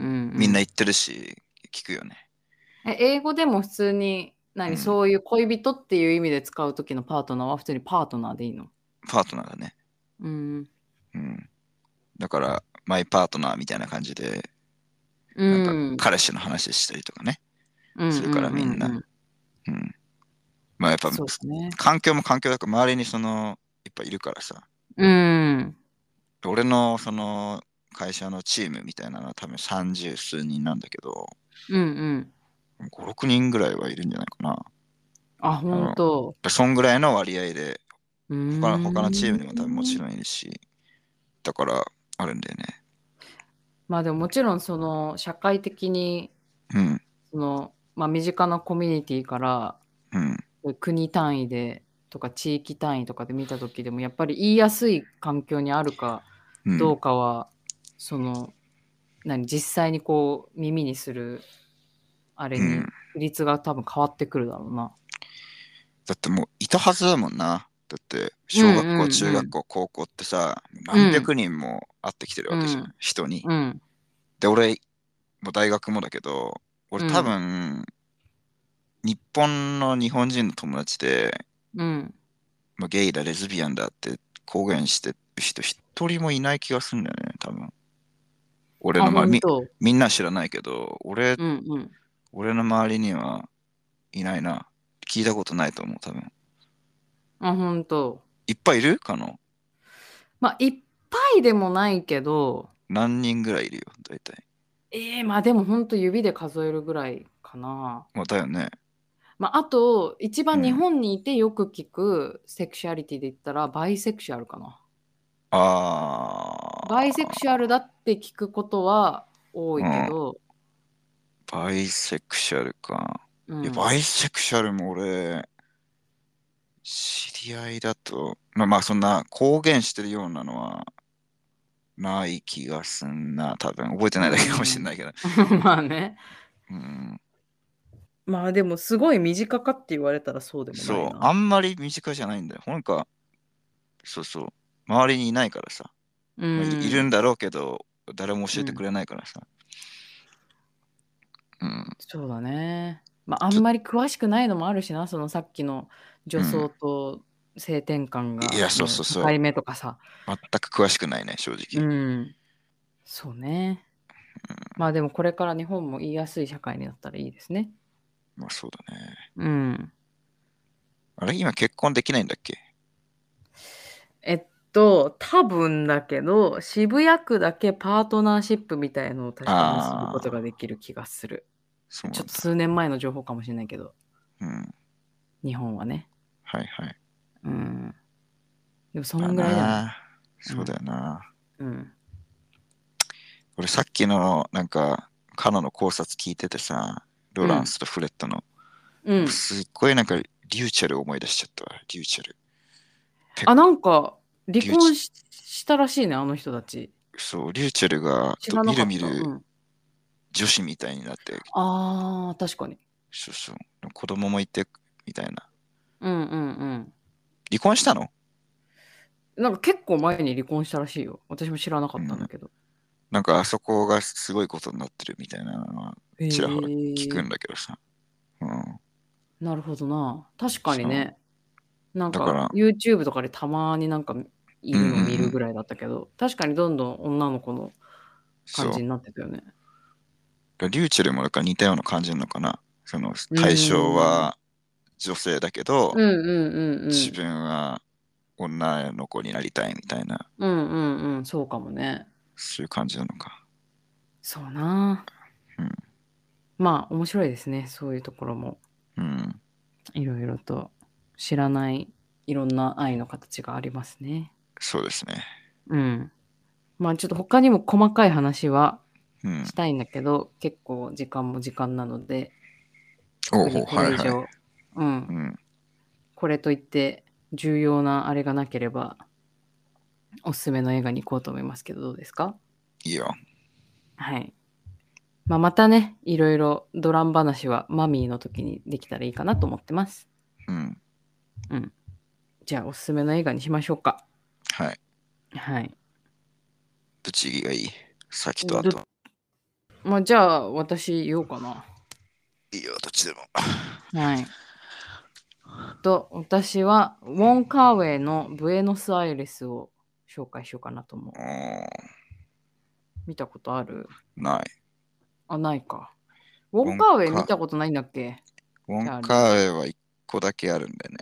みんな言ってるし、聞くよね。 英語でも普通にうん。 そういう恋人っていう意味で使う時のパートナーは普通にパートナーでいいの？ パートナーだね。 うん。 うん。だから、マイパートナーみたいな感じで、 うなんかん。 彼氏の話したりとかね、 うんうんするからみんな。 うんうん。 うん。まあやっぱ、 そうだね。 環境も環境だから、周りにいっぱいいるからさ。 うん。 俺の会社のチームみたいなのは多分30数人なんだけど、 うんうん 5、6人ぐらいはいるんじゃないかな。 あ、本当。 そんぐらいの割合で、 うー他のチームにも多分もちろん。 んいるし、だからあるんだよね。 まあでももちろんその社会的にうん、 その、まあ、身近なコミュニティからうん、 国単位でとか地域単位とかで見た時でもやっぱり言いやすい環境にあるかどうん、 うかはその実際にこう耳にするあれうん。 に比率が多分変わってくるだろうな。 だってもういたはずだもんな。だってうん小学校、 うんうん中学校、高校ってさ、 うん何百人も会ってきてるわけじゃん、 うん人に。 うんで、俺、もう大学もだけど、俺多うん分、日本人の友達で、 うんまあ、ゲイだ、レズビアンだって公言してる人一人もいない気がするんだよね、多分。俺あの、 本当みんな知らないけど、 うんうん俺の周りにはいないな。聞いたことないと思う、多分。 あ本当いっぱいいるかのまあいっぱいでもないけど何人ぐらいいるよ、大体。 まあでも本当指で数えるぐらいかな。 まあ、だよね。 まあ、あと、一番日うん。 本にいてよく聞くセクシュアリティで言ったら、バイセクシュアルかな。バイセクシュアルだって聞くことは多いけうん。 ど、 バイセクシャルか。いや、 うん。 バイセクシャルも俺、知り合いだと、まあそんな公言してるようなのはない気がすんな、多分。覚えてうないだけかもしれん。 ないけど。 まあね。 うん。 まあでも、すごい身近かって言われたらそうでもないそう、あな。 んまり身近じゃないんだよ。なんか、そうそう、周りにいないからさ。 うまあ、いるんん。 だろうけど、誰も教うん。 えてくれないからさ。うん。 そうだね。まあ、あちょ、 んまり詳しくないのもあるしな、そのさっきの女うん。 装と性転換いや、そうがのそうそう。 境目とかさ。 全く詳しくないね、正う直。 ん。そうね。まあでもこれから日本も言いやすい社会になったらいいですね。 まあそうだね。 うん。 あれ、今結婚できないんだっけ？ 多分だけど、渋谷区だけパートナーシップみたいのを確か結ぶことがああできる気がする。ちょっとそうなんだ。 数年前の情報かもしれないけど、 うん。 日本はね。 はいはい。 うん。でもそまあんぐらいだよね。 な、そうだようん。 な。 うん。 俺さっきのなんか、カナの考察聞いててさ、ロうん。 ランスとフレットの、 うん。 すっごいなんか、リューチェル思い出しちゃったわ。リューチェル。ペあ、なんか、離リューチ、 婚したらしいね、あの人たち。 そう、リューチェルがみ知らなかった。うるみるん。 女子みたいになって、 ああ、確かに。 そうそう、子供もいて、みたいな。 うんうんうん。 離婚したの？ なんか結構前に離婚したらしいよ。私も知らなかうん。 ったんだけど。 なんかあそこがすごいことになってるみたいなのは、 へちらほら聞くえ、 んだけどさ。うん。 なるほどな。確かにそう。 ね。なんかだから、 YouTube とかでたまになんかいうんうんうるの見るぐん。 らいだったけど、確かにどんどん女の子のそう。 感じになってたよね。 リューチェルもだから似たような感じなのかな。そのう対象ーん。 は女性だけど、 うんうんうんう自ん。 分は女の子になりたいみたいな、 うんうんうん。そうかもね。 そういう感じなのか。 そうな。 うん。 まあ面白いですね。そういうところもうん。 いろいろと知らないいろんな愛の形がありますね。 そうですね。 うん。まあちょっと他にも細かい話はうん。 したいんだけど、結構時間も時間なので、 おうほう、 特にこはいはい。 れ以上、うん、 うん。 これといって重要なあれがなければ、おすすめの映画に行こうと思いますけど、どうですか？ いいよ。 はい。まあ、またね、いろいろドラン話はマミーの時にできたらいいかなと思ってます。 うん。 うん。じゃあ、おすすめの映画にしましょうか。 はい。 はい。 どっちがいい？先とど、 後。 まあ、じゃあ、私言おうかな。 いいよ、どっちでも。 はい。私は、ウォン・カーウェイのブエノスアイレスを紹介しようかなと思う。 うーん、 見たことある？ ない。 あ、ないか。ウォウォン・カーウェイ見ンカ、 たことないんだっけ？ ウォンチャーリー。 カーウェイは一個だけあるんでね。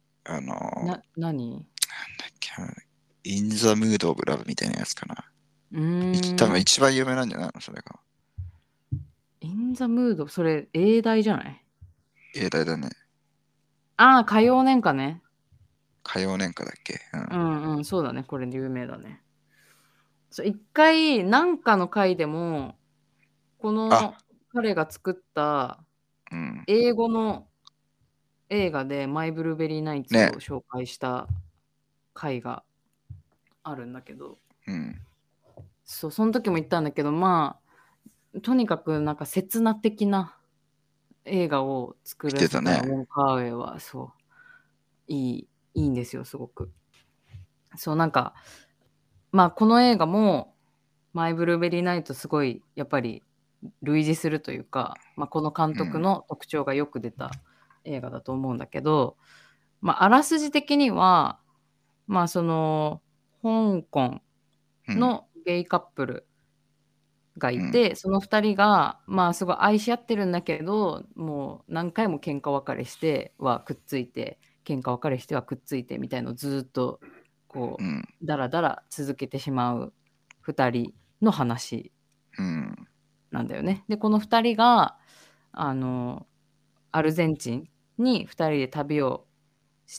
何？ だっけ、インザムードオブラブみたいなやつかな。 うー多分ん。 一番有名なんじゃないのそれが。 インザムード、それ、英題じゃない？ 英題だね。 ああ、歌謡年歌ね。 歌謡年歌だっけ？うん。 うんうん、そうだね。これ有名だね。そう、一回、なんかの回でも、こあ、 の彼が作ったうん。 英語の映画でマイブルーベリーナイツね。 を紹介した回があるんだけど、 うん。 そう、その時も言ったんだけど、まあ、とにかくなんか刹那的な映画を作来らせたてたね。 ウォン・カーウェイは、そう、いいんですよ、すごく。そう、なんか、まあ、この映画も、マイブルーベリーナイトすごい、やっぱり類似するというか、まあ、この監督うん。 の特徴がよく出た映画だと思うんだけど、まあ、あらすじ的には、まあ、その、香港うん。 のゲイカップルがうん。 いて、その2人が、まあ、すごい愛し合ってるんだけど、もう何回も喧嘩別れしてはくっついて、喧嘩別れしてはくっついてみたいのをずっとこうん。 うだらだら続けてしまう2人の話うん。 なんだよね。でこの2人があのアルゼンチンに2人で旅をして、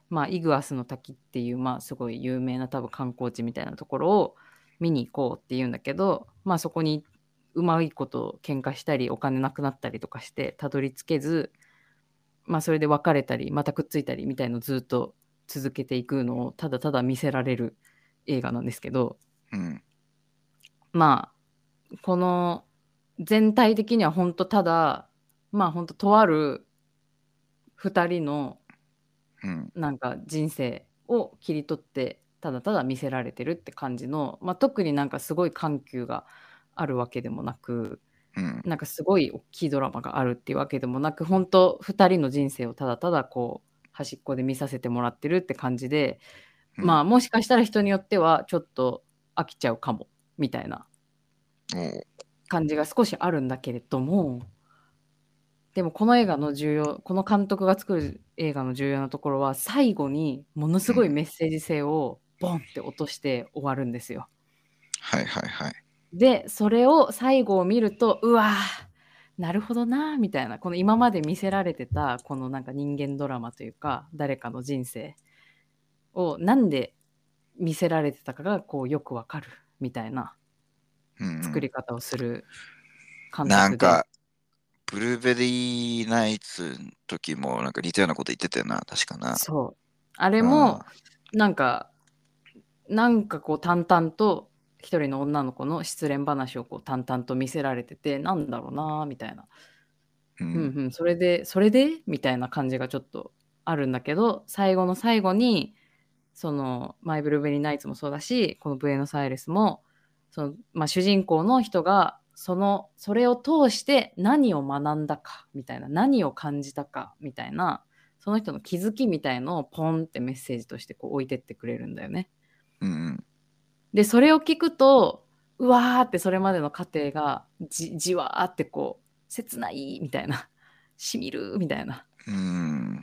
まあ、イグアスの滝っていう、まあ、すごい有名な多分観光地みたいなところを見に行こうっていうんだけど、まあ、そこにうまいこと喧嘩したりお金なくなったりとかしてたどり着けず、まあ、それで別れたりまたくっついたりみたいのをずっと続けていくのをただただ見せられる映画なんですけど、 うん。 まあこの全体的には本当ただまあ本当とある2人のうん。 なんか人生を切り取ってただただ見せられてるって感じの、まあ、特になんかすごい緩急があるわけでもなく、 うん。 なんかすごい大きいドラマがあるっていうわけでもなく、本当2人の人生をただただこう端っこで見させてもらってるって感じで、 うん。 まあもしかしたら人によってはちょっと飽きちゃうかもみたいなおう。 感じが少しあるんだけれども、でもこの映画の重要、この監督が作る映画の重要なところは、最後にものすうん。 ごいメッセージ性をボンって落として終わるんですよ。 はいはいはい。 で、それを最後を見ると、うわなるほどなみたいな、この今まで見せられてたこのなんか人間ドラマというか、誰かの人生をなんで見せられてたかがこうよくわかるみたいなうんうん。 作り方をする監督で、 なんか、ブルーベリーナイツの時もなんか似たようなこと言ってたよな、確かな。 そう。あれうん。 もなんかこう淡々と一人の女の子の失恋話をこう淡々と見せられてて、なんだろうなみたいな、うんうんうん、それでみたいな感じがちょっとあるんだけど、最後の最後にそのマイ・ブルーベリー・ナイツもそうだし、このブエノスアイレスもその、まあ、主人公の人がそれを通して何を学んだかみたいな、何を感じたかみたいな、その人の気づきみたいのをポンってメッセージとしてこう置いてってくれるんだよね。 うん。 で、それを聞くと、うわーってそれまでの過程がじわーってこう、切ないみたいな、しみるみたいな、 うん。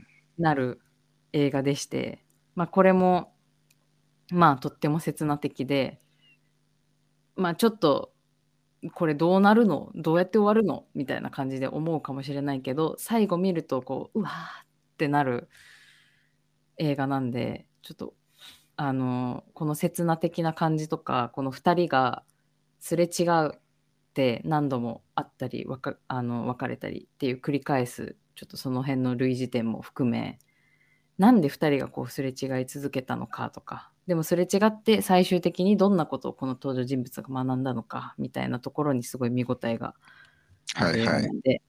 なる映画でして、まあこれも、まあとっても切な的で、まあちょっと、これどうなるのどうやって終わるのみたいな感じで思うかもしれないけど、最後見るとこう、うわーってなる映画なんで、ちょっとこの刹那的な感じとか、この2人がすれ違うって何度もあったり、別れたりっていう繰り返す、ちょっとその辺の類似点も含め、なんで2人がこうすれ違い続けたのかとか、でもすれ違って最終的にどんなことをこの登場人物が学んだのかみたいなところにすごい見応えがある映画はいはい。 なんで、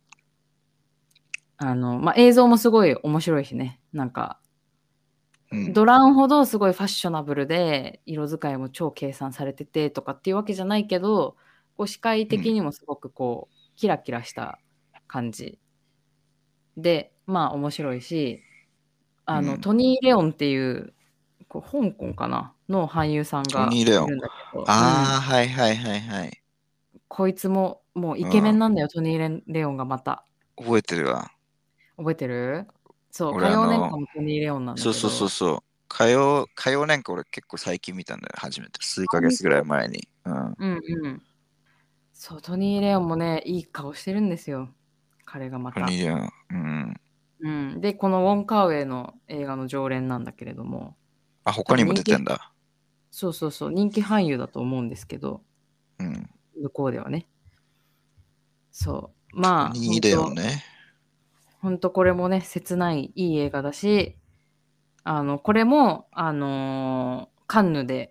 まあ、映像もすごい面白いしね、なんかうん。 ドランほどすごいファッショナブルで色使いも超計算されててとかっていうわけじゃないけど、こう視界うん。 的にもすごくこうキラキラした感じで、まあ面白いし、 うん。 トニー・レオンっていうこう香港かなの俳優さんトニー・レオン。 がいるんだけど、うん、 ああ、はいはいはいはい。 こいつももうイケメうん。 ンなんだよ、トニー・レオンがまた。 覚えてるわ。 覚えてる？そう、 俺火曜年間もトニー・レオンなんだそうそうそうけど、 そう。火曜なんか俺結構最近見たんだよ。初めて。数ヶ月ぐらい本当、 前に。うん。 うんうん。 そう、トニー・レオンもね、いい顔してるんですよ。彼がまた。 トニー・レオン。うん。 うん。で、このウォン・カーウェイの映画の常連なんだけれども、 あ、他にも多分人気、 出てんだ。 そうそうそう、人気俳優だと思うんですけど、 うん。 向こうではね。そう。まあ、 トニー・レオンね。 本当これもね、切ないいい映画だし、これも、カンヌで、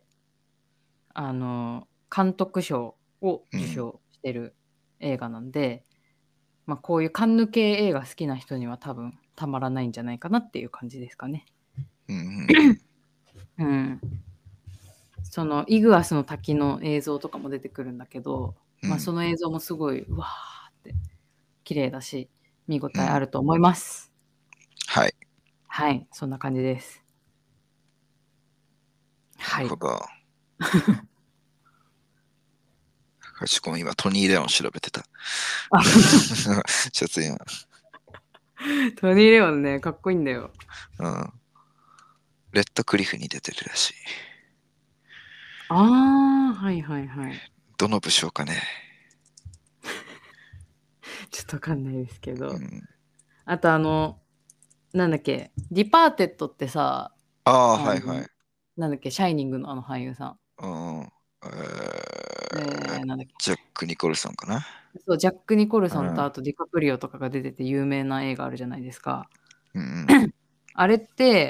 監督賞を受うん。 賞してる映画なんで、まあ、こういうカンヌ系映画好きな人には多分たまらないんじゃないかなっていう感じですかね。 うん。うん。 うん。そのイグアスの滝の映像とかも出てくるんだけど、まあ、そうん。 の映像もすごいうわーって綺麗だし、見応えあうん。 ると思います。 はい。 はい、そんな感じです。はい。 なるほど。しかも今、トニー・レオン調べてた。 あ、 ちょっと今、 トニー・レオンね、かっこいいんだよ。 うん。レッドクリフに出てるらしい。 ああ、はいはいはい。 どの部署かね。 ちょっとわかんないですけど。 うん。 あとなんだっけ、ディパーテッドってさ、 ああ、 あの、 はいはい。 なんだっけ、シャイニングの俳優さうん。 なんだっけ。 ジャック・ニコルソンかな。 そう、ジャック・ニコルソンとうん。 あとディカプリオとかが出てて有名な映画あるじゃないですか。 うんうん。 あれって、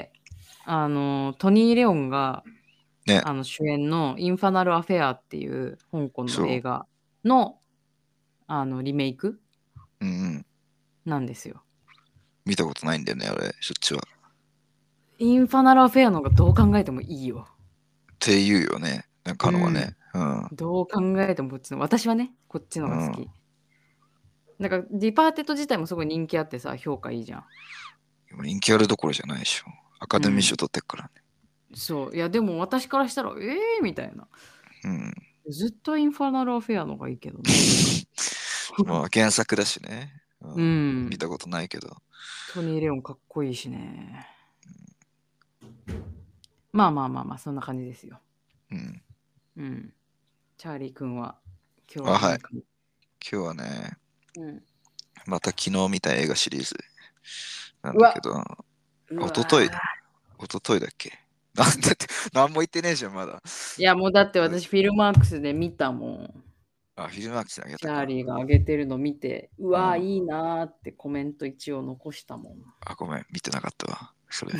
トニー・レオンがね。 主演のインファナル・アフェアっていう香港のそう。 映画の、リメイクうんうん。 なんですよ。 見たことないんだよね、俺、そっちは。っインファナル・アフェアの方がどう考えてもいいよ。 て言うよね。なんかうん。 のはね。うん。 どう考えてもこっちの、私はね、こっちのうん。 が好き。なんか、ディパーテッド自体もすごい人気あってさ、評価いいじゃん。 人気あるどころじゃないでしょ。アカデミー賞うん。 取ってっからね。 そう。いや、でも私からしたら、みたいな。 うん。 ずっとインファナルアフェアのがいいけどな、とか。 まあ原作だしね。ううん。見ん。 たことないけど。 トニー・レオンかっこいいしね。まあまあまあまあ、そんな感じですよ。 うん。 うん。チャーリー君は、今日あ、はい。 は何か。 今日はね、 うん。 また昨日見た映画シリーズなんうわ、 だけど、 うおととい、 わー。 おとといだっけ。なんだって、何も言ってねえじゃん、まだ。 いや、もうだって私、フィルマークスで見たもん。 あ、フィルマークスにあげチたか。 ャーリーが上げてるの見て、うわー、 うん。 いいなーってコメント一応残したもん。 あ、ごめん、見てなかったわ。それ。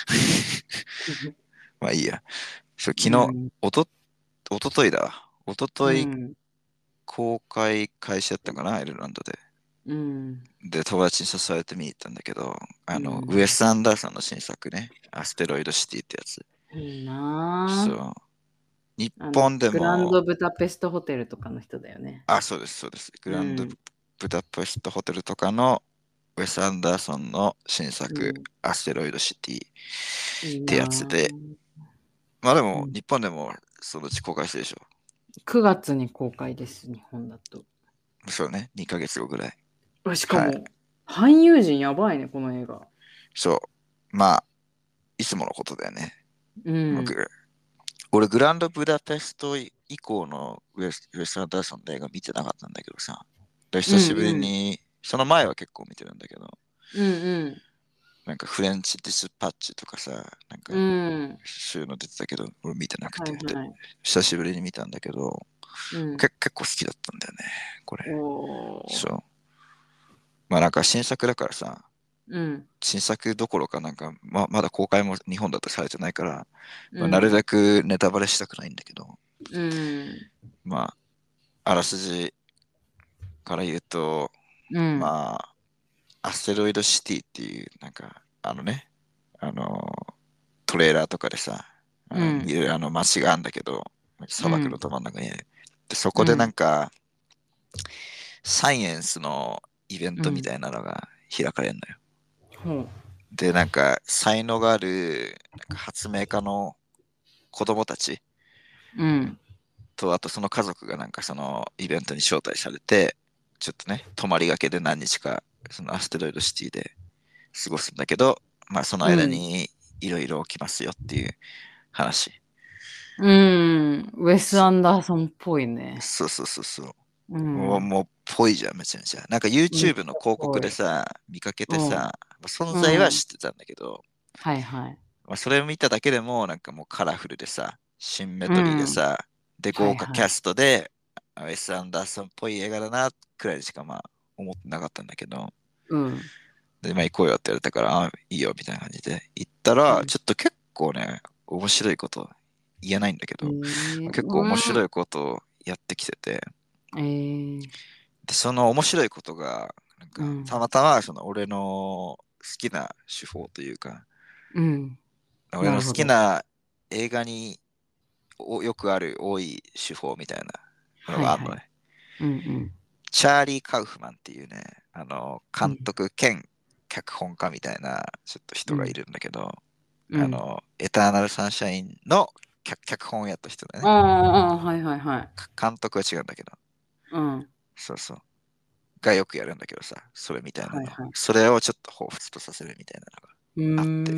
まあいいや。そう、昨日、 うん。 おとといだ。おとというん。 公開開始だったかな、アイルランドで。 うん。 で、友達に誘われて見に行ったんだけど、 うウエん。 ス・アンダーソンの新作ね、アステロイド・シティってやつ。 いいなー。 そう。日本でグランも、 ドブダペストホテルとかの人だよね。 あ、そうです、そうです。グランドうん。 ブダペストホテルとかのウェス・アンダーソンの新作、 うん。 アステロイド・シティっいいてやつなで、 ー。 まあでも、 うん。 日本でもそのうち公開してるでしょ。 9月に公開です、日本だと。 そうね、2ヶ月後ぐらい。 しかはい。 も、俳優陣やばいね、この映画。 そう。まあ、いつものことだよね。 うまあん。 俺、グランドブダペスト以降のウエストアンダーソンの映画見てなかったんだけどさ。でうん久しぶりうん。 に、その前は結構見てるんだけど、 うんうん。 なんかフレンチディスパッチとかさ、なんうかん。 そういうの出てたけど、俺見てなくて、ではいはい。 久しぶりに見たんだけど、 うん。 結構好きだったんだよね、これ。 おー。 そう。まあなんか新作だからさ、 うん。 新作どころかなんか、まだ公開も日本だとされてないから、まあ、なるうん。 べくネタバレしたくないんだけど、 うん。 まあ、あらすじから言うと、 うん。 まあ、アステロイドシティっていう、なんか、あの、トレーラーとかでさ、見うん。 る街があるんだけど、砂漠のうん。 ど真ん中にある。で、そこでなんうん。 か、サイエンスのイベントみうん。 たいなのが開かれるのよ。 ほう。 で、なんか、才能がある、なんか発明家の子供たちうん。 と、あとその家族がなんかそのイベントに招待されて、ちょっとね、泊まりがけで何日か、そのアステロイドシティで過ごすんだけど、まあそのうん。 間にいろいろ起きますよっていう話。 うん。ウェス・そアンダーソンっぽいね。 そうそうそうそう。 もうぽいじゃん、めちゃめちゃ。なんか YouTube の広告でさ、見かけてさ、存在は知ってたんだけど、 はいはい。 それを見ただけでも、なんかもうカラフルでさ、シンメトリーでさ、で、豪華キャストで、ウェス・アンダーソンっぽい映画だな、くらいしか思ってなかったんだけど、で、行こうよって言われたから、いいよ、みたいな感じで行ったら、ちょっと結構ね、面白いこと言えないんだけど、結構面白いことをやってきてて、で、その面白いことが、なんか、たまたま、俺の好きな手法というか、俺の好きな映画によくある多い手法みたいなのがあるのね。チャーリー・カウフマンっていうね、監督兼脚本家みたいなちょっと人がいるんだけど、エターナル・サンシャインの脚本をやった人だね。監督は違うんだけど。そうそう。がよくやるんだけどさ、それみたいなの。それをちょっと彷彿とさせるみたいなのがあって。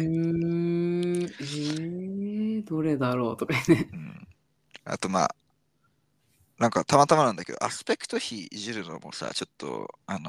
どれだろうとかね。 あとなんかたまたまなんだけど、アスペクト比いじるのもさ、ちょっと、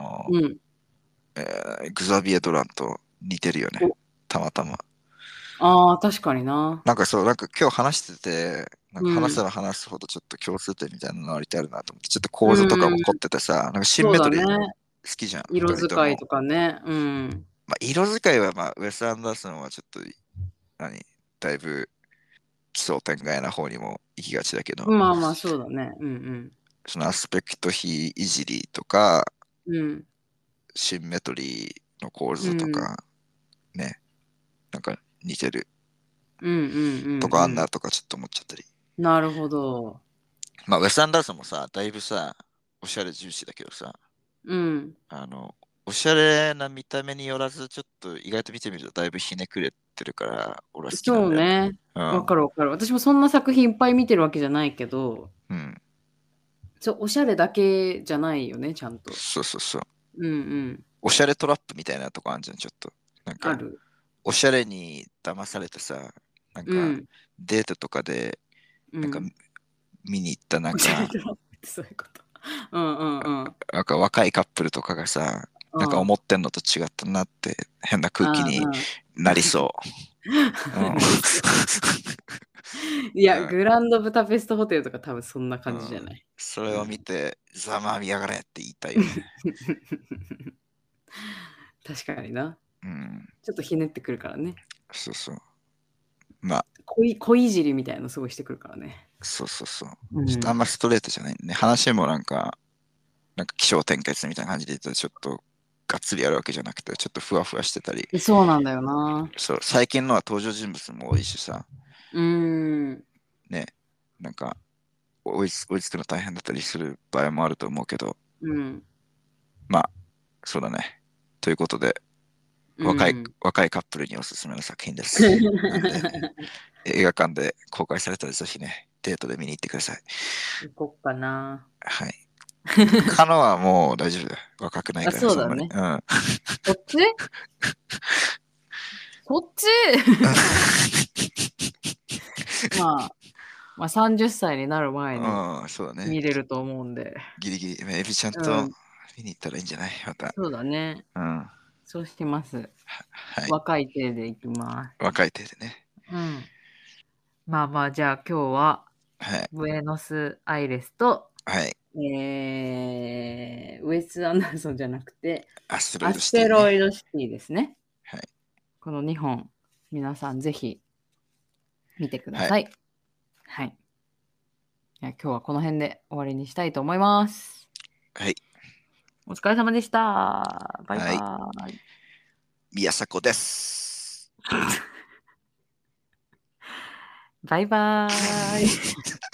グザビエ・ドランと似てるよね。たまたま。 確かにな。 なんかそう、なんか今日話してて、なんか話せば話すほどちょっと共通点みたいなのありてあるなと思って、ちょっと構図とかも凝っててさ、なんかシンメトリー好きじゃん。 色使いとかね。 色使いはウェス・アンダーソンはちょっと、だいぶ奇想天外な方にも行きがちだけど。 そうだね。 そのアスペクト比いじりとか、シンメトリーの構図とか、ね、なんか似てるとかあんなとかちょっと思っちゃったり。 なるほど。 ウェス・アンダーソンもさ、だいぶさ、おしゃれ重視だけどさ、おしゃれな見た目によらず、ちょっと意外と見てみるとだいぶひねくれてるから、俺は好きなんだよね。 わかるわかる。私もそんな作品いっぱい見てるわけじゃないけど、おしゃれだけじゃないよね、ちゃんと。 そうそうそう。おしゃれトラップみたいなとこあるじゃん、ちょっと。なんか、おしゃれに騙されてさ、なんか、デートとかで、なんか、見に行ったなんか、 そういうこと。 なんか若いカップルとかがさ、なんか思ってんのと違ったなって変な空気になりそう。 いや、グランドブタペストホテルとか多分そんな感じじゃない。 それを見て、ざまみやがれって言いたいよね。 確かにな。ちょっとひねってくるからね。 そうそう。 恋いじりみたいなのすごいしてくるからね。 そうそうそう。ちょっとあんまストレートじゃないね。話もなんか起承転結みたいな感じで言うと、ちょっとがっつりやるわけじゃなくて、ちょっとふわふわしてたり。 そうなんだよな。 そう、最近のは登場人物も多いしさ。ね、なんか追いつくの大変だったりする場合もあると思うけど。そうだね。ということで、若いカップルにおすすめの作品です。映画館で公開されたらぜひね、デートで見に行ってください。 行こっかな。 はい。カノはもう大丈夫だよ。若くないから。 そうだね。そっちそっち30歳になる前に見れると思うんで。 ギリギリ、エビちゃんと見に行ったらいいんじゃないまた。 そうだね。そうします。若い手でいきます。 若い手でね。 じゃあ今日は、ブエノスアイレスと、ウエス・アンダーソンじゃなくて、アステロイドシティですね。この2本、皆さんぜひ見てください。今日はこの辺で終わりにしたいと思います。お疲れ様でした。バイバイ。 宮迫です。 バイバーイ。